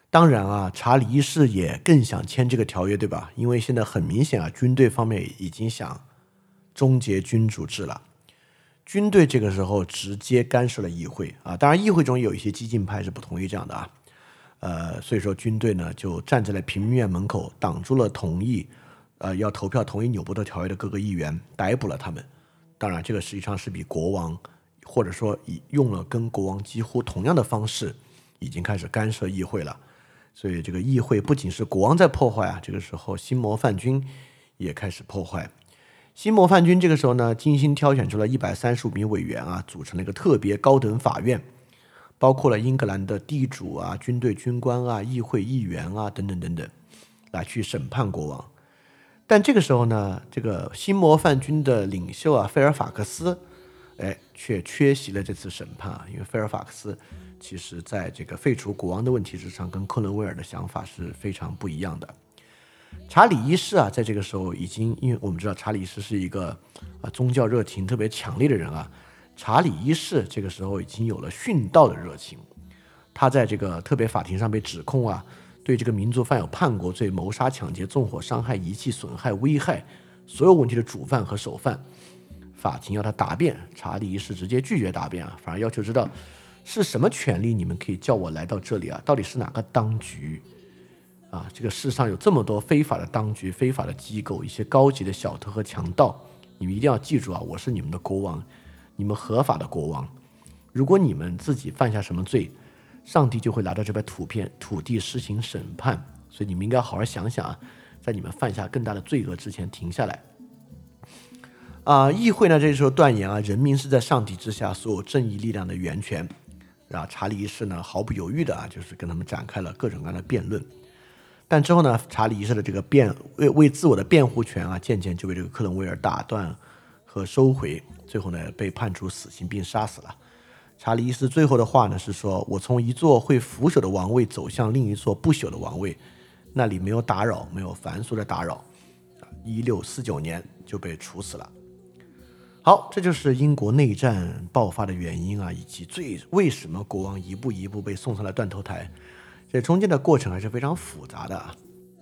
当然啊，查理一世也更想签这个条约，对吧？因为现在很明显啊，军队方面已经想终结君主制了。军队这个时候直接干涉了议会啊，当然议会中有一些激进派是不同意这样的啊，呃，所以说军队呢就站在了平民院门口，挡住了同意，呃，要投票同意纽波特条约的各个议员，逮捕了他们。当然，这个实际上是比国王，或者说以用了跟国王几乎同样的方式，已经开始干涉议会了。所以这个议会不仅是国王在破坏啊，这个时候新模范军也开始破坏。新模范军这个时候呢，精心挑选出了一百三十五名委员啊，组成了一个特别高等法院，包括了英格兰的地主啊、军队军官啊、议会议员啊等等等等，来去审判国王。但这个时候呢，这个新模范军的领袖啊，费尔法克斯，哎，却缺席了这次审判啊，因为费尔法克斯其实在这个废除国王的问题之上，跟克伦威尔的想法是非常不一样的。查理一世啊，在这个时候已经，因为我们知道查理一世是一个啊宗教热情特别强烈的人啊，查理一世这个时候已经有了殉道的热情。他在这个特别法庭上被指控啊，对这个民族犯有叛国罪、谋杀、抢劫、纵火、伤害、遗弃、损害、危害所有问题的主犯和首犯。法庭要他答辩，查理一世直接拒绝答辩啊，反而要求知道是什么权利你们可以叫我来到这里啊？到底是哪个当局？啊，这个世上有这么多非法的当局、非法的机构，一些高级的小偷和强盗，你们一定要记住啊，我是你们的国王，你们合法的国王。如果你们自己犯下什么罪，上帝就会来到这块土片土地施行审判，所以你们应该好好想想啊，在你们犯下更大的罪恶之前停下来。啊，议会呢这时候断言啊，人民是在上帝之下所有正义力量的源泉。然后查理一世呢毫不犹豫的啊，就是跟他们展开了各种各样的辩论。但之后呢，查理一世的这个辩为为自我的辩护权啊，渐渐就被这个克伦威尔打断和收回，最后呢被判处死刑并杀死了。查理一世最后的话呢是说：“我从一座会腐朽的王位走向另一座不朽的王位，那里没有打扰，没有繁琐的打扰。”一六四九年就被处死了。好，这就是英国内战爆发的原因啊，以及最为什么国王一步一步被送上了断头台。这中间的过程还是非常复杂的啊。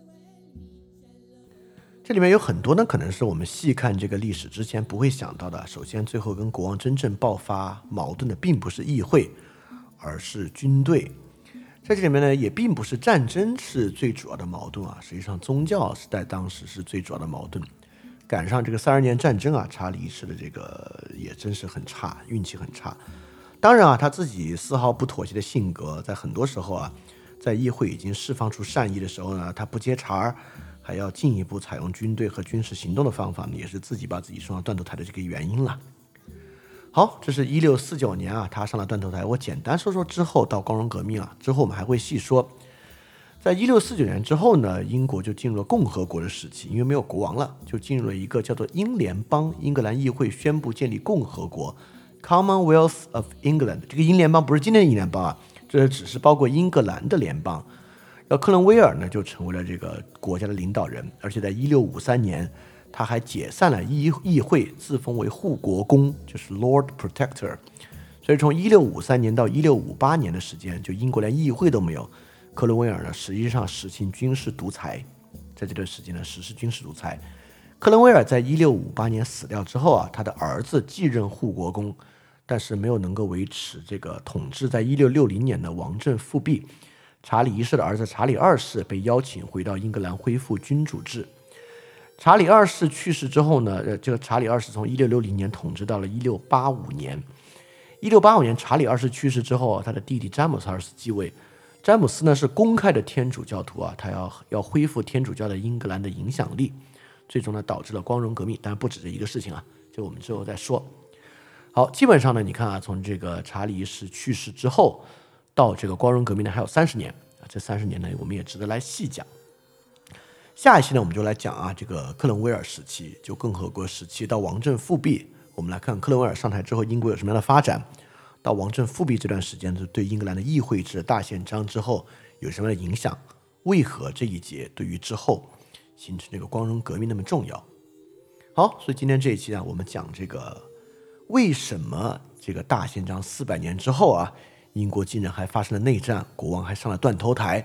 这里面有很多呢，可能是我们细看这个历史之前不会想到的。首先，最后跟国王真正爆发矛盾的并不是议会，而是军队。在这里面呢，也并不是战争是最主要的矛盾啊，实际上宗教是在当时是最主要的矛盾。赶上这个三十年战争啊，查理一世的这个也真是很差，运气很差。当然啊，他自己丝毫不妥协的性格，在很多时候啊，在议会已经释放出善意的时候呢，他不接茬，还要进一步采用军队和军事行动的方法呢，也是自己把自己送上断头台的这个原因了。好，这是一六四九年啊，他上了断头台。我简单说说之后到光荣革命啊，之后我们还会细说。在一六四九年之后呢，英国就进入了共和国的时期，因为没有国王了，就进入了一个叫做英联邦。英格兰议会宣布建立共和国 Commonwealth of England。 这个英联邦不是今天的英联邦啊，这只是包括英格兰的联邦。然后克伦威尔呢就成为了这个国家的领导人，而且在一六五三年他还解散了议议会，自封为护国公，就是 Lord Protector。 所以从一六五三年到一六五八年的时间，就英国连议会都没有，克伦威尔呢实际上实行军事独裁。在这段时间呢实施军事独裁。克伦威尔在一六五八年死掉之后啊，他的儿子继任护国公，但是没有能够维持这个统治。在一六六零年的王政复辟，查理一世的儿子查理二世被邀请回到英格兰恢复君主制。查理二世去世之后呢，呃，这个查理二世从一六六零年统治到了一六八五年。一六八五年查理二世去世之后，他的弟弟詹姆斯二世继位。詹姆斯呢是公开的天主教徒啊，他要要恢复天主教的英格兰的影响力，最终呢导致了光荣革命。当然不止这一个事情啊，就我们之后再说。好，基本上呢，你看啊，从这个查理一世去世之后到这个光荣革命呢，还有三十年啊，这三十年呢，我们也值得来细讲。下一期呢，我们就来讲啊，这个克伦威尔时期，就共和国时期到王政复辟，我们来看克伦威尔上台之后，英国有什么样的发展。到王政复辟这段时间，对英格兰的议会制大宪章之后有什么样的影响？为何这一节对于之后形成这个光荣革命那么重要？好，所以今天这一期呢，我们讲这个为什么这个大宪章四百年之后啊，英国竟然还发生了内战，国王还上了断头台。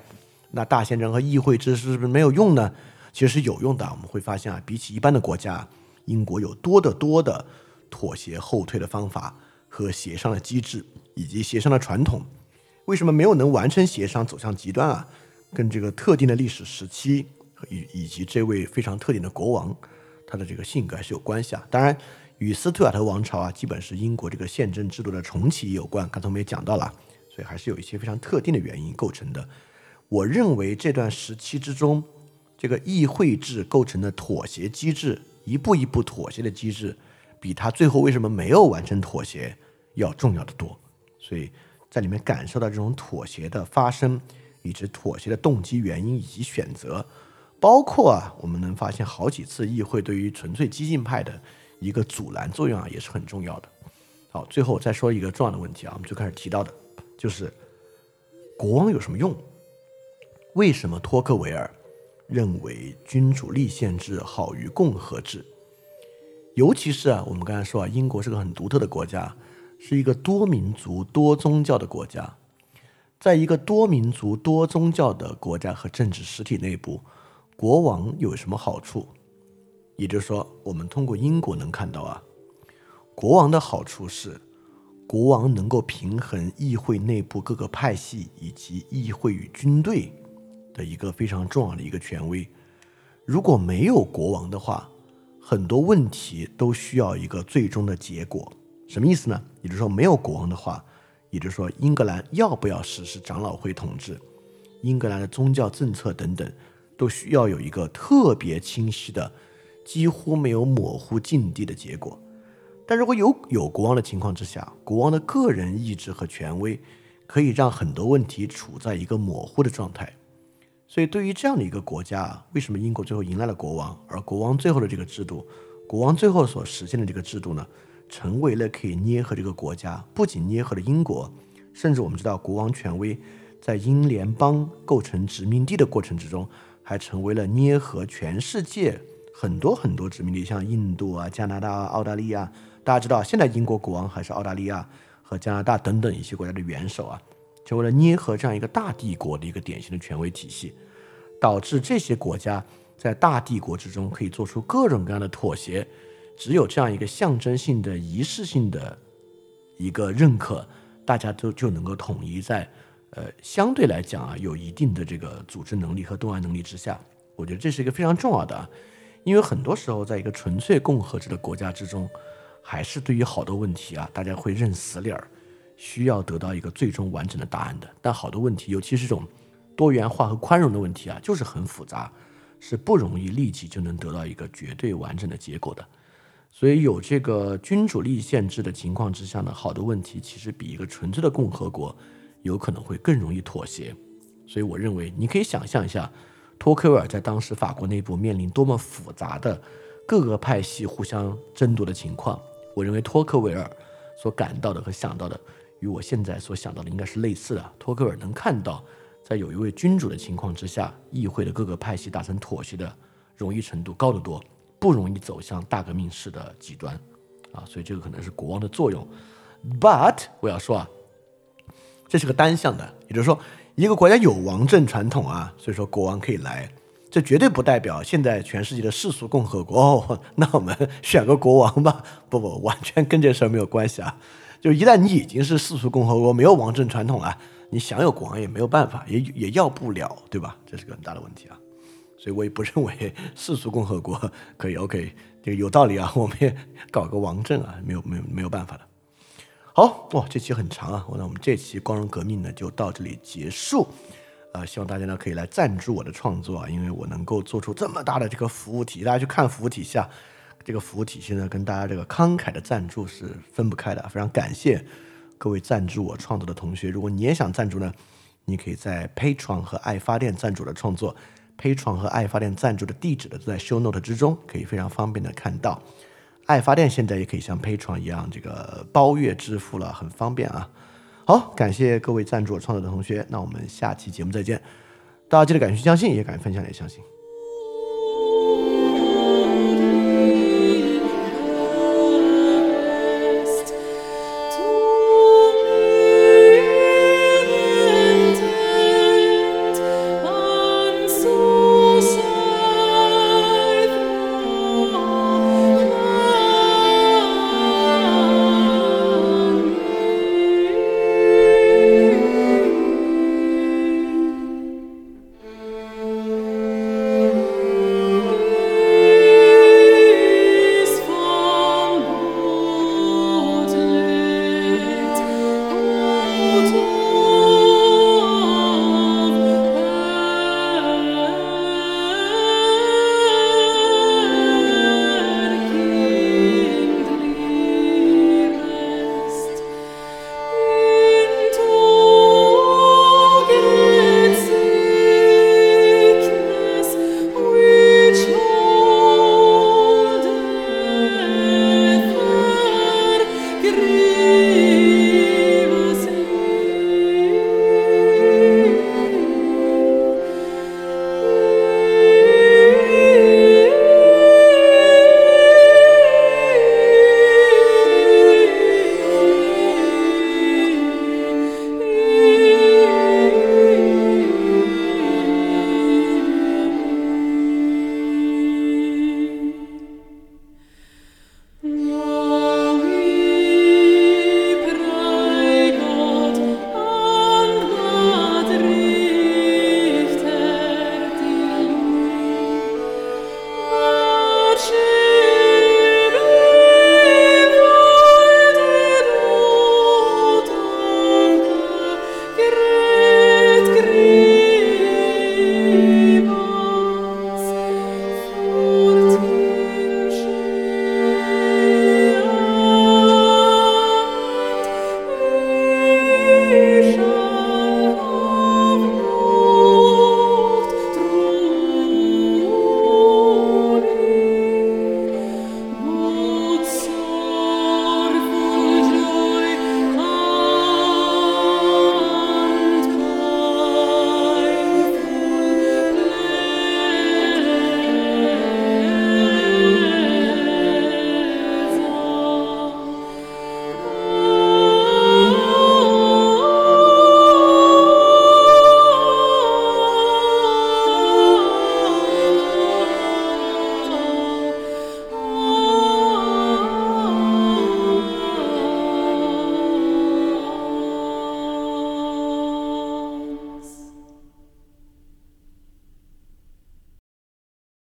那大宪章和议会制是不是没有用呢？其实是有用的。我们会发现啊，比起一般的国家，英国有多得多的妥协后退的方法和协商的机制以及协商的传统。为什么没有能完成协商走向极端啊？跟这个特定的历史时期以以及这位非常特定的国王他的这个性格还是有关系啊。当然与斯图亚特王朝啊基本是英国这个宪政制度的重启有关，刚才我们也讲到了，所以还是有一些非常特定的原因构成的。我认为这段时期之中，这个议会制构成的妥协机制，一步一步妥协的机制，比他最后为什么没有完成妥协要重要的多。所以在里面感受到这种妥协的发生，以及妥协的动机原因以及选择，包括啊，我们能发现好几次议会对于纯粹激进派的一个阻拦作用啊，也是很重要的。好，最后再说一个重要的问题啊，我们就开始提到的，就是国王有什么用？为什么托克维尔认为君主立宪制好于共和制？尤其是啊，我们刚才说啊，英国是个很独特的国家，是一个多民族多宗教的国家。在一个多民族多宗教的国家和政治实体内部，国王有什么好处？也就是说，我们通过英国能看到啊，国王的好处是国王能够平衡议会内部各个派系以及议会与军队的一个非常重要的一个权威。如果没有国王的话，很多问题都需要一个最终的结果。什么意思呢？也就是说，没有国王的话，也就是说，英格兰要不要实施长老会统治，英格兰的宗教政策等等，都需要有一个特别清晰的、几乎没有模糊境地的结果。但如果有有国王的情况之下，国王的个人意志和权威可以让很多问题处在一个模糊的状态。所以对于这样的一个国家，为什么英国最后迎来了国王，而国王最后的这个制度，国王最后所实现的这个制度呢，成为了可以捏合这个国家，不仅捏合了英国，甚至我们知道国王权威在英联邦构成殖民地的过程之中，还成为了捏合全世界很多很多殖民地，像印度啊、加拿大啊、澳大利亚。大家知道现在英国国王还是澳大利亚和加拿大等等一些国家的元首啊，成为了捏合这样一个大帝国的一个典型的权威体系，导致这些国家在大帝国之中可以做出各种各样的妥协。只有这样一个象征性的仪式性的一个认可，大家都就能够统一在呃相对来讲啊有一定的这个组织能力和动员能力之下。我觉得这是一个非常重要的啊，因为很多时候在一个纯粹共和制的国家之中，还是对于好多问题啊大家会认死理儿，需要得到一个最终完整的答案的。但好多问题，尤其是这种多元化和宽容的问题啊，就是很复杂，是不容易立即就能得到一个绝对完整的结果的。所以有这个君主立宪制的情况之下呢，好多问题其实比一个纯粹的共和国有可能会更容易妥协。所以我认为你可以想象一下，托克维尔在当时法国内部面临多么复杂的各个派系互相争夺的情况。我认为托克维尔所感到的和想到的与我现在所想到的应该是类似的。托克维尔能看到在有一位君主的情况之下，议会的各个派系达成妥协的容易程度高得多，不容易走向大革命式的极端啊，所以这个可能是国王的作用。 But 我要说啊，这是个单向的，也就是说一个国家有王政传统啊，所以说国王可以来，这绝对不代表现在全世界的世俗共和国哦，那我们选个国王吧，不不，完全跟这事儿没有关系啊。就一旦你已经是世俗共和国，没有王政传统了，你想有国王也没有办法，也也要不了，对吧？这是个很大的问题啊。所以我也不认为世俗共和国可以 OK， 这个有道理啊，我们也搞个王政啊，没有没有没有办法的。好哇，这期很长啊，那我们这期光荣革命呢就到这里结束。呃，希望大家呢可以来赞助我的创作啊，因为我能够做出这么大的这个服务体，大家去看服务体系啊，这个服务体系呢跟大家这个慷慨的赞助是分不开的，非常感谢各位赞助我创作的同学。如果你也想赞助呢，你可以在 Patreon 和爱发电赞助的创作。Patreon 和爱发电赞助的地址的都在 show note 之中，可以非常方便的看到。爱发电现在也可以像 Patreon 一样这个包月支付了，很方便啊。好，感谢各位赞助我创作的同学，那我们下期节目再见。大家记得敢于相信，也敢于分享，也相信。